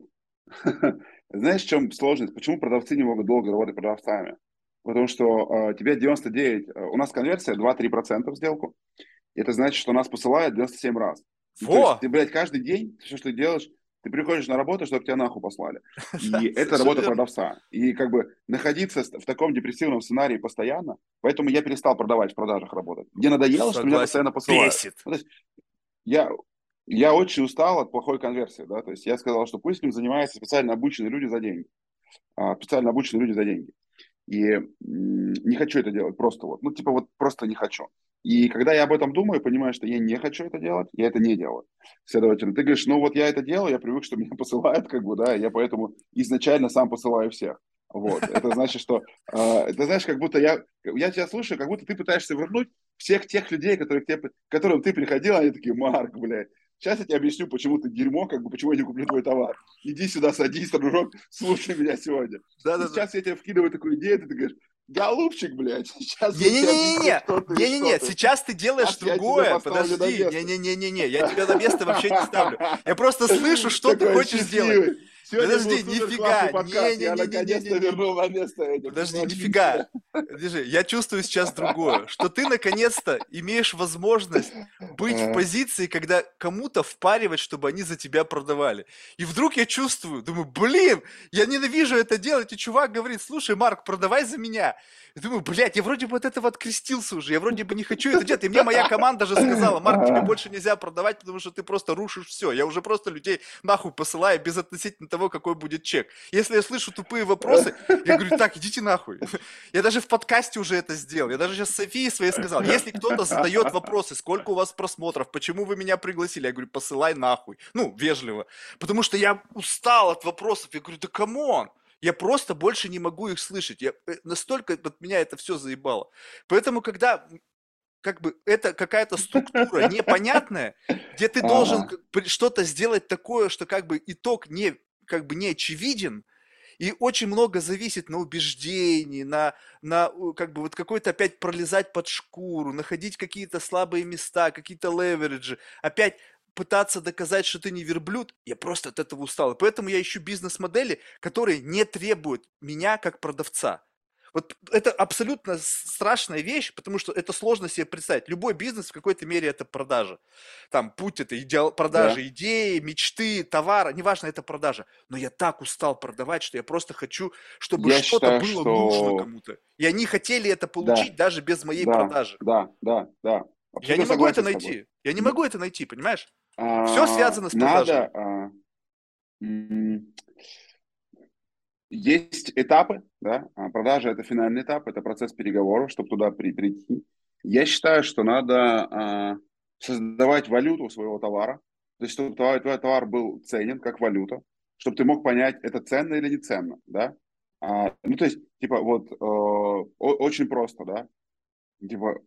знаешь, в чем сложность? Почему продавцы не могут долго работать продавцами? Потому что тебе 99, у нас конверсия 2-3% в сделку. Это значит, что нас посылают 97 раз. Ну, то есть Во! ты, блядь, каждый день, все, что ты делаешь, ты приходишь на работу, чтобы тебя нахуй послали. Да, И это совершенно работа верно. продавца. И как бы находиться в таком депрессивном сценарии постоянно, поэтому я перестал продавать, в продажах работать. Мне надоело, что меня Согласен. постоянно посылают. Бесит. Ну, то есть я, я очень устал от плохой конверсии, да, то есть я сказал, что пусть им занимаются специально обученные люди за деньги. Специально обученные люди за деньги. И не хочу это делать просто вот. Ну, типа вот просто не хочу. И когда я об этом думаю, понимаю, что я не хочу это делать, я это не делаю. Следовательно, ты говоришь, ну вот я это делаю, я привык, что меня посылают, как бы, да, и я поэтому изначально сам посылаю всех. Вот. Это значит, что, ты знаешь, как будто я тебя слушаю, как будто ты пытаешься вернуть всех тех людей, к которым ты приходил, они такие, Марк, блядь, сейчас я тебе объясню, почему ты дерьмо, как бы, почему я не куплю твой товар. Иди сюда, садись, дружок, слушай меня сегодня. И Да-да-да. сейчас я тебе вкидываю такую идею, ты говоришь, голубчик, блядь, сейчас я тебе объясню, Не-не-не-не-не, кто ты и что не-не-не, ты. сейчас ты делаешь Сейчас я тебя другое, поставлю на подожди, место. не-не-не-не-не, я тебя на место вообще не ставлю. Я просто слышу, что ты Такой хочешь сделать. счастливый. Сегодня был Подожди, супер классный нифига, подкаст. Я наконец-то не-не-не-не-не-не-не. вернул на место этих. Типа, Подожди, нифига. отлично. Держи, я чувствую сейчас другое, что ты наконец-то имеешь возможность быть в позиции, когда кому-то впаривать, чтобы они за тебя продавали. И вдруг я чувствую, думаю, блин, я ненавижу это делать, и чувак говорит, слушай, Марк, продавай за меня. Я думаю, блядь, я вроде бы от этого открестился уже, я вроде бы не хочу это делать. И мне моя команда же сказала, Марк, тебе больше нельзя продавать, потому что ты просто рушишь все. Я уже просто людей нахуй посылаю без относительно того, какой будет чек. Если я слышу тупые вопросы, я говорю, так, идите нахуй. Я даже в подкасте уже это сделал. Я даже сейчас Софии своей сказал, если кто-то задает вопросы, сколько у вас просмотров, почему вы меня пригласили, я говорю, посылай нахуй. Ну, вежливо. Потому что я устал от вопросов. Я говорю, да камон. Я просто больше не могу их слышать. Настолько от меня это все заебало. Поэтому, когда как бы это какая-то структура непонятная, где ты должен Ага. что-то сделать такое, что как бы итог не, как бы не очевиден, и очень много зависит на убеждении, как бы вот какой-то опять пролезать под шкуру, находить какие-то слабые места, какие-то левериджи, опять пытаться доказать, что ты не верблюд, я просто от этого устал. И поэтому я ищу бизнес-модели, которые не требуют меня как продавца. Вот это абсолютно страшная вещь, потому что это сложно себе представить. Любой бизнес в какой-то мере это продажа. Там путь это Да. продажа идеи, мечты, товара, неважно, это продажа. Но я так устал продавать, что я просто хочу, чтобы Я что-то считаю, было нужно что кому-то. И они хотели это да, получить даже без моей да, продажи. да, да, да. Я не Абсолютно могу это согласен с тобой. найти. Я не могу это найти, понимаешь? Все А, связано с надо, продажами. м, есть этапы, да, продажа это финальный этап, это процесс переговоров, чтобы туда прийти. Я считаю, что надо создавать валюту своего товара, то есть чтобы твой товар был ценен как валюта, чтобы ты мог понять, это ценно или не ценно, да. Ну, то есть, типа, вот, очень просто, да, типа,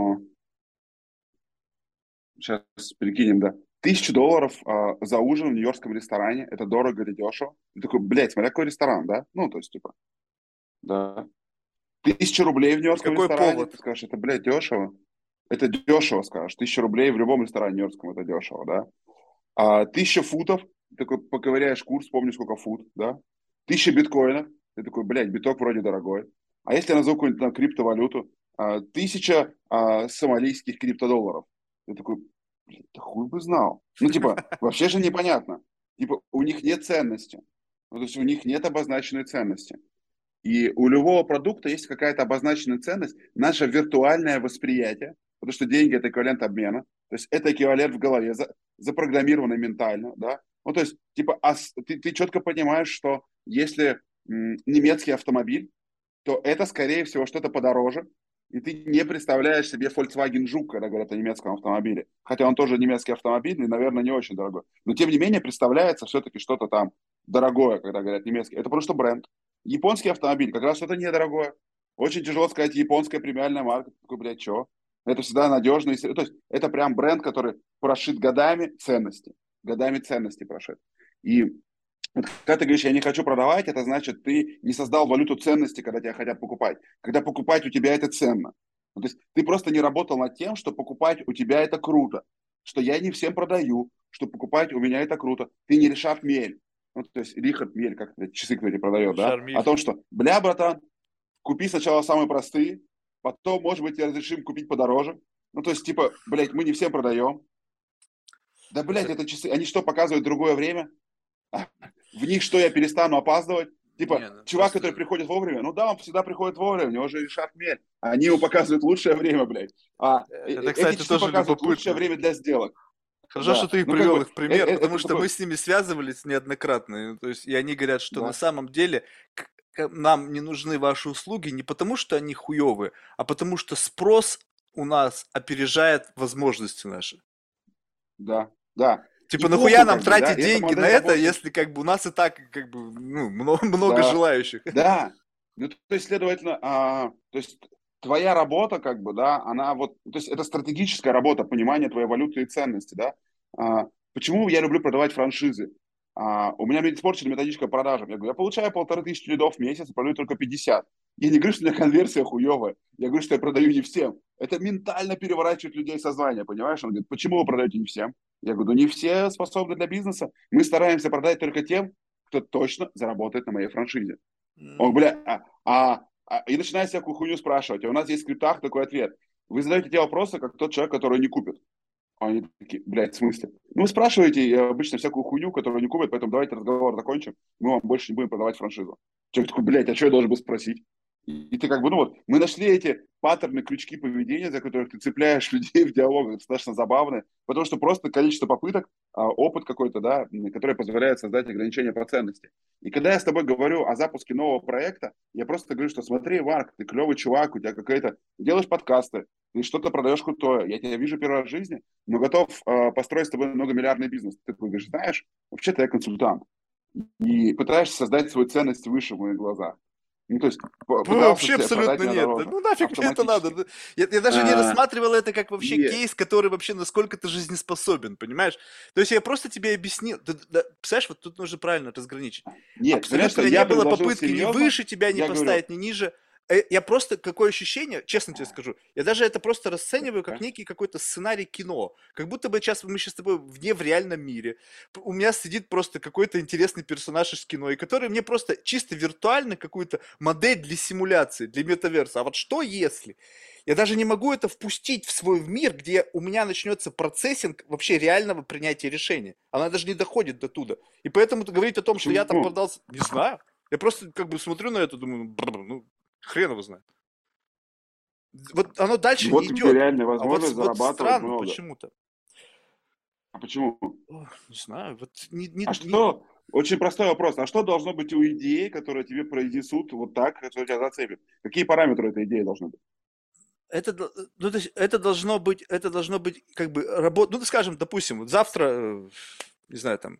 сейчас перекинем, да. $1000 за ужин в нью-йоркском ресторане. Это дорого или дешево? Ты такой, блядь, смотря какой ресторан, да? Ну, то есть, типа, да. 1000 рублей в И нью-йоркском какой ресторане, ты повод? скажешь, это, блядь, дешево. Это дешево, скажешь. 1000 рублей в любом ресторане нью-йоркском, это дешево, да. 1000 футов, ты такой поковыряешь курс, помнишь, сколько фут, да. 1000 биткоинов, ты такой, блядь, биток вроде дорогой. А если я назову какую-нибудь там криптовалюту, 1000 сомалийских криптодолларов, ты такой, блядь, да хуй бы знал. Ну, типа, вообще же непонятно. Типа, у них нет ценности. Ну, то есть у них нет обозначенной ценности. И у любого продукта есть какая-то обозначенная ценность, наше виртуальное восприятие, потому что деньги – это эквивалент обмена, то есть это эквивалент в голове, запрограммированный ментально, да. Ну, то есть, типа, ты четко понимаешь, что если немецкий автомобиль, то это, скорее всего, что-то подороже, и ты не представляешь себе Volkswagen Жук, когда говорят о немецком автомобиле. Хотя он тоже немецкий автомобиль, и, наверное, не очень дорогой. Но, тем не менее, представляется все-таки что-то там дорогое, когда говорят немецкий. Это просто бренд. Японский автомобиль как раз что-то недорогое. Очень тяжело сказать, японская премиальная марка. Такой, блядь, что? Это всегда надежно. То есть это прям бренд, который прошит годами ценности. Годами ценности прошит. И вот когда ты говоришь, я не хочу продавать, это значит, ты не создал валюту ценности, когда тебя хотят покупать. Когда покупать у тебя это ценно. Ну, то есть ты просто не работал над тем, что покупать у тебя это круто. Что я не всем продаю, что покупать у меня это круто. Ты не Ришат Мель. Ну, то есть Рихард Мель, как это, часы, кстати, продает, да? О Шармиль. том, что, бля, братан, купи сначала самые простые, потом, может быть, тебе разрешим купить подороже. Ну, то есть, типа, блядь, мы не всем продаем. Да, блядь, это часы, они что, показывают другое время? В них что, я перестану опаздывать? Не, Типа, ну чувак, который просто... приходит вовремя, ну да, он всегда приходит вовремя, у него же Ришат Мель. Они ему показывают лучшее время, блядь. Это, Эти кстати, часы тоже показывают лучшее любопытно. время для сделок. Хорошо, что Да, ты их ну как привел бы, их в пример, потому это что мы такой, с ними связывались неоднократно. То есть, и они говорят, что на да, самом деле нам не нужны ваши услуги не потому, что они хуевые, а потому что спрос у нас опережает возможности наши. да, да. И Типа, нахуя похуй нам как бы, да, тратить и эта деньги на модель это, работает. если как бы у нас и так как бы ну, много, много Да, желающих. да. Ну, то есть, следовательно, то есть твоя работа, как бы, да, она вот, то есть это стратегическая работа, понимание твоей валюты и ценности, да. Почему я люблю продавать франшизы? У меня испорчена методичка продажи. Я говорю, я получаю 1500 лидов в месяц, и продаю только 50. Я не говорю, что у меня конверсия хуевая. Я говорю, что я продаю не всем. Это ментально переворачивает людей сознание, понимаешь? Он говорит, почему вы продаете не всем? Я говорю, ну не все способны для бизнеса. Мы стараемся продать только тем, кто точно заработает на моей франшизе. Он, М. бля, и начинает всякую хуйню спрашивать. А у нас есть в скриптах такой ответ. Вы задаете те вопросы, как тот человек, который не купит. А они такие, блядь, в смысле? Ну, вы спрашиваете обычно всякую хуйню, которую не купят, поэтому давайте разговор закончим, мы вам больше не будем продавать франшизу. Человек такой, блядь, а что я должен был спросить? И ты как бы, ну вот, мы нашли эти паттерны, крючки поведения, за которых ты цепляешь людей в диалогах, достаточно забавные, потому что просто количество попыток, опыт какой-то, да, который позволяет создать ограничения по ценности. И когда я с тобой говорю о запуске нового проекта, я просто говорю, что смотри, Марк, ты клевый чувак, у тебя какая-то, делаешь подкасты, ты что-то продаешь крутое, я тебя вижу первый раз в жизни, но готов построить с тобой многомиллиардный бизнес. Ты такой говоришь, знаешь, вообще-то я консультант. И пытаешься создать свою ценность выше в моих глазах. Ну, то есть пытался Вообще себе продать абсолютно меня нет. Да дороже ну нафиг мне это надо. автоматически. Да. Я даже не А, рассматривал это как вообще и кейс, который вообще насколько ты жизнеспособен, понимаешь? То есть я просто тебе объяснил. Представляешь, вот тут нужно правильно разграничить. нет, понимаешь, Абсолютно что у меня не я было предложил попытки ни серьезно, выше тебя не я говорю, поставить, ни ниже. Я просто, какое ощущение, честно тебе скажу, я даже это просто расцениваю как Да? некий какой-то сценарий кино. Как будто бы сейчас мы сейчас с тобой в реальном мире. У меня сидит просто какой-то интересный персонаж из кино, и который мне просто чисто виртуально какую-то модель для симуляции, для метаверса. А вот что если? Я даже не могу это впустить в свой мир, где у меня начнется процессинг вообще реального принятия решения. Она даже не доходит до туда. И поэтому говорить о том, что я там Почему? продался, не знаю. Я просто как бы смотрю на это, думаю, ну, хрен его знает. Вот оно дальше не Вот тебе идет. реальная А вот, возможность вот зарабатывать странно много. почему-то. А почему? Ох, не знаю, вот А что? Очень простой вопрос. А что должно быть у идеи, которая тебе произнесут вот так, что тебя зацепит? Какие параметры этой идеи должны быть? ну, то есть это должно быть как бы работа, ну, скажем, допустим, вот завтра, не знаю, там,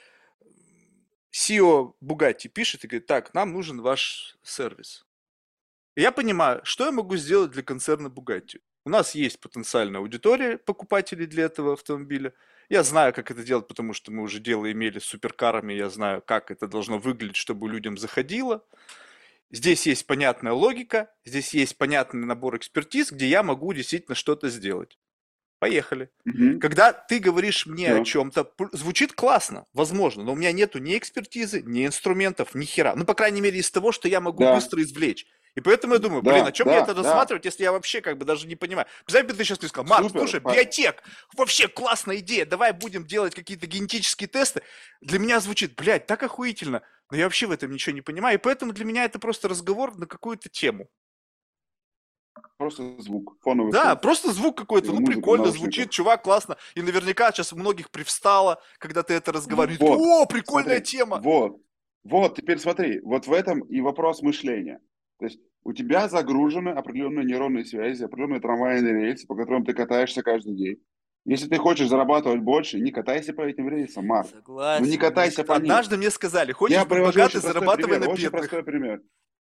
CEO Bugatti пишет и говорит, так, нам нужен ваш сервис. И я понимаю, что я могу сделать для концерна Bugatti. У нас есть потенциальная аудитория покупателей для этого автомобиля. Я знаю, как это делать, потому что мы уже дело имели с суперкарами. Я знаю, как это должно выглядеть, чтобы людям заходило. Здесь есть понятная логика, здесь есть понятный набор экспертиз, где я могу действительно что-то сделать. Поехали. Мгм. Когда ты говоришь мне о Все. чем-то, звучит классно, возможно, но у меня нету ни экспертизы, ни инструментов, ни хера. Ну, по крайней мере, из того, что я могу Да, быстро извлечь. И поэтому я думаю, блин, о да, чем мне это да, да. рассматривать, если я вообще как бы даже не понимаю. Представь, ты сейчас мне сказал, Марк, Супер. слушай, биотек, вообще классная идея, давай будем делать какие-то генетические тесты. Для меня звучит, блядь, так охуительно, но я вообще в этом ничего не понимаю, и поэтому для меня это просто разговор на какую-то тему. Просто звук, фоновый Да, шум. просто звук какой-то, Типа ну музыка в прикольно звучит, наушниках. чувак, классно. И наверняка сейчас у многих привстало, когда ты это разговариваешь. Вот, О, прикольная смотри, тема. вот, теперь смотри, вот в этом и вопрос мышления. То есть у тебя загружены определенные нейронные связи, определенные трамвайные рельсы, по которым ты катаешься каждый день. Если ты хочешь зарабатывать больше, не катайся по этим рельсам, Марк. Ну не Согласен. катайся по ним. Однажды мне сказали, Я хочешь быть привожу богатый, очень простой зарабатывай пример, на очень простой бедных. пример.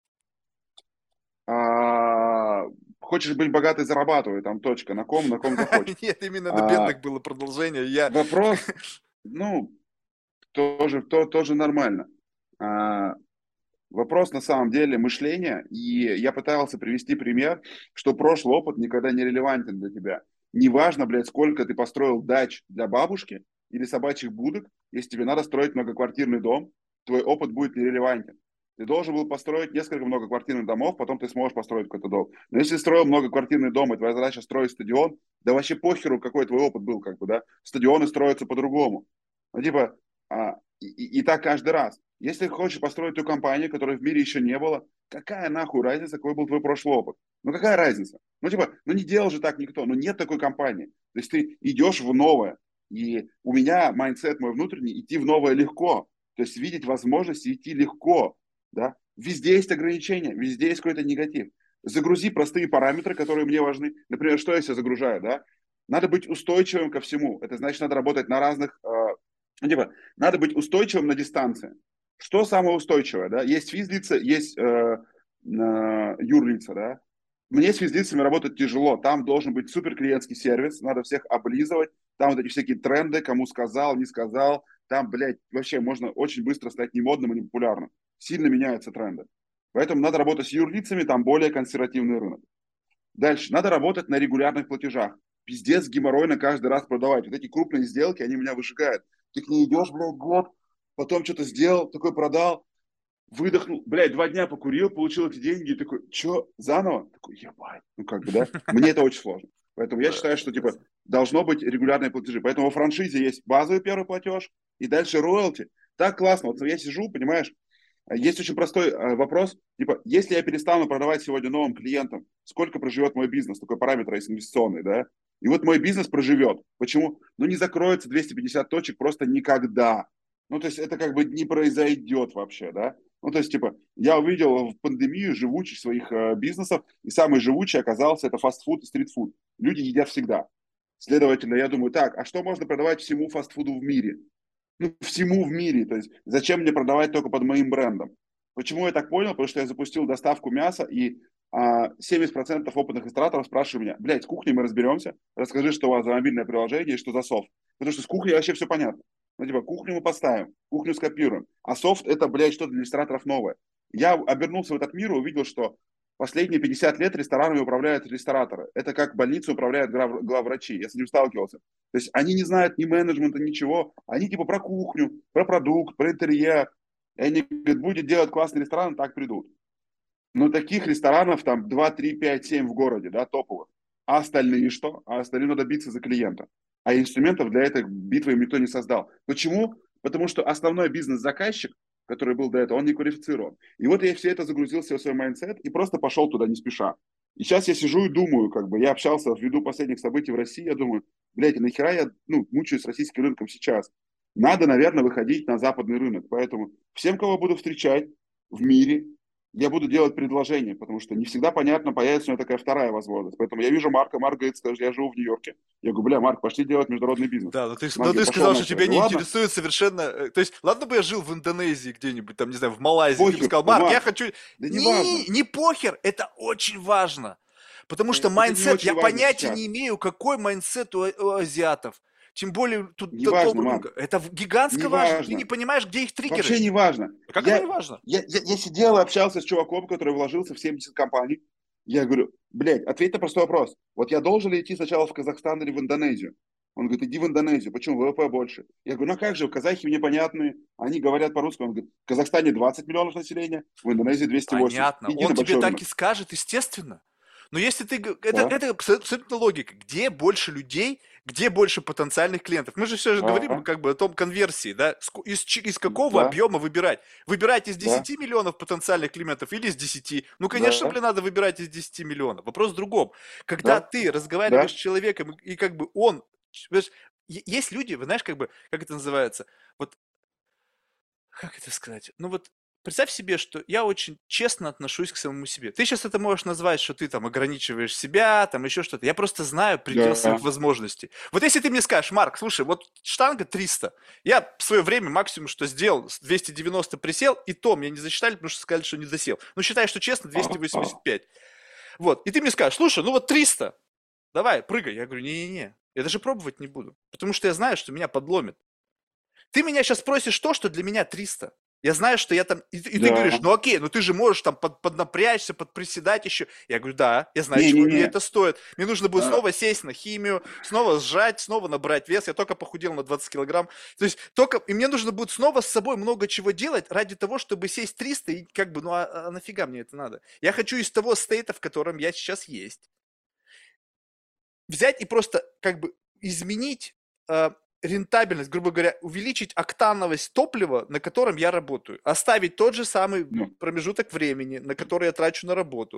А, хочешь быть богатый, зарабатывай, там точка, на ком захочешь. Нет, именно на А, бедных было продолжение. Я... вопрос, ну, тоже нормально. А, вопрос на самом деле мышления, и я пытался привести пример, что прошлый опыт никогда не релевантен для тебя. Неважно, блядь, сколько ты построил дач для бабушки или собачьих будок, если тебе надо строить многоквартирный дом, твой опыт будет нерелевантен. Ты должен был построить несколько многоквартирных домов, потом ты сможешь построить какой-то дом. Но если ты строил многоквартирный дом, и твоя задача строить стадион, да вообще похеру, какой твой опыт был, как бы, да? Стадионы строятся по-другому. Ну, типа, и так каждый раз. Если ты хочешь построить ту компанию, которой в мире еще не было, какая нахуй разница, какой был твой прошлый опыт? Ну какая разница? Ну типа, ну не делал же так никто, ну нет такой компании. То есть ты идешь в новое. И у меня майндсет мой внутренний, идти в новое легко. То есть видеть возможности идти легко. Да? Везде есть ограничения, везде есть какой-то негатив. Загрузи простые параметры, которые мне важны. Например, что я себе загружаю, да? Надо быть устойчивым ко всему. Это значит, надо работать на разных ну, типа, надо быть устойчивым на дистанции. Что самое устойчивое, да? Есть физлица, есть юрлица, да? Мне с физлицами работать тяжело. Там должен быть супер клиентский сервис, надо всех облизывать. Там вот эти всякие тренды, кому сказал, не сказал. Там, блядь, вообще можно очень быстро стать немодным и непопулярным. Сильно меняются тренды. Поэтому надо работать с юрлицами, там более консервативный рынок. Дальше. Надо работать на регулярных платежах. Пиздец геморройно каждый раз продавать. Вот эти крупные сделки, они меня выжигают. Ты к ней идешь, блядь, год, потом что-то сделал, такой продал, выдохнул, блядь, 2 дня покурил, получил эти деньги, и такой, что, заново? Такой, ебать. Ну, как бы, да? Мне это очень сложно. Поэтому я Да, считаю, что, типа, согласен. должно быть регулярные платежи. Поэтому во франшизе есть базовый первый платеж, и дальше роялти. Так классно. Вот я сижу, понимаешь, есть очень простой вопрос, типа, если я перестану продавать сегодня новым клиентам, сколько проживет мой бизнес? Такой параметр есть инвестиционный, да? И вот мой бизнес проживет. Почему? Ну, не закроется 250 точек просто никогда. Ну, то есть это как бы не произойдет вообще, да? Ну, то есть, типа, я увидел в пандемию живучесть своих бизнесов, и самый живучий оказался это фастфуд и стритфуд. Люди едят всегда. Следовательно, я думаю, так, а что можно продавать всему фастфуду в мире? Ну, всему в мире. То есть зачем мне продавать только под моим брендом? Почему я так понял? Потому что я запустил доставку мяса, и 70% опытных рестораторов спрашивают меня, блядь, с кухней мы разберемся, расскажи, что у вас за мобильное приложение и что за софт. Потому что с кухней вообще все понятно. Ну, типа, кухню мы поставим, кухню скопируем. А софт это, блядь, что-то для рестораторов новое. Я обернулся в этот мир и увидел, что последние 50 лет ресторанами управляют рестораторы. Это как больницей управляют главврачи. Я с этим сталкивался. То есть они не знают ни менеджмента, ничего. Они типа про кухню, про продукт, про интерьер. И они говорят, будет делать классный ресторан, так придут. Но таких ресторанов там 2, 3, 5, 7 в городе, да, топовых. А остальные что? А остальные надо биться за клиента. А инструментов для этой битвы им никто не создал. Почему? Потому что основной бизнес-заказчик, который был до этого, он не квалифицирован. И вот я все это загрузил в свой майндсет и просто пошел туда не спеша. И сейчас я сижу и думаю, как бы, я общался ввиду последних событий в России, я думаю, блядь, нахера я, мучаюсь с российским рынком сейчас? Надо, наверное, выходить на западный рынок. Поэтому всем, кого буду встречать в мире, я буду делать предложение, потому что не всегда понятно, появится у меня такая вторая возможность. Поэтому я вижу Марка, Марк говорит, скажет, я живу в Нью-Йорке. Я говорю, бля, Марк, пошли делать международный бизнес. Да, Марк но ты говорит, пошел сказал, что нахер. Я тебя говорю, не ладно, интересует совершенно... То есть, ладно бы я жил в Индонезии где-нибудь, там, не знаю, в Малайзии, ты бы похер, сказал, Марк, я Марк, хочу... да не важно. Не похер, это очень важно. Потому что Это не майндсет, очень я важно понятия сейчас. не имею, какой майндсет у азиатов. Тем более тут Не такого важно, Марк, рынка. Это не гигантско важно. Ты не важно. понимаешь, где их триггеры. Вообще не важно. А как это не важно? Я сидел и общался с чуваком, который вложился в 70 компаний. Я говорю, блядь, ответь на простой вопрос. Вот я должен ли идти сначала в Казахстан или в Индонезию? Он говорит, иди в Индонезию. Почему? ВВП больше. Я говорю, ну как же, казахи мне понятны, они говорят по-русски. Он говорит, в Казахстане 20 миллионов населения, в Индонезии 280. Понятно. Иди Он на тебе большой так и рынок. скажет, естественно. Но если ты... Да, Это абсолютно логика. Где больше людей, где больше потенциальных клиентов? Мы же все же говорим да, как бы о том конверсии, да? Из какого да, объема выбирать? Выбирать из да, 10 миллионов потенциальных клиентов или из 10? Ну, конечно, да, блин, надо выбирать из 10 миллионов. Вопрос в другом. Когда да, ты разговариваешь с да. человеком, и как бы он... Понимаешь, есть люди, вы знаешь, как бы, как это называется? Вот как это сказать? Ну вот представь себе, что я очень честно отношусь к самому себе. Ты сейчас это можешь назвать, что ты там ограничиваешь себя, там еще что-то. Я просто знаю предел своих Да. возможностей. Вот если ты мне скажешь, Марк, слушай, вот штанга 300, я в свое время максимум, что сделал, 290 присел, и то мне не засчитали, потому что сказали, что не досел. Ну считай, что честно, А, 285. Вот, и ты мне скажешь, слушай, ну вот 300, давай, прыгай. Я говорю, не-не-не, я даже пробовать не буду, потому что я знаю, что меня подломит. Ты меня сейчас просишь то, что для меня 300. Я знаю, что я там... И ты говоришь, да. ну окей, ну ты же можешь там поднапрячься, подприседать еще. Я говорю, да, я знаю, чего мне Не-не-не. это стоит. Мне нужно будет А, снова сесть на химию, снова сжать, снова набрать вес. Я только похудел на 20 килограмм. То есть только... И мне нужно будет снова с собой много чего делать ради того, чтобы сесть 300. И как бы, ну а нафига мне это надо? Я хочу из того стейта, в котором я сейчас есть, взять и просто как бы изменить рентабельность, грубо говоря, увеличить октановость топлива, на котором я работаю, оставить тот же самый ну, промежуток времени, на который я трачу на работу,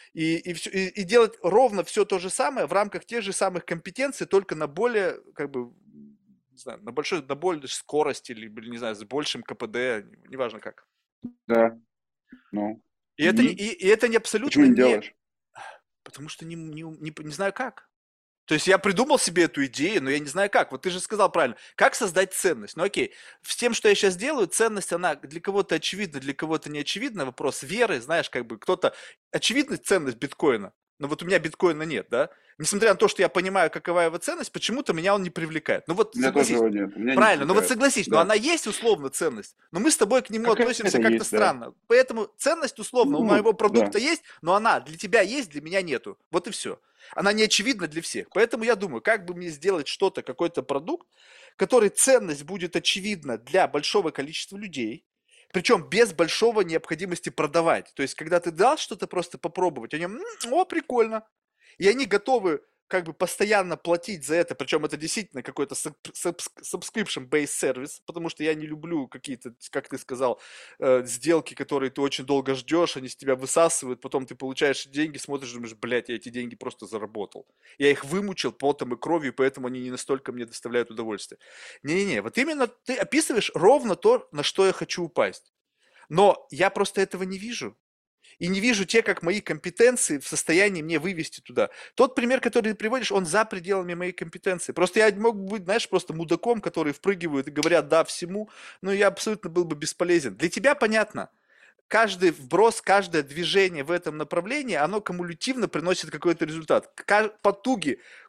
и делать ровно все то же самое в рамках тех же самых компетенций, только на более, как бы, не знаю, на более скорости или, не знаю, с большим КПД, неважно как. да, ну. И это не Почему абсолютно не не, делаешь? потому что не знаю как. То есть я придумал себе эту идею, но я не знаю как. Вот ты же сказал правильно, как создать ценность. Ну окей, с тем, что я сейчас делаю, ценность, она для кого-то очевидна, для кого-то не очевидна. Вопрос веры, знаешь, как бы кто-то... Очевидна ценность биткоина, но вот у меня биткоина нет, да? Несмотря на то, что я понимаю, какова его ценность, почему-то меня он не привлекает. Ну вот У меня тоже согласись, его нет. У меня не правильно, ну вот привлекает. согласись, но Да. она есть условно ценность, но мы с тобой к нему относимся Какая-то как-то есть, да. странно. Поэтому ценность условно у Ну, моего да. продукта есть, но она для тебя есть, для меня нету. Вот и все. Она не очевидна для всех. Поэтому я думаю, как бы мне сделать что-то, какой-то продукт, который ценность будет очевидна для большого количества людей, причем без большого необходимости продавать. То есть, когда ты дал что-то просто попробовать, они, о, прикольно. И они готовы как бы постоянно платить за это, причем это действительно какой-то subscription-based сервис, потому что я не люблю какие-то, как ты сказал, сделки, которые ты очень долго ждешь, они с тебя высасывают, потом ты получаешь деньги, смотришь, думаешь, блядь, я эти деньги просто заработал. Я их вымучил потом и кровью, поэтому они не настолько мне доставляют удовольствие. Не-не-не, вот именно ты описываешь ровно то, на что я хочу упасть. Но я просто этого не вижу. И не вижу те, как мои компетенции в состоянии мне вывести туда. Тот пример, который ты приводишь, он за пределами моей компетенции. Просто я мог быть, знаешь, просто мудаком, который впрыгивают и говорят «да» всему, но я абсолютно был бы бесполезен. Для тебя понятно. Каждый вброс, каждое движение в этом направлении, оно кумулятивно приносит какой-то результат. Потуги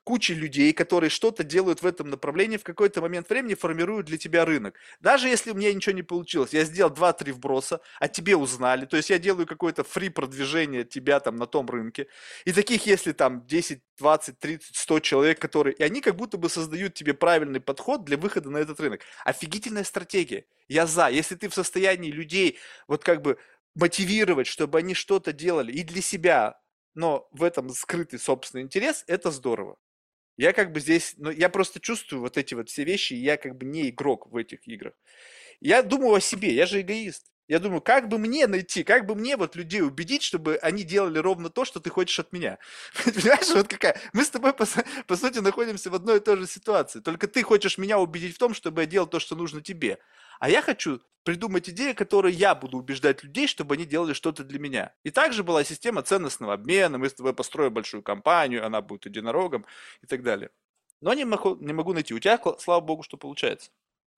кучи людей, которые что-то делают в этом направлении, в какой-то момент времени формируют для тебя рынок. Даже если у меня ничего не получилось, я сделал 2-3 вброса, о тебе узнали, то есть я делаю какое-то фри-продвижение тебя там на том рынке, и таких, если там 10, 20, 30, 100 человек, которые, и они как будто бы создают тебе правильный подход для выхода на этот рынок. Офигительная стратегия. Я за. Если ты в состоянии людей вот как бы мотивировать, чтобы они что-то делали и для себя, но в этом скрытый собственный интерес, это здорово. Я как бы здесь, ну, я просто чувствую вот эти вот все вещи, и я как бы не игрок в этих играх. Я думаю о себе, я же эгоист. Я думаю, как бы мне найти, как бы мне вот людей убедить, чтобы они делали ровно то, что ты хочешь от меня. Понимаешь, вот какая? Мы с тобой, по сути, находимся в одной и той же ситуации. Только ты хочешь меня убедить в том, чтобы я делал то, что нужно тебе. А я хочу придумать идеи, которые я буду убеждать людей, чтобы они делали что-то для меня. И также была система ценностного обмена, мы с тобой построим большую компанию, она будет единорогом и так далее. Но не могу найти. У тебя, слава богу, что получается.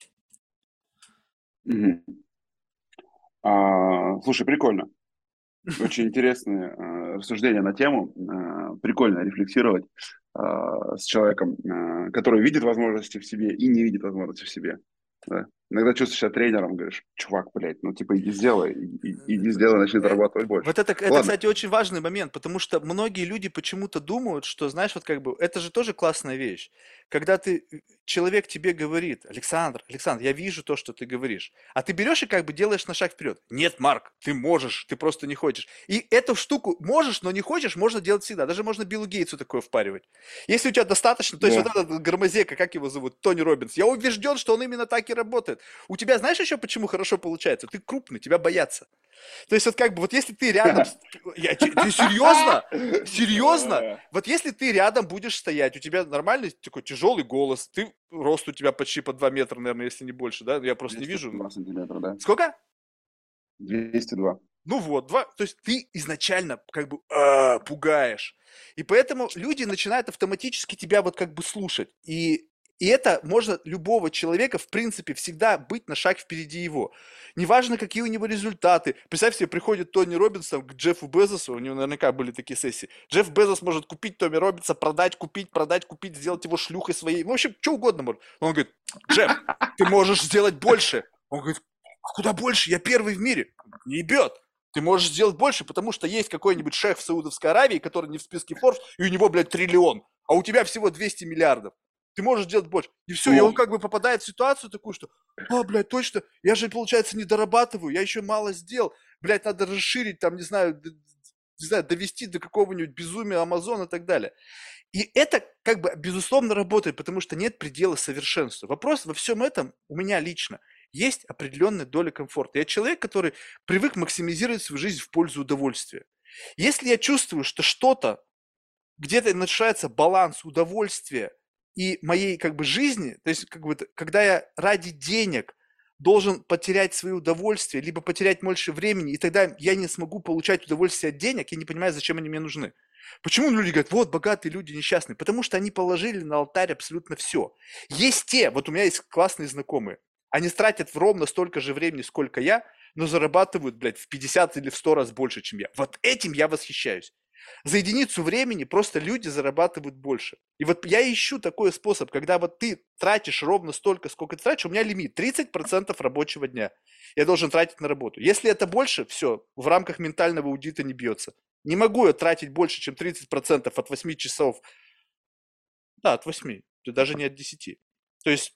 Мгм. Слушай, прикольно. Очень интересные рассуждения на тему. Прикольно рефлексировать с человеком, который видит возможности в себе и не видит возможности в себе. Да. Иногда чувствуешь себя тренером, говоришь, чувак, блядь, ну типа иди сделай, иди сделай, начни зарабатывать больше. Вот это, Ладно. кстати, очень важный момент, потому что многие люди почему-то думают, что, знаешь, вот как бы, это же тоже классная вещь. Когда человек тебе говорит, Александр, Александр, я вижу то, что ты говоришь, а ты берешь и как бы делаешь на шаг вперед. Нет, Марк, ты можешь, ты просто не хочешь. И эту штуку можешь, но не хочешь, можно делать всегда. Даже можно Биллу Гейтсу такое впаривать. Если у тебя достаточно, то есть вот Да. этот громозека, как его зовут, Тони Роббинс, я убежден, что он именно так и работает. У тебя, знаешь еще почему хорошо получается? Ты крупный, тебя боятся. То есть вот как бы, вот если ты рядом, ты серьезно? Серьезно? Вот если ты рядом будешь стоять, у тебя нормальный такой тяжелый голос, рост у тебя почти по 2 метра, наверное, если не больше, да? Я просто не вижу. 2 сантиметра, да? Сколько? 202. Ну вот, то есть ты изначально как бы пугаешь. И поэтому люди начинают автоматически тебя вот как бы слушать. И это можно любого человека, в принципе, всегда быть на шаг впереди его. Неважно, какие у него результаты. Представь себе, приходит Тони Робинсон к Джеффу Безосу, у него наверняка были такие сессии. Джефф Безос может купить Тони Робинса, продать, купить, сделать его шлюхой своей. Ну, в общем, что угодно может. Он говорит, Джефф, ты можешь сделать больше. Он говорит, а куда больше? Я первый в мире. Не ебет. Ты можешь сделать больше, потому что есть какой-нибудь шеф в Саудовской Аравии, который не в списке Forbes, и у него, блядь, триллион, а у тебя всего 200 миллиардов. Ты можешь делать больше. И все, и он Ну, как бы попадает в ситуацию такую, что, блядь, точно, я же, получается, не дорабатываю, я еще мало сделал. Блядь, надо расширить, там, не знаю, довести до какого-нибудь безумия Амазон и так далее. И это как бы безусловно работает, потому что нет предела совершенства. Вопрос во всем этом у меня лично. Есть определенная доля комфорта. Я человек, который привык максимизировать свою жизнь в пользу удовольствия. Если я чувствую, что что-то, где-то нарушается баланс удовольствия и моей как бы жизни, то есть как бы, когда я ради денег должен потерять свое удовольствие, либо потерять больше времени, и тогда я не смогу получать удовольствие от денег, я не понимаю, зачем они мне нужны. Почему люди говорят, вот богатые люди несчастные? Потому что они положили на алтарь абсолютно все. Есть те, вот у меня есть классные знакомые, они тратят ровно столько же времени, сколько я, но зарабатывают, блядь, в 50 или в 100 раз больше, чем я. Вот этим я восхищаюсь. За единицу времени просто люди зарабатывают больше. И вот я ищу такой способ, когда вот ты тратишь ровно столько, сколько ты тратишь, у меня лимит 30% рабочего дня. Я должен тратить на работу. Если это больше, все, в рамках ментального аудита не бьется. Не могу я тратить больше, чем 30% от 8 часов. Да, от 8, даже не от 10. То есть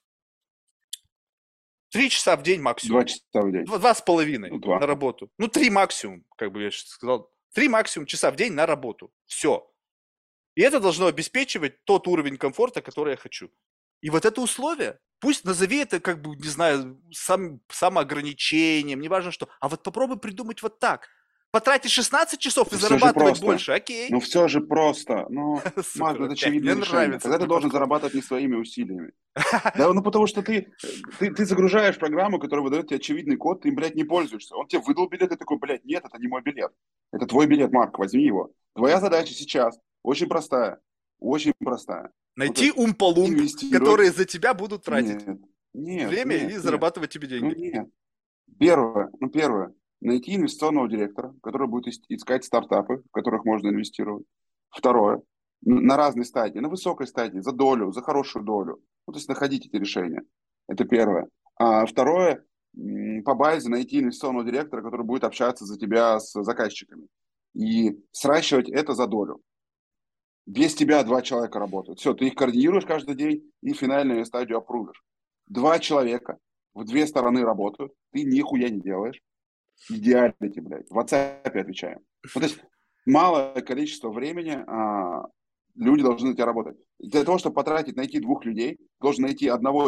3 часа в день 2 максимум. часа в день. Два с половиной Ну, 2. на работу. Ну, 3 максимум, как бы я сейчас сказал. 3 максимум часа в день на работу. Все. И это должно обеспечивать тот уровень комфорта, который я хочу. И вот это условие, пусть назови это, как бы, не знаю, самоограничением, неважно что, а вот попробуй придумать вот так. Потратить 16 часов и Ну, все же зарабатывать просто. больше, окей. Ну, все же просто. Ну, Марк, Супер, это опять, мне очевидное решение. нравится Тогда ты твой должен подход. зарабатывать не своими усилиями. Да, ну потому что ты загружаешь программу, которая выдает тебе очевидный код, ты им, блядь, не пользуешься. Он тебе выдал билет, и такой, блядь, нет, это не мой билет. Это твой билет, Марк, возьми его. Твоя задача сейчас очень простая. Очень простая. Ну, то Найти есть умполумп, инвестировать. которые за тебя будут тратить Нет, нет, время и нет, нет. зарабатывать тебе Ну, деньги. нет. Первое. Найти инвестиционного директора, который будет искать стартапы, в которых можно инвестировать. Второе. на разной стадии, на высокой стадии, за долю, за хорошую долю. Ну, то есть находить эти решения. Это первое. А второе, по базе найти инвестиционного директора, который будет общаться за тебя с заказчиками. И сращивать это за долю. Без тебя два человека работают. Все, ты их координируешь каждый день и финальную стадию опрувишь. Два человека в две стороны работают, ты нихуя не делаешь. Идеалити, блядь. В WhatsApp отвечаем. Ну, то есть малое количество времени люди должны на тебя работать. Для того, чтобы потратить, найти двух людей, должен найти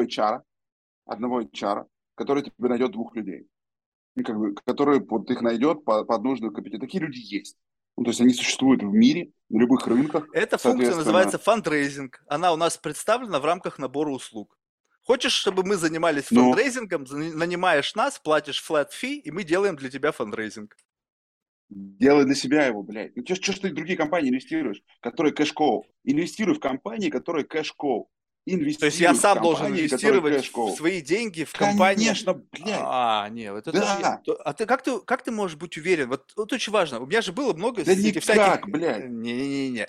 одного HR, который тебе найдет двух людей. И как бы, который вот их найдет под нужную компетенцию. Такие люди есть. Ну, то есть они существуют в мире, на любых рынках, Эта функция соответственно. называется фандрейзинг. Она у нас представлена в рамках набора услуг. Хочешь, чтобы мы занимались Ну, фандрейзингом, нанимаешь нас, платишь flat fee, и мы делаем для тебя фандрейзинг. делай для себя его, блядь. Ну, что ж ты в другие компании инвестируешь, которые кэш-коу? Инвестируй в компании, которые кэш-коу. То есть я Инвестируй в сам должен компании, которые инвестировать в кэш-коу. свои деньги в компании. Конечно, блядь. Не, вот это же... Да. А ты как ты можешь быть уверен? Вот очень важно. У меня же было много Да этих всяких... никак, блядь. Не-не-не.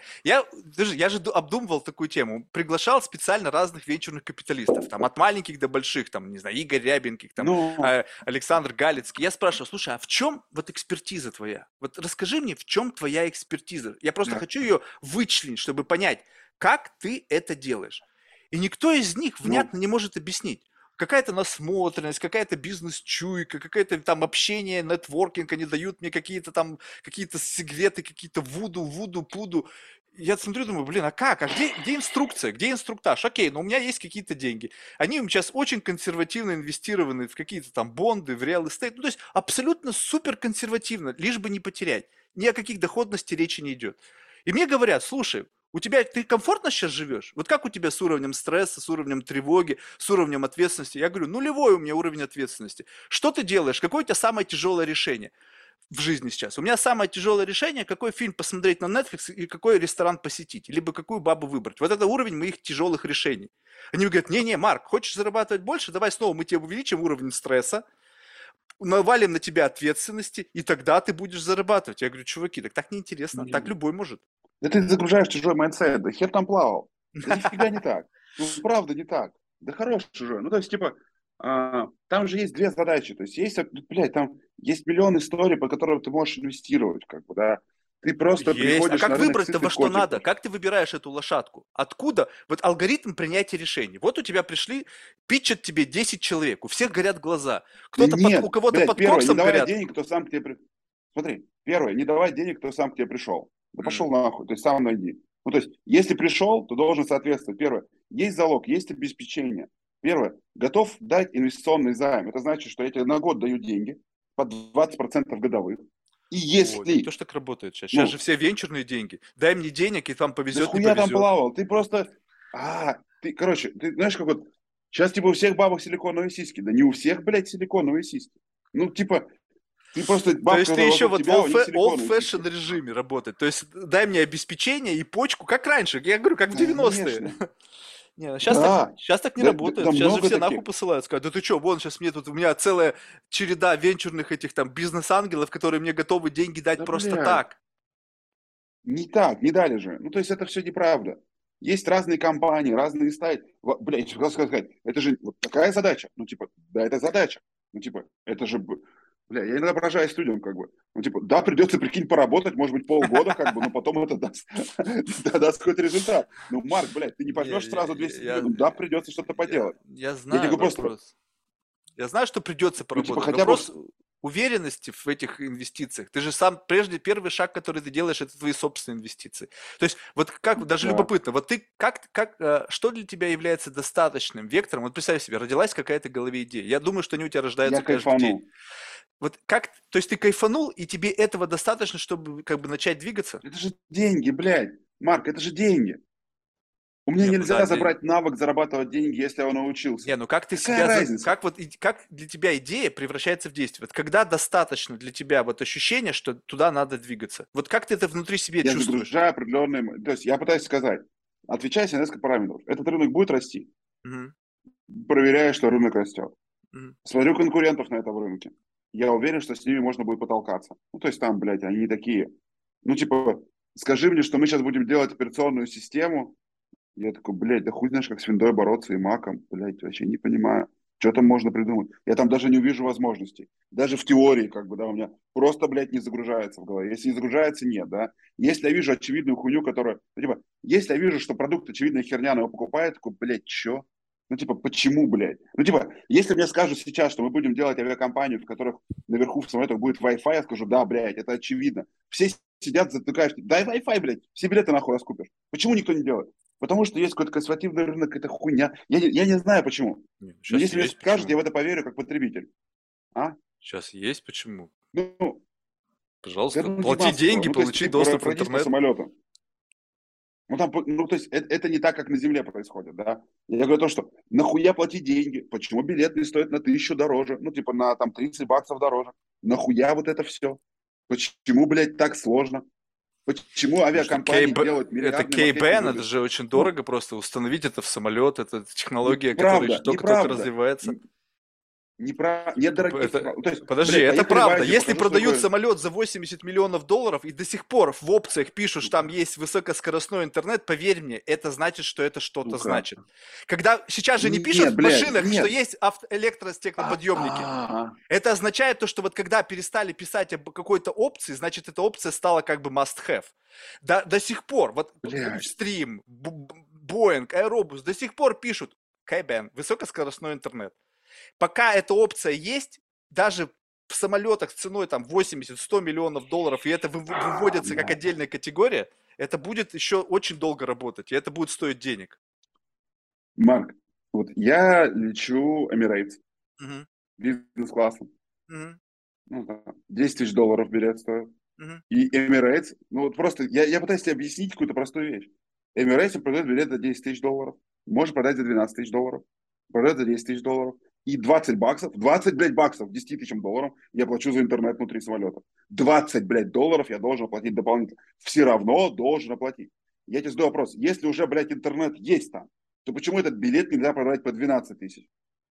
Я же обдумывал такую тему. Приглашал специально разных венчурных капиталистов. Там от маленьких до больших. Там, не знаю, Игорь Рябинких, там, Ну, Александр Галицкий. Я спрашивал, слушай, а в чем вот экспертиза твоя? Вот расскажи мне, в чем твоя экспертиза? Я просто да. хочу ее вычленить, чтобы понять, как ты это делаешь. И никто из них Ну, внятно не может объяснить. Какая-то насмотренность, какая-то бизнес-чуйка, какое-то там общение, нетворкинг, они дают мне какие-то там, какие-то секреты, какие-то пуду. Я смотрю, думаю, блин, а как? А где инструкция? Где инструктаж? Окей, но у меня есть какие-то деньги. Они сейчас очень консервативно инвестированы в какие-то там бонды, в реал эстейт. Ну, то есть абсолютно супер консервативно, лишь бы не потерять. Ни о каких доходности речи не идет. И мне говорят, слушай, ты комфортно сейчас живешь? Вот как у тебя с уровнем стресса, с уровнем тревоги, с уровнем ответственности? Я говорю, нулевой у меня уровень ответственности. Что ты делаешь? Какое у тебя самое тяжелое решение в жизни сейчас? У меня самое тяжелое решение, какой фильм посмотреть на Netflix и какой ресторан посетить, либо какую бабу выбрать. Вот это уровень моих тяжелых решений. Они говорят, не-не, Марк, хочешь зарабатывать больше? Давай снова мы тебе увеличим уровень стресса, навалим на тебя ответственности, и тогда ты будешь зарабатывать. Я говорю, чуваки, так неинтересно, так любой может. да ты загружаешь чужой майндсет, да хер там плавал. Да нифига не так. Ну, правда, не так. Да хорош чужой. Ну, то есть, типа, там же есть две задачи. То есть, блядь, там есть миллион историй, по которым ты можешь инвестировать, как бы, да. Ты просто Есть. А приходишь на как рынок выбрать-то во сытых что надо? котиков. Как ты выбираешь эту лошадку? Откуда? Вот алгоритм принятия решений. Вот у тебя пришли, питчат тебе 10 человек, у всех горят глаза. Да У нет, кого-то блядь, под первое, не коксом давай горят. денег, кто сам к тебе Смотри, первое, не давай денег, кто сам к тебе пришел. Да М. пошел нахуй, то есть сам найди. Ну, то есть, если пришел, то должен соответствовать. Первое, есть залог, есть обеспечение. Первое, готов дать инвестиционный займ. Это значит, что я тебе на год даю деньги под 20% годовых. И Ой, не то, если, что так работает сейчас. Сейчас же ну, все венчурные деньги. Дай мне денег, и там да повезет, не схуя там повезет. плавал, ты просто, короче, ты знаешь, как вот, сейчас типа у всех бабок силиконовые сиськи. Да не у всех, блядь, силиконовые сиськи. Ну, типа, ты просто То бабка, есть ты которая еще вокруг вот в тебя, у них old силиконовые сиськи. fashion режиме работать. То есть дай мне обеспечение и почку, как раньше. Я говорю, как в 90-е. Конечно. Не, ну Да. сейчас так не Да работает. Сейчас же много все нахуй таких. посылают. Скажут, да ты что, вон сейчас мне тут, у меня целая череда венчурных этих там бизнес-ангелов, которые мне готовы деньги дать Да, просто блядь. так. Не так, не дали же. Ну, то есть это все неправда. Есть разные компании, разные стаи. Блядь, что сказать, это же вот такая задача. Ну, типа, да, это задача. Ну, типа, это же, бля, я иногда поражаюсь людям, как бы. Ну, типа, да, придется, прикинь, поработать, может быть, полгода, как бы, но потом это даст, даст какой-то результат. Ну, Марк, блядь, ты не Не, поймешь сразу 200 я, миллионов. Да, придется что-то поделать. я Я тебе знаю говорю просто, вопрос. Я знаю, что придется ну, типа, поработать. хотя бы, Вопрос уверенности в этих инвестициях. Ты же сам, прежде, первый шаг, который ты делаешь, это твои собственные инвестиции. То есть, вот как, даже да, любопытно, вот ты, что для тебя является достаточным вектором? Вот представь себе, родилась какая-то в голове идея. Я думаю, что они у тебя я рождаются каждый день. кайфанул. Вот как, то есть ты кайфанул, и тебе этого достаточно, чтобы как бы начать двигаться? Это же деньги, блядь. Марк, это же деньги. У меня Нет, ну да, нельзя забрать навык зарабатывать деньги, если я научился. не, ну как ты Какая себя, разница? как для тебя идея превращается в действие? Вот когда достаточно для тебя вот ощущение, что туда надо двигаться? Вот как ты это внутри себе Я чувствуешь? загружаю определенные... То есть я пытаюсь сказать, отвечая на несколько параметров. Этот рынок будет расти? Мгм, Проверяю, что рынок растет. мгм. Смотрю конкурентов на этом рынке. Я уверен, что с ними можно будет потолкаться. Ну, то есть там, блядь, они не такие. Ну, типа, скажи мне, что мы сейчас будем делать операционную систему. Я такой, блядь, да хуй знаешь, как с виндой бороться и маком, блядь, вообще не понимаю, что там можно придумать. Я там даже не увижу возможностей. Даже в теории, как бы, да, у меня просто, блядь, не загружается в голове. Если не загружается, нет, да. Если я вижу очевидную хуйню, которая, ну, типа, если я вижу, что продукт очевидная херня, но его покупает, такой, блядь, чё? Ну, типа, почему, блядь? Ну, типа, если мне скажут сейчас, что мы будем делать авиакомпанию, в которых наверху в самолетах будет Wi-Fi, я скажу, да, блядь, это очевидно. Все сидят, затыкаешь, дай Wi-Fi, блядь, все билеты нахуй раскупишь. Почему никто не делает? Потому что есть какой-то консервативный рынок, это хуйня. Я не знаю почему. Но Сейчас если мне есть скажут, я почему. в это поверю как потребитель. А? Сейчас есть почему. Ну, да Пожалуйста, ну не плати массово. деньги, Ну, то есть получи ты доступ в пройдись по интернет. самолету. Ну, там, ну, то есть это не так, как на Земле происходит, да. Я говорю то, что нахуя платить деньги? Почему билет не стоит на 1000 дороже? Ну, типа на там 30 баксов дороже. Нахуя вот это все? Почему, блядь, так сложно? Почему Потому что авиакомпании делают это миллиардные K-band, маркетинговые... это же очень Ну, дорого просто установить это в самолет, это технология, которая еще неправда, только-только неправда. развивается. Нет дорогих Это, технологий. То есть, подожди, блядь, это поехали в правда. Азию, Если покажу продают свой... самолет за $80 миллионов и до сих пор в опциях пишут, что там Сука, есть высокоскоростной интернет, поверь мне, это значит, что это что-то сука. значит. Когда сейчас же не пишут Нет, в блядь, машинах, что нет. есть электростеклоподъемники. А, Это означает то, что вот когда перестали писать об какой-то опции, значит, эта опция стала как бы must-have. До сих пор, вот блядь. Gulfstream, Boeing, Aerobus до сих пор пишут K-band, высокоскоростной интернет. Пока эта опция есть, даже в самолетах с ценой там 80-100 миллионов долларов, и это выводится как Блядь. отдельная категория, это будет еще очень долго работать, и это будет стоить денег. Марк, вот я лечу Emirates Мгм. бизнес-классом. Мгм. Ну, там, 10 тысяч долларов билет стоит. Мгм. И Emirates, ну вот просто, я пытаюсь тебе объяснить какую-то простую вещь. Emirates продает билет за 10 тысяч долларов. Может продать за 12 тысяч долларов. Продает за 10 тысяч долларов. И 20 баксов, 20, блядь, баксов, 10 тысячам долларов я плачу за интернет внутри самолета. 20, блядь, долларов я должен оплатить дополнительно. Все равно должен оплатить. Я тебе задаю вопрос. Если уже, блядь, интернет есть там, то почему этот билет нельзя продать по 12 тысяч?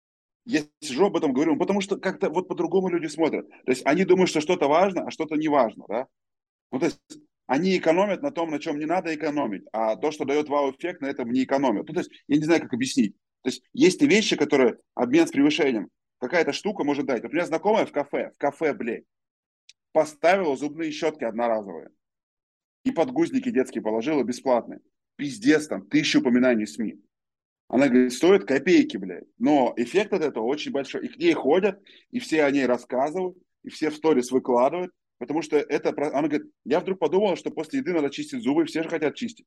Я сижу об этом говорю, потому что как-то вот по-другому люди смотрят. То есть они думают, что что-то важно, а что-то не важно, да? Ну, то есть они экономят на том, на чем не надо экономить, а то, что дает вау-эффект, на этом не экономят. Ну, то есть я не знаю, как объяснить. То есть есть и вещи, которые обмен с превышением. Какая-то штука может дать. Вот у меня знакомая в кафе, блядь, поставила зубные щетки одноразовые и подгузники детские положила бесплатные. Пиздец, там, 1000 упоминаний в СМИ. Она говорит, стоит копейки, блядь. Но эффект от этого очень большой. И к ней ходят, и все о ней рассказывают, и все в сторис выкладывают, потому что это... Она говорит, я вдруг подумала, что после еды надо чистить зубы, все же хотят чистить.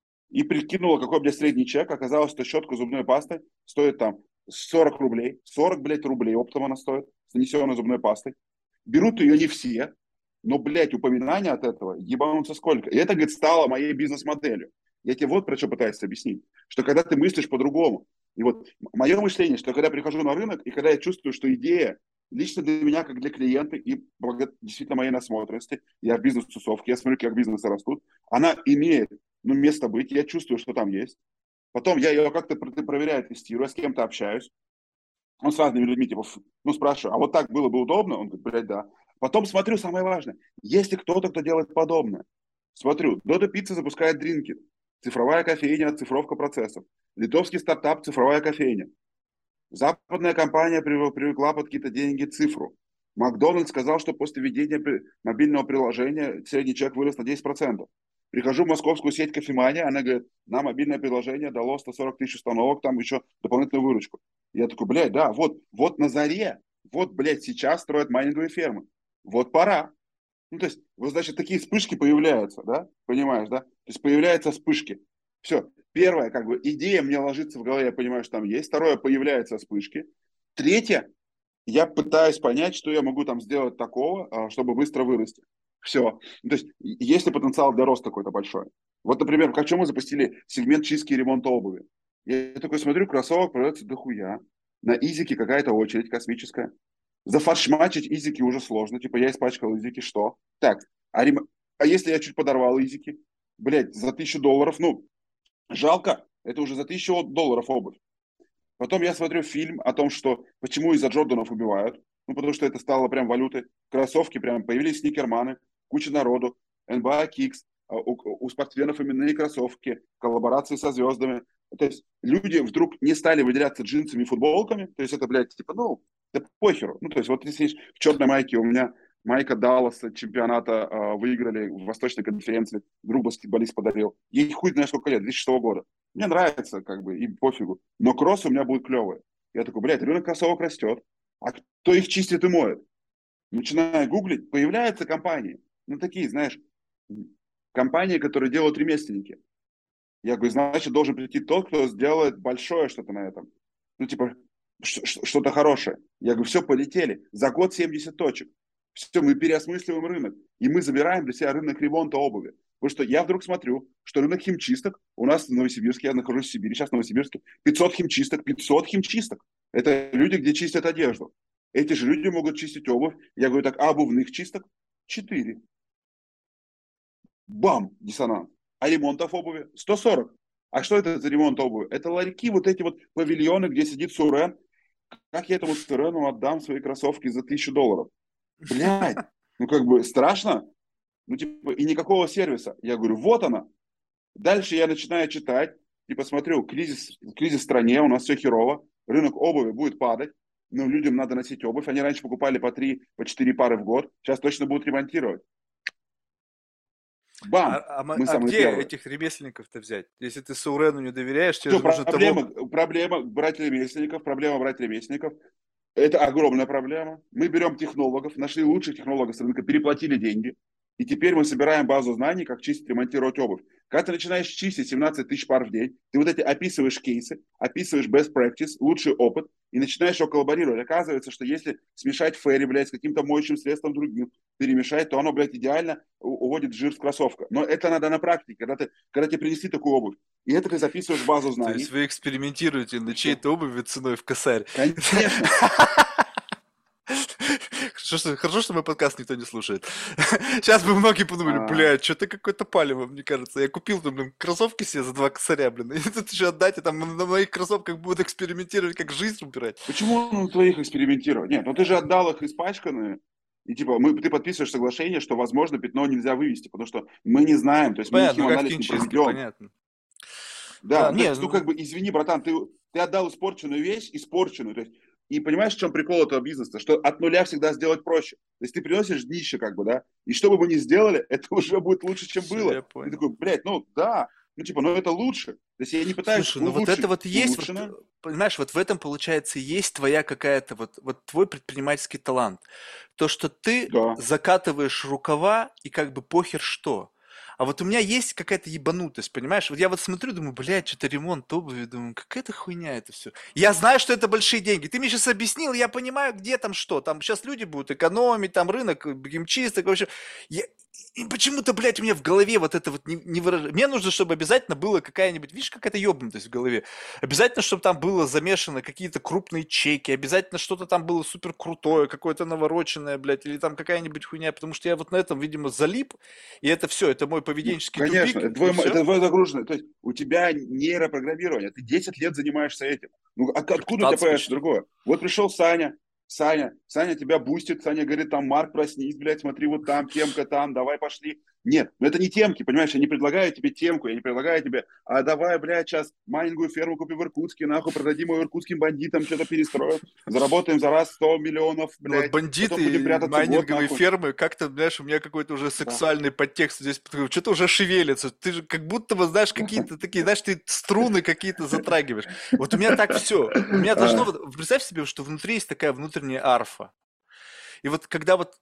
И прикинула, какой, блядь, средний чек. Оказалось, что щетка зубной пастой стоит там 40 рублей. 40, блядь, рублей оптом она стоит, с нанесенной зубной пастой. Берут ее не все, но, блядь, упоминания от этого ебанутся сколько. И это, говорит, стало моей бизнес-моделью. Я тебе вот про что пытаюсь объяснить. Что когда ты мыслишь по-другому, и вот мое мышление, что когда я прихожу на рынок, и когда я чувствую, что идея лично для меня, как для клиента, и благодаря действительно моей насмотренности, я в бизнес-тусовке, я смотрю, как бизнесы растут, она имеет ну, место быть, я чувствую, что там есть. Потом я ее как-то проверяю, тестирую, я с кем-то общаюсь, он с разными людьми, типа, ну, спрашиваю, а вот так было бы удобно? Он говорит, блядь, да. Потом смотрю, самое важное, если кто-то, кто делает подобное, смотрю, Dodo Pizza запускает дринки, цифровая кофейня, оцифровка процессов, литовский стартап, цифровая кофейня, западная компания привлекла под какие-то деньги цифру, Макдональдс сказал, что после введения мобильного приложения средний чек вырос на 10%. Прихожу в московскую сеть кофемания, она говорит, на мобильное приложение дало 140 тысяч установок, там еще дополнительную выручку. Я такой, блядь, да, вот на заре, вот, блядь, сейчас строят майнинговые фермы. Вот пора. Ну, то есть, вот, значит, такие вспышки появляются, да, понимаешь, да? То есть появляются вспышки. Все. Первое, как бы, идея мне ложится в голове, я понимаю, что там есть. Второе, появляются вспышки. Третье, я пытаюсь понять, что я могу там сделать такого, чтобы быстро вырасти. Все. То есть, есть ли потенциал для роста какой-то большой? Вот, например, как чем мы запустили сегмент чистки и ремонта обуви. Я такой смотрю, кроссовок продается дохуя. На изике какая-то очередь космическая. Зафаршмачить изики уже сложно. Типа, я испачкал изики, что? Так, а если я чуть подорвал изики? Блять, за 1000 долларов, ну, жалко. Это уже за 1000 долларов обувь. Потом я смотрю фильм о том, что почему из-за Джорданов убивают. Ну, потому что это стало прям валютой. Кроссовки прям появились сникерманы, куча народу, NBA Kicks, у спортсменов именные кроссовки, коллаборации со звездами. То есть люди вдруг не стали выделяться джинсами и футболками. То есть это, блядь, типа, ну, да похеру. Ну, то есть вот ты сидишь в черной майке, у меня майка Далласа чемпионата выиграли в Восточной конференции, друг баскетболист подарил. Ей хуй знаешь сколько лет, 2006 года. Мне нравится, как бы, и пофигу. Но кроссы у меня будут клевые. Я такой, блядь, рынок кроссовок растет. А кто их чистит и моет? Начинаю гуглить, появляются компании. Ну, такие, знаешь, компании, которые делают ремесленники. Я говорю, значит, должен прийти тот, кто сделает большое что-то на этом. Ну, типа, что-то хорошее. Я говорю, все, полетели. За год 70 точек. Все, мы переосмысливаем рынок. И мы забираем для себя рынок ремонта обуви. Потому что я вдруг смотрю, что рынок химчисток, у нас в Новосибирске, я нахожусь в Сибири, сейчас в Новосибирске, 500 химчисток, 500 химчисток. Это люди, где чистят одежду. Эти же люди могут чистить обувь. Я говорю, так, а обувных чисток? 4. Бам! Диссонанс. А ремонтов обуви? 140. А что это за ремонт обуви? Это ларьки, вот эти вот павильоны, где сидит Сурен. Как я этому Сурену отдам свои кроссовки за $1000? Блядь, ну как бы страшно. Ну типа и никакого сервиса. Я говорю, вот она. Дальше я начинаю читать. Типа смотрю, кризис в стране, у нас все херово. Рынок обуви будет падать. Но людям надо носить обувь. Они раньше покупали по 3, по 4 пары в год. Сейчас точно будут ремонтировать. А, Бам! Мы а самые где первые. этих ремесленников-то взять? Если ты Саурену не доверяешь, тебе Все, же нужно того... проблема брать ремесленников, проблема брать ремесленников. Это огромная проблема. Мы берем технологов, нашли лучших технологов с рынка, переплатили деньги. И теперь мы собираем базу знаний, как чистить, ремонтировать обувь. Когда ты начинаешь чистить 17 тысяч пар в день, ты вот эти описываешь кейсы, описываешь best practice, лучший опыт, и начинаешь его коллаборировать. Оказывается, что если смешать ферри, блядь, с каким-то моющим средством другим, перемешать, то оно, блядь, идеально уводит жир с кроссовка. Но это надо на практике, когда тебе принесли такую обувь. И это ты записываешь в базу То есть знаний. вы экспериментируете И на все. чьей-то обуви ценой в косарь. Конечно. Хорошо, что мой подкаст никто не слушает. Сейчас бы многие подумали, А, блядь, что-то какое-то палево, мне кажется. Я купил там, блин, кроссовки себе за 2 косаря, блин. И тут еще отдать, и там на моих кроссовках будут экспериментировать, как жизнь убирать. Почему на твоих экспериментировать? Нет, ну ты же отдал их испачканные, и типа ты подписываешь соглашение, что, возможно, пятно нельзя вывести, потому что мы не знаем, то есть мы Понятно, ну как химанализ не химчистки, проведем. понятно. Да, Да, ну, то не, есть, ну как бы, извини, братан, ты отдал испорченную вещь, испорченную. То есть, и понимаешь, в чем прикол этого бизнеса? Что от нуля всегда сделать проще. То есть ты приносишь днище, как бы, да, и что бы мы ни сделали, это уже будет лучше, чем все, было. я Ты понял. такой, блядь, ну да, ну типа, ну это лучше. То есть я не пытаюсь Слушай, ну вот это улучшить вот и есть, вот, улучшенное. понимаешь, вот в этом, получается, и есть твоя какая-то, вот твой предпринимательский талант. То, что ты Да, закатываешь рукава и как бы похер что. А вот у меня есть какая-то ебанутость, понимаешь? Вот я вот смотрю, думаю, блядь, что-то ремонт обуви, думаю, какая-то хуйня это все. Я знаю, что это большие деньги. Ты мне сейчас объяснил, я понимаю, где там что. Там сейчас люди будут экономить, там рынок, химчисток, вообще. Я, и почему-то, блядь, у меня в голове вот это вот не выражается. Мне нужно, чтобы обязательно было какая-нибудь, видишь, какая-то ебнутость в голове. Обязательно, чтобы там было замешано какие-то крупные чеки, обязательно что-то там было супер крутое, какое-то навороченное, блядь, или там какая-нибудь хуйня, потому что я вот на этом, видимо, залип, и это все, это мой ну, поведенческий конечно, тупик, и все. это твой загруженный. То есть у тебя нейропрограммирование, ты 10 лет занимаешься этим. Ну, Уже откуда у тебя 15 появится почти. другое? Вот пришел Саня тебя бустит, Саня говорит, там, Марк, проснись, блядь, смотри, вот там, темка там, давай пошли. Нет, ну это не темки, понимаешь, я не предлагаю тебе темку, я не предлагаю тебе, а давай, блядь, сейчас маленькую ферму купим в Иркутске, нахуй, продадим ее иркутским бандитам, что-то перестроим, заработаем за раз 100 миллионов, Ну вот блядь, потом бандиты будем и прятаться год, майнинговые нахуй. фермы, как-то, знаешь, у меня какой-то уже Да, сексуальный подтекст здесь, что-то уже шевелится. Ты же как будто бы, знаешь, да. какие-то такие, знаешь, ты струны какие-то затрагиваешь. Вот у меня так все. У меня должно, А, вот, представь себе, что внутри есть такая внутренняя арфа. И вот когда вот,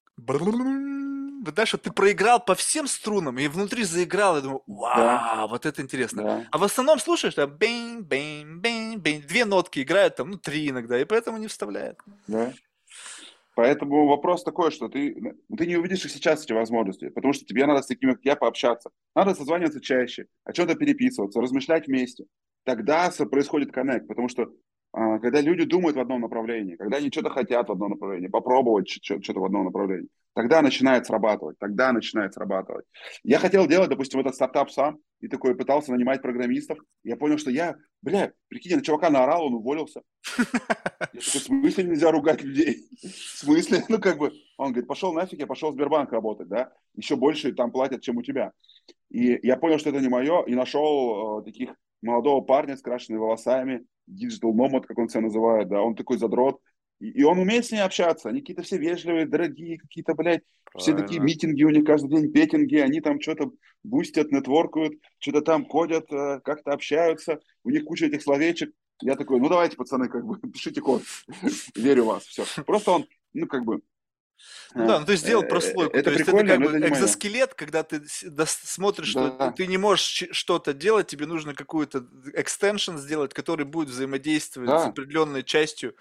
вот знаешь, вот ты проиграл по всем струнам, и внутри заиграл, я думаю, да, вау, вот это интересно. да, А в основном слушаешь, там, бейн, бейн, бейн, бейн, две нотки играют, там, ну, три иногда, и поэтому не вставляет. да. Поэтому вопрос такой, что ты не увидишь их сейчас, эти возможности, потому что тебе надо с такими, как я, пообщаться. Надо созваниваться чаще, о чем-то переписываться, размышлять вместе. Тогда происходит коннект, потому что когда люди думают в одном направлении, когда они что-то хотят в одном направлении, попробовать что-то в одном направлении, тогда начинает срабатывать, тогда начинает срабатывать. Я хотел делать, допустим, этот стартап сам, и такой пытался нанимать программистов. Я понял, что прикинь, я на чувака наорал, он уволился. Я такой, в смысле нельзя ругать людей? В смысле? Ну, как бы, он говорит, пошел нафиг, я пошел в Сбербанк работать, да? Еще больше там платят, чем у тебя. И я понял, что это не мое, и нашел таких молодого парня с крашенными волосами, digital nomad, как он себя называет, да, он такой задрот, и он умеет с ней общаться, они какие-то все вежливые, дорогие, какие-то, блядь, все такие Правильно. митинги у них каждый день, петинги, они там что-то бустят, нетворкают, что-то там ходят, как-то общаются, у них куча этих словечек. Я такой, ну давайте, пацаны, как бы, пишите код, верю в вас, все. Просто он, ну как бы, Ну да, ну ты сделал прослойку, то это есть это прикольно, как но бы это не мое. экзоскелет, когда ты смотришь, что ты, Да, ты не можешь что-то делать, тебе нужно какую-то экстеншн сделать, который будет взаимодействовать с да. определенной частью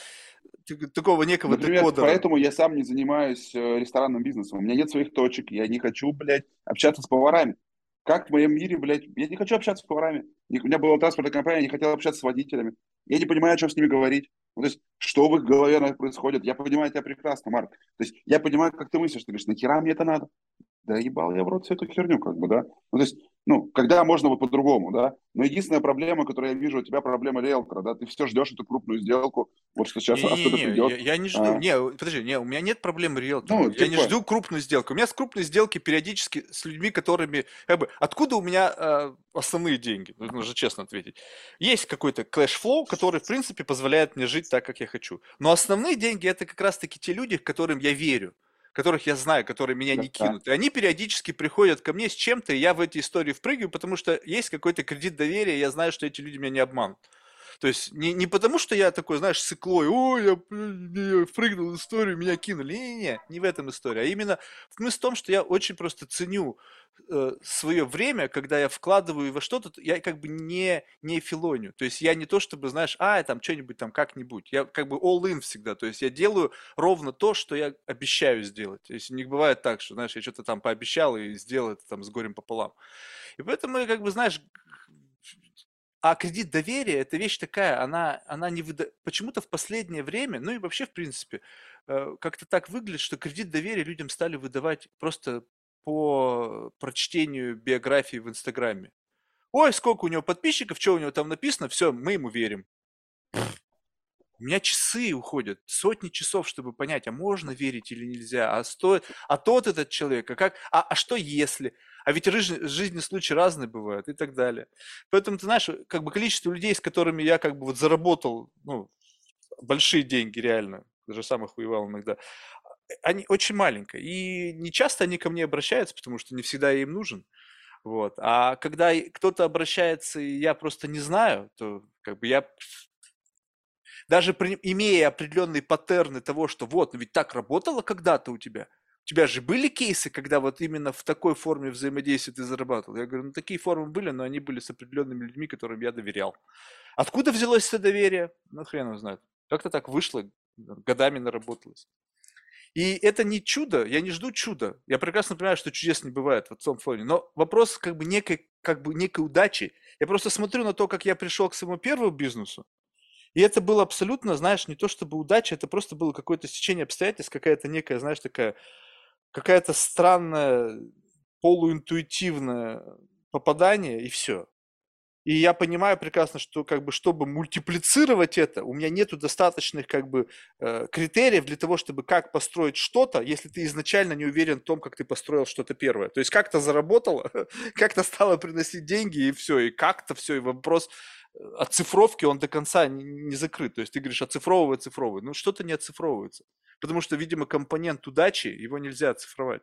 такого некого Например, декодера. поэтому я сам не занимаюсь ресторанным бизнесом. У меня нет своих точек, я не хочу, блядь, общаться с поварами. Как в моем мире, блядь, я не хочу общаться с поварами. У меня была транспортная компания, я не хотел общаться с водителями. Я не понимаю, о чем с ними говорить. Ну, то есть, что в их голове происходит. Я понимаю тебя прекрасно, Марк. То есть, я понимаю, как ты мыслишь. Ты говоришь, нахера мне это надо? Да ебал я в рот всю эту херню, как бы, да. Ну, то есть, ну, когда можно вот по-другому, да. Но единственная проблема, которую я вижу, у тебя проблема риэлтора, да. Ты все ждешь эту крупную сделку, вот что сейчас кто-то Не-не-не, придет. я не жду. А, Не, подожди, не, у меня нет проблем риэлтором. ну, Я не типа, жду крупную сделку. У меня с крупной сделки периодически с людьми, которыми, как бы, откуда у меня основные деньги? Нужно же честно ответить. Есть какой-то кэшфлоу, который, в принципе, позволяет мне жить так, как я хочу. Но основные деньги это как раз-таки те люди, которым я верю, которых я знаю, которые меня не да. кинут. И они периодически приходят ко мне с чем-то, и я в эти истории впрыгиваю, потому что есть какой-то кредит доверия, и я знаю, что эти люди меня не обманут. То есть не потому, что я такой, знаешь, сыклой, ой, я впрыгнул в историю, меня кинули. Не-не-не, не в этом история. А именно смысл в том, что я очень просто ценю свое время, когда я вкладываю во что-то, я как бы не филоню. То есть я не то, чтобы, знаешь, там что-нибудь там как-нибудь. Я как бы all in всегда. То есть я делаю ровно то, что я обещаю сделать. То есть не бывает так, что, знаешь, я что-то там пообещал и сделал это там с горем пополам. И поэтому я как бы, знаешь, а кредит доверия – это вещь такая, она не выда... Почему-то в последнее время, ну и вообще в принципе, как-то так выглядит, что кредит доверия людям стали выдавать просто по прочтению биографии в Инстаграме. Ой, сколько у него подписчиков, что у него там написано, все, мы ему верим. У меня часы уходят, сотни часов, чтобы понять, а можно верить или нельзя, а тот этот человек, а что если? А ведь жизни случаи разные бывают и так далее. Поэтому, ты знаешь, как бы количество людей, с которыми я как бы вот заработал, ну, большие деньги реально, даже самых воевал иногда, они очень маленькие. И не часто они ко мне обращаются, потому что не всегда я им нужен. Вот. А когда кто-то обращается, и я просто не знаю, то как бы я даже имея определенные паттерны того, что вот, ну ведь так работало когда-то у тебя. У тебя же были кейсы, когда вот именно в такой форме взаимодействия ты зарабатывал. Я говорю, ну такие формы были, но они были с определенными людьми, которым я доверял. Откуда взялось это доверие? Ну хрен его знает. Как-то так вышло, годами наработалось. И это не чудо, я не жду чуда. Я прекрасно понимаю, что чудес не бывает в том фоне. Но вопрос как бы некой удачи. Я просто смотрю на то, как я пришел к своему первому бизнесу, и это было абсолютно, знаешь, не то чтобы удача, это просто было какое-то стечение обстоятельств, какая-то некая, знаешь, такая, какая-то странная, полуинтуитивное попадание, и все. И я понимаю прекрасно, что как бы, чтобы мультиплицировать это, у меня нету достаточных как бы критериев для того, чтобы как построить что-то, если ты изначально не уверен в том, как ты построил что-то первое. То есть как-то заработало, как-то стало приносить деньги, и все, и как-то все, и вопрос оцифровки, он до конца не закрыт. То есть ты говоришь, оцифровывай, оцифровывай. Ну, что-то не оцифровывается. Потому что, видимо, компонент удачи, его нельзя оцифровать.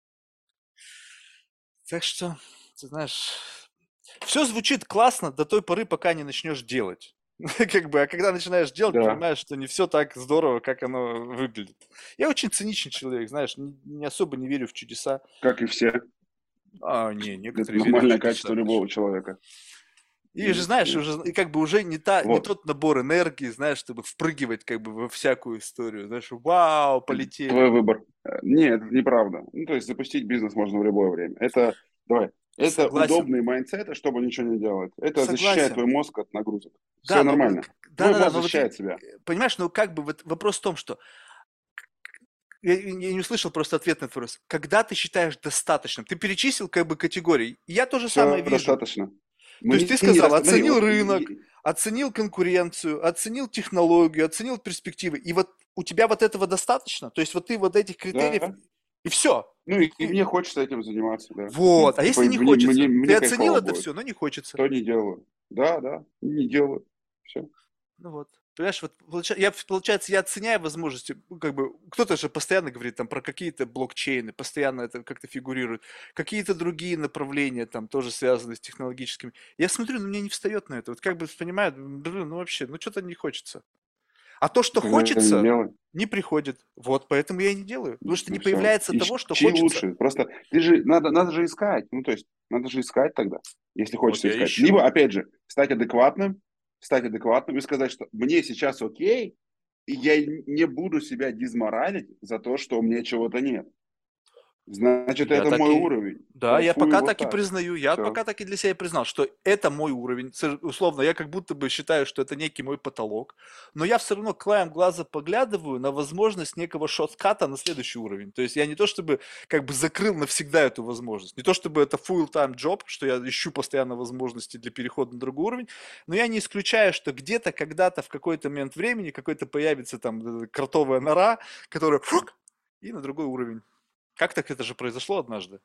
Так что, ты знаешь, все звучит классно до той поры, пока не начнешь делать. Как бы, а когда начинаешь делать, Да, понимаешь, что не все так здорово, как оно выглядит. Я очень циничный человек, знаешь, не особо не верю в чудеса. как и все. Не, Это некоторые верят в нормальное качество чудеса, ты любого чё. человека. И же, Нет, знаешь, нет. уже, и как бы уже не Вот. тот набор энергии, знаешь, чтобы впрыгивать как бы во всякую историю. Знаешь, вау, полетели. Твой выбор. Нет, это неправда. Ну, то есть запустить бизнес можно в любое время. Это, давай, это Согласен, удобный майндсет, чтобы ничего не делать. Это защищает твой согласен. мозг от нагрузок. Все Да, но нормально. Твой да-да-да, мозг но вот защищает себя. понимаешь, ну как бы вот вопрос в том, что я не услышал просто ответ на этот вопрос. Когда ты считаешь достаточным? Ты перечислил как бы категории. И я то же самое Все вижу. достаточно. То есть Мне ты сказал, недостаточно. Смотри, оценил вот рынок, оценил конкуренцию, оценил технологию, оценил перспективы. И вот у тебя вот этого достаточно? То есть вот ты вот этих критериев, да, И все. Ну, и мне хочется этим заниматься, да. Ну, Вот. А типа, если не мне, мне, хочется? Ты мне оценил кайфово это будет. все, но не хочется. То не делаю. Да, да, не делаю. Все. Ну вот. Понимаешь, вот получается, я оценяю возможности, как бы, кто-то же постоянно говорит там про какие-то блокчейны, постоянно это как-то фигурирует, какие-то другие направления там тоже связаны с технологическими. Я смотрю, ну мне не встает на это. Вот как бы понимаю, блин, ну вообще, ну что-то не хочется. А то, что Тогда не хочется, делай. не приходит. Вот, поэтому я и не делаю. Потому что Ну не все. появляется того, что Ищи хочется. лучше. Просто ты же, надо же искать. Ну, то есть, надо же искать тогда, если Вот хочется я искать. ищу. Либо, опять же, стать адекватным и сказать, что мне сейчас окей, и я не буду себя дизморалить за то, что у меня чего-то нет. Значит, Я это так мой и... уровень. Да, я Кайфую пока вот так и так. признаю, я Все. пока так и для себя признал, что это мой уровень. Условно, я как будто бы считаю, что это некий мой потолок, но я все равно краем глаза поглядываю на возможность некого шортката на следующий уровень. То есть я не то чтобы как бы закрыл навсегда эту возможность, не то чтобы это full-time job, что я ищу постоянно возможности для перехода на другой уровень, но я не исключаю, что где-то, когда-то, в какой-то момент времени какой-то появится там кротовая нора, которая и на другой уровень. Как так это же произошло однажды?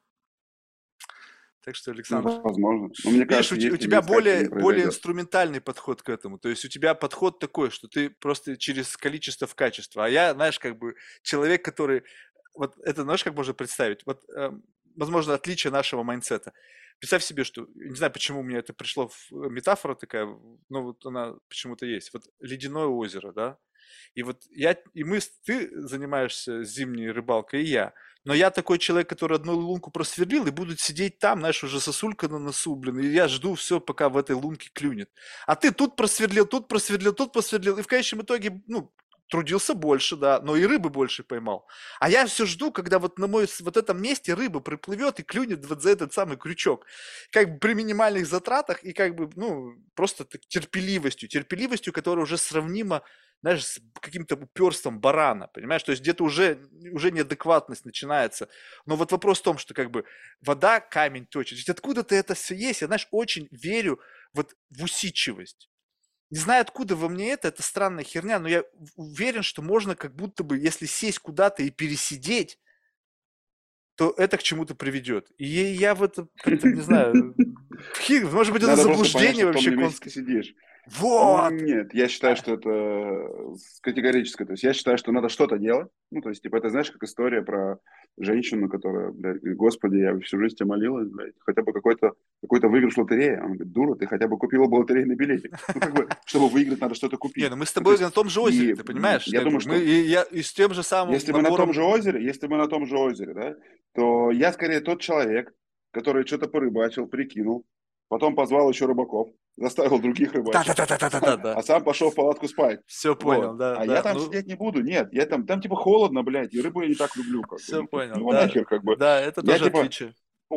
Так что, Ну, Александр, возможно. Но мне видишь, кажется, у если не тебя искать, то не более произойдет. инструментальный подход к этому. То есть у тебя подход такой, что ты просто через количество в качество. А я, знаешь, как бы человек, который... Вот это, знаешь, как можно представить? Вот, возможно, отличие нашего майндсета. Представь себе, что... Не знаю, почему мне это пришло в метафора такая, но вот она почему-то есть. Вот ледяное озеро, да? И вот ты занимаешься зимней рыбалкой, и я. Но я такой человек, который одну лунку просверлил и буду сидеть там, знаешь, уже сосулька на носу, блин, и я жду все, пока в этой лунке клюнет. А ты тут просверлил, тут просверлил, тут просверлил, и в конечном итоге, ну, трудился больше, да, но и рыбы больше поймал. А я все жду, когда вот на вот этом месте рыба приплывет и клюнет вот за этот самый крючок. Как бы при минимальных затратах и как бы, ну, просто терпеливостью, которая уже сравнима, знаешь, с каким-то уперством барана, понимаешь? То есть где-то уже неадекватность начинается. Но вот вопрос в том, что как бы вода камень точит. Ведь откуда-то это все есть. Я, знаешь, очень верю вот в усидчивость. Не знаю, откуда во мне это странная херня, но я уверен, что можно как будто бы, если сесть куда-то и пересидеть, то это к чему-то приведет. И я в это как-то, не знаю, может быть, это Надо просто понять, заблуждение что в том вообще ли месте ты конское. сидишь. Вот! Нет, я считаю, А, что это категорическое. То есть я считаю, что надо что-то делать. Ну, то есть, типа, это знаешь, как история про женщину, которая, блядь, говорит, Господи, я всю жизнь тебя молилась, блядь, хотя бы какой-то выигрыш в лотерее. Она говорит, дура, ты хотя бы купила бы лотерейный билетик. Ну, как бы, чтобы выиграть, надо что-то Не, купить. ну мы с Ну, то тобой есть, на том же озере, и ты понимаешь? я Как думаю, бы мы что и с тем же самым набором. если мы на том же озере, да, то я скорее тот человек, который что-то порыбачил, прикинул, потом позвал еще рыбаков, заставил других рыбачить, Да-да-да-да-да-да. а сам пошел в палатку спать. Все понял, Вот. да, А я да. там Ну, сидеть не буду, нет. Я там типа холодно, блядь, и рыбу я не так люблю, как бы. все понял, Ну да. нахер, как бы. Да, это Я тоже типа отличие.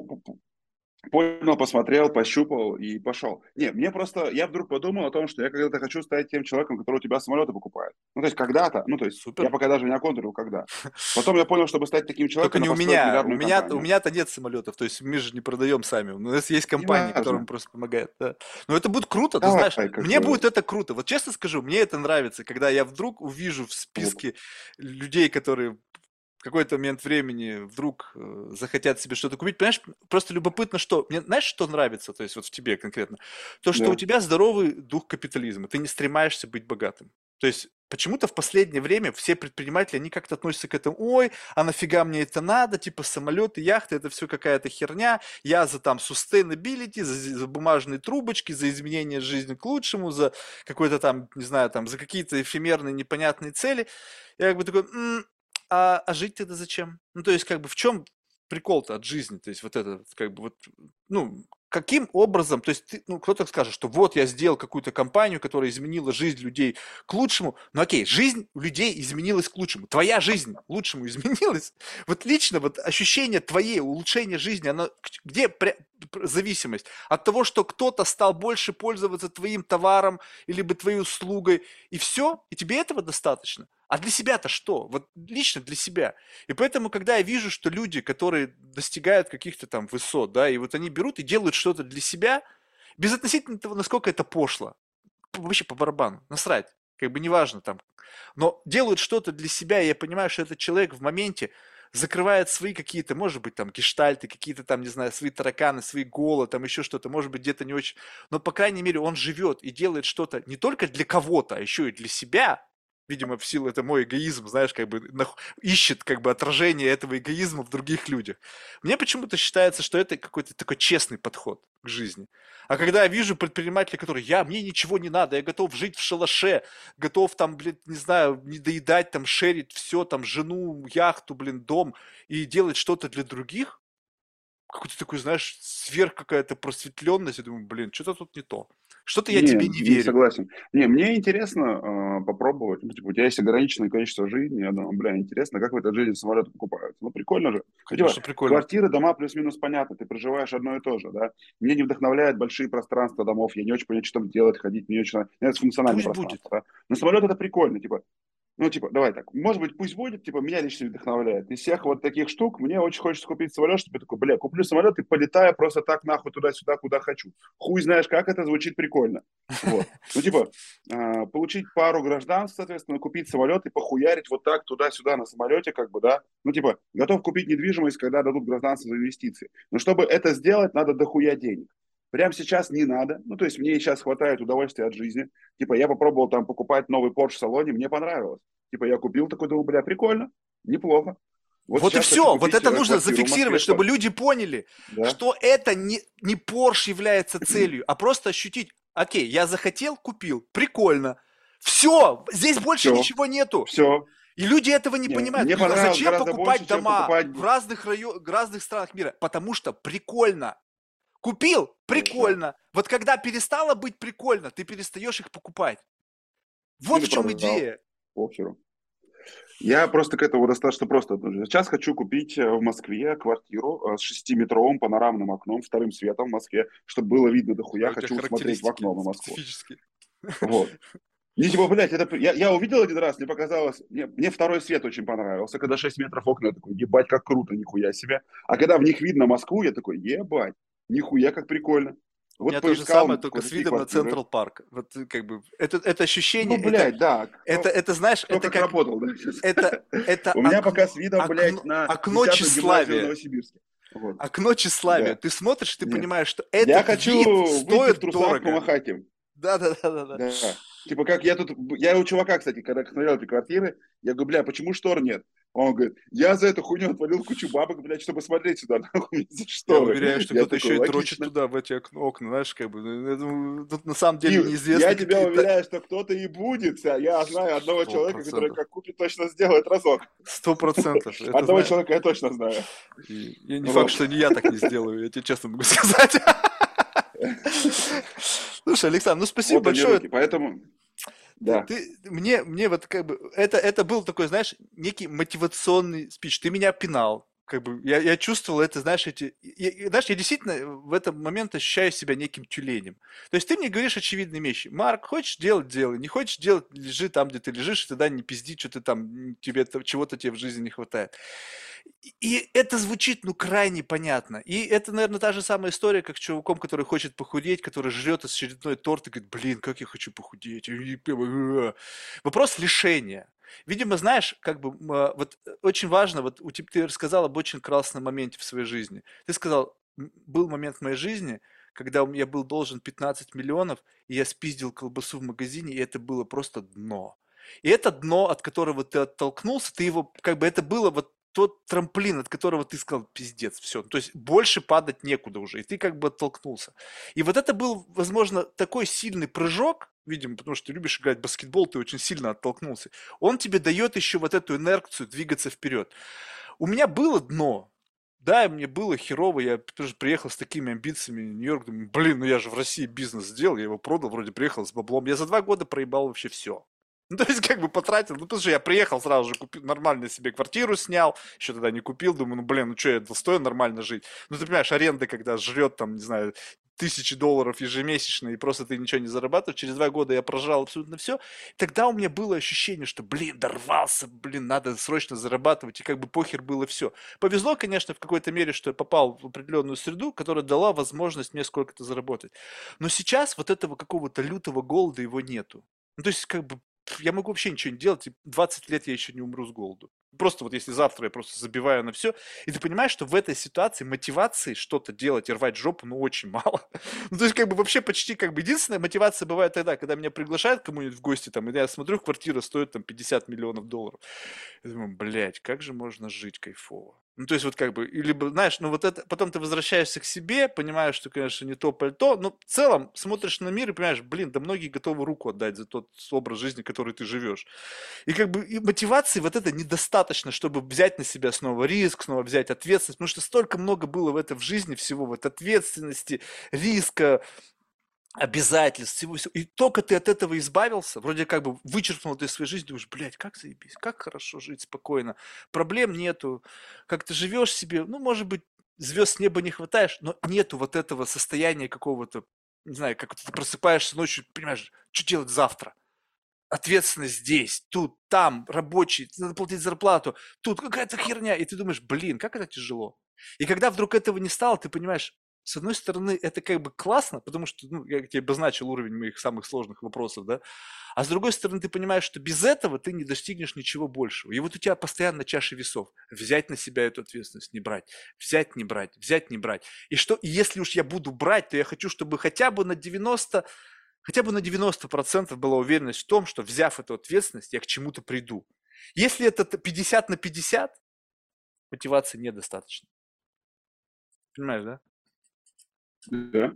понял, посмотрел, пощупал и пошел. Не, мне просто, я вдруг подумал о том, что я когда-то хочу стать тем человеком, который у тебя самолеты покупает. Ну, то есть когда-то, ну, то есть я Супер. пока даже не оконтрил, когда. Потом я понял, чтобы стать таким Только человеком, не надо у построить меня. У миллиардную меня, у компанию. меня-то нет самолетов. То есть мы же не продаем сами. У нас есть компании, которым Неважно. просто помогают. Да. Но это будет круто, ты знаешь. Давай, как Мне будет бы, это круто. Вот честно скажу, мне это нравится, когда я вдруг увижу в списке людей, которые в какой-то момент времени вдруг захотят себе что-то купить. Понимаешь, просто любопытно, что... Мне знаешь, что нравится, то есть вот в тебе конкретно? То, что у да. тебя здоровый дух капитализма. Ты не стремаешься быть богатым. То есть почему-то в последнее время все предприниматели, они как-то относятся к этому, ой, а нафига мне это надо, типа самолеты, яхты, это все какая-то херня, я за там sustainability, за бумажные трубочки, за изменение жизни к лучшему, за какой-то там, не знаю, там, за какие-то эфемерные непонятные цели. Я как бы такой, а жить тогда зачем? Ну, то есть, как бы, в чем прикол-то от жизни? То есть, вот это, как бы, вот, ну, каким образом, то есть, ты, ну, кто-то скажет, что вот я сделал какую-то компанию, которая изменила жизнь людей к лучшему. Ну, окей, жизнь людей изменилась к лучшему. Твоя жизнь к лучшему изменилась. Вот лично вот ощущение твоей, улучшение жизни, оно где зависимость? От того, что кто-то стал больше пользоваться твоим товаром или бы твоей услугой, и все, и тебе этого достаточно. А для себя-то что? Вот лично для себя. И поэтому, когда я вижу, что люди, которые достигают каких-то там высот, да, и вот они берут и делают что-то для себя, без относительно того, насколько это пошло, вообще по барабану, насрать, как бы неважно там, но делают что-то для себя, и я понимаю, что этот человек в моменте, закрывает свои какие-то, может быть, там, гештальты, какие-то там, не знаю, свои тараканы, свои голы, там еще что-то, может быть, где-то не очень, но, по крайней мере, он живет и делает что-то не только для кого-то, а еще и для себя, видимо, в силу, это мой эгоизм, знаешь, как бы ищет как бы отражение этого эгоизма в других людях. Мне почему-то считается, что это какой-то такой честный подход к жизни. А когда я вижу предпринимателя, который, мне ничего не надо, я готов жить в шалаше, готов там, блин, не знаю, не доедать, там, шерить все, там, жену, яхту, блин, дом, и делать что-то для других, какой-то такой, знаешь, сверх какая-то просветленность, я думаю, блин, что-то тут не то. Что-то я Не, тебе не не верю. согласен. Не, мне интересно попробовать. Ну, типа, у тебя есть ограниченное количество жизни. Я думаю, бля, интересно, как в этой жизни самолеты покупаются. Ну, прикольно же. Ну, типа, Конечно, прикольно. квартиры, дома плюс-минус понятно. Ты проживаешь одно и то же, да. Мне не вдохновляют большие пространства домов. Я не очень понимаю, что там делать, ходить. Мне очень нравится функциональное Пусть будет. пространство, да. Но самолет это прикольно. Типа, ну, типа, давай так, может быть, пусть будет, типа, меня лично вдохновляет. Из всех вот таких штук мне очень хочется купить самолет, чтобы я такой, бля, куплю самолет и полетаю просто так нахуй туда-сюда, куда хочу. Хуй знаешь, как это звучит прикольно. Вот. Ну, типа, получить пару гражданств, соответственно, купить самолет и похуярить вот так туда-сюда на самолете, как бы, да. Ну, типа, готов купить недвижимость, когда дадут гражданство за инвестиции. Но чтобы это сделать, надо дохуя денег. Прямо сейчас не надо. Ну, то есть мне сейчас хватает удовольствия от жизни. Типа, я попробовал там покупать новый Porsche в салоне, мне понравилось. Типа, я купил такой, думаю, бля, прикольно, неплохо. Вот Вот и сейчас хочу все. Вот купить это нужно квартиру в Москве зафиксировать, чтобы скоро. люди поняли, Да, что это не Porsche является целью, а просто ощутить, окей, я захотел, купил, прикольно. Все, здесь больше все, ничего нету. все. И люди этого не Не, понимают. мне Говорят, а понравилось зачем гораздо больше, покупать чем дома покупать... в разных странах мира? Потому что прикольно. Купил? Да, Прикольно. Вот когда перестало быть прикольно, ты перестаешь их покупать. Вот или в чем продал, идея. похеру. Я просто к этому достаточно просто отношусь. Сейчас хочу купить в Москве квартиру с шестиметровым панорамным окном, вторым светом в Москве, чтобы было видно дохуя. У тебя Хочу смотреть в характеристики окно на Москву. специфические. Вот. Не, типа, блядь, я увидел один раз, мне показалось, мне второй свет очень понравился, когда 6 метров окна, я такой, ебать, как круто, нихуя себе. А когда в них видно Москву, я такой, ебать, нихуя, как прикольно. У Вот меня то же самое, поискал только с кое-какие видом на квартиры. Централ Парк. Вот как бы это Ну, ощущение, блядь, да, это знаешь, кто как работал, да. это У меня пока с видом, блядь, на окно 10-ю гимназию в тщеславия. Новосибирске. Вот, Окно тщеславия. да, Ты смотришь, ты нет. понимаешь, что Я этот вид хочу выйти в стоит трусах, дорого. помахать им. Да, да, да, да, да. Да. Типа, как я тут... Я у чувака, кстати, когда смотрел эти квартиры, я говорю, бля, почему штор нет? Он говорит, я за эту хуйню отвалил кучу бабок, блядь, чтобы смотреть сюда, нахуй, за Я шторы. уверяю, что Я кто-то такой, еще и дрочит логично. туда, в эти окна, знаешь, как бы. Я думаю, тут на самом деле И неизвестно я тебя какие-то... уверяю, что кто-то и будет. Я знаю одного Сто человека, который процентов. как купит, точно сделает разок. 100%. Это Одного знаю. человека я точно знаю. И не факт, Вот. что не я так не сделаю, я тебе честно могу сказать. Слушай, Александр, ну спасибо Вот они большое. руки. Поэтому, да. Мне вот как бы, это был такой, знаешь, некий мотивационный спич. Ты меня пинал. Как бы я чувствовал это, знаешь, знаешь, я действительно в этот момент ощущаю себя неким тюленем. То есть ты мне говоришь очевидные вещи. Марк, хочешь делать, делай. Не хочешь делать, лежи там, где ты лежишь, и тогда не пизди, что ты там, чего-то тебе в жизни не хватает. И это звучит, ну, крайне понятно. И это, наверное, та же самая история, как с чуваком, который хочет похудеть, который жрет очередной торт и говорит, блин, как я хочу похудеть. Вопрос лишения. Видимо, знаешь, как бы, вот очень важно, вот ты рассказал об очень красном моменте в своей жизни. Ты сказал, был момент в моей жизни, когда я был должен 15 миллионов, и я спиздил колбасу в магазине, и это было просто дно. И это дно, от которого ты оттолкнулся, ты его, как бы это было вот тот трамплин, от которого ты сказал, пиздец, все. То есть больше падать некуда уже, и ты как бы оттолкнулся. И вот это был, возможно, такой сильный прыжок, видимо, потому что ты любишь играть в баскетбол, ты очень сильно оттолкнулся. Он тебе дает еще вот эту инерцию двигаться вперед. У меня было дно, да, мне было херово, я тоже приехал с такими амбициями в Нью-Йорк, думаю, блин, ну я же в России бизнес сделал, я его продал, вроде приехал с баблом. Я за 2 года проебал вообще все. Ну, то есть, как бы потратил, ну, потому что я приехал сразу же, купил, нормально себе квартиру снял, еще тогда не купил, думаю, ну, блин, ну, что, я достоин нормально жить. Ну, ты понимаешь, аренда, когда жрет, там, не знаю, $1000 ежемесячно, и просто ты ничего не зарабатываешь, через 2 года я прожал абсолютно все, тогда у меня было ощущение, что, блин, дорвался, блин, надо срочно зарабатывать, и как бы похер было все. Повезло, конечно, в какой-то мере, что я попал в определенную среду, которая дала возможность мне сколько-то заработать. Но сейчас вот этого какого-то лютого голода его нету. Ну, то есть, как бы, я могу вообще ничего не делать, и 20 лет я еще не умру с голоду. Просто вот если завтра я просто забиваю на все, и ты понимаешь, что в этой ситуации мотивации что-то делать и рвать жопу, ну, очень мало. Ну, то есть, как бы вообще почти, как бы, единственная мотивация бывает тогда, когда меня приглашают кому-нибудь в гости, там, и я смотрю, квартира стоит там 50 миллионов долларов. Я думаю, блядь, как же можно жить кайфово? Ну, то есть вот как бы, и либо, знаешь, ну вот это, потом ты возвращаешься к себе, понимаешь, что, конечно, не то пальто, но в целом смотришь на мир и понимаешь, блин, да многие готовы руку отдать за тот образ жизни, который ты живешь. И как бы и мотивации вот это недостаточно, чтобы взять на себя снова риск, снова взять ответственность, потому что столько много было в этом в жизни всего, вот ответственности, риска, обязательств, всего. И только ты от этого избавился, вроде как бы вычеркнул это из своей жизни, думаешь, блядь, как заебись, как хорошо жить спокойно, проблем нету, как ты живешь себе, ну, может быть, звезд с неба не хватаешь, но нету вот этого состояния какого-то, не знаю, как ты просыпаешься ночью, понимаешь, что делать завтра? Ответственность здесь, тут, там, рабочий, надо платить зарплату, тут какая-то херня, и ты думаешь, блин, как это тяжело. И когда вдруг этого не стало, ты понимаешь, с одной стороны, это как бы классно, потому что, ну, я тебе обозначил уровень моих самых сложных вопросов, да, а с другой стороны, ты понимаешь, что без этого ты не достигнешь ничего большего. И вот у тебя постоянно чаша весов. Взять на себя эту ответственность, не брать. Взять, не брать. Взять, не брать. И что, и если уж я буду брать, то я хочу, чтобы хотя бы на 90% была уверенность в том, что взяв эту ответственность, я к чему-то приду. Если это 50 на 50, мотивации недостаточно. Понимаешь, да? Да.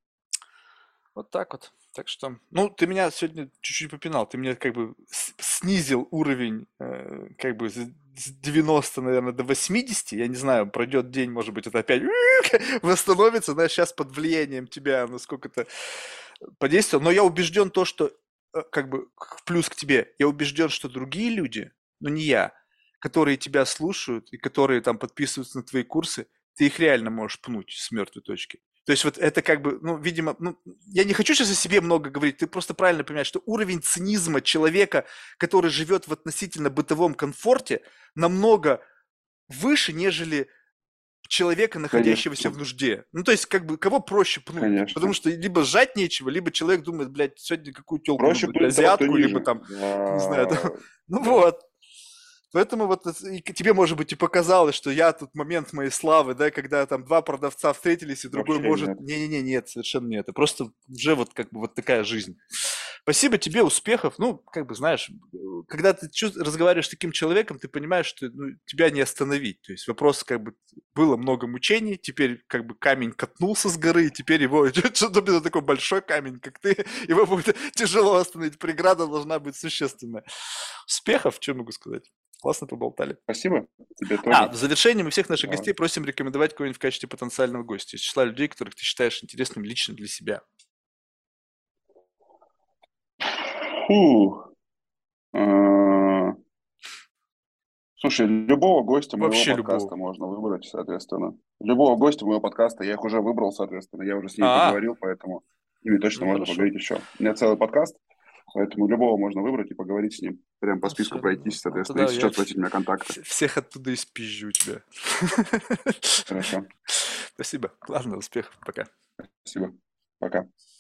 Вот так вот. Так что, ну, ты меня сегодня чуть-чуть попинал, ты мне как бы снизил уровень как бы с 90, наверное, до 80, я не знаю, пройдет день, может быть, это опять восстановится, знаешь, сейчас под влиянием тебя, насколько-то подействовал, но я убежден то, что как бы в плюс к тебе, я убежден, что другие люди, но не я, которые тебя слушают и которые там подписываются на твои курсы, ты их реально можешь пнуть с мертвой точки. То есть вот это как бы, ну, видимо, ну, я не хочу сейчас о себе много говорить, ты просто правильно понимаешь, что уровень цинизма человека, который живет в относительно бытовом комфорте, намного выше, нежели человека, находящегося в Конечно, нужде. Ну, то есть, как бы, кого проще пнуть? Потому конечно. что либо сжать нечего, либо человек думает, блядь, сегодня какую телку Проще выбрать, пнуть того, кто азиатку, либо ниже. там, не знаю, там, ну Да. вот. Поэтому вот и тебе, может быть, и показалось, что я тут момент моей славы, да, когда там два продавца встретились, и другой Вообще может... нет. Не-не-не, нет, совершенно нет. Это просто уже вот как бы вот такая жизнь. Спасибо тебе, успехов. Ну, как бы, знаешь, когда ты разговариваешь с таким человеком, ты понимаешь, что ну, тебя не остановить. То есть вопрос как бы было много мучений, теперь как бы камень катнулся с горы, и теперь его, что-то такой большой камень, как ты, его будет тяжело остановить. Преграда должна быть существенная. Успехов, что могу сказать? Классно поболтали. Спасибо. Тебе А, тоже. в завершении мы всех наших Давай. гостей просим рекомендовать кого-нибудь в качестве потенциального гостя из числа людей, которых ты считаешь интересным лично для себя. Фу. Э, Слушай, любого гостя моего Вообще любого. подкаста можно выбрать, соответственно. Любого гостя моего подкаста, я их уже выбрал, соответственно. Я уже с ними А, поговорил, поэтому с ними точно ну можно хорошо. поговорить еще. У меня целый подкаст, поэтому любого можно выбрать и поговорить с ним. Прям по Ну списку все, пройтись, ну соответственно. тогда Если я что, спросить у меня контакты. всех оттуда и спизжу тебя. Хорошо. Спасибо. Ладно, успехов. Пока. Спасибо. Пока.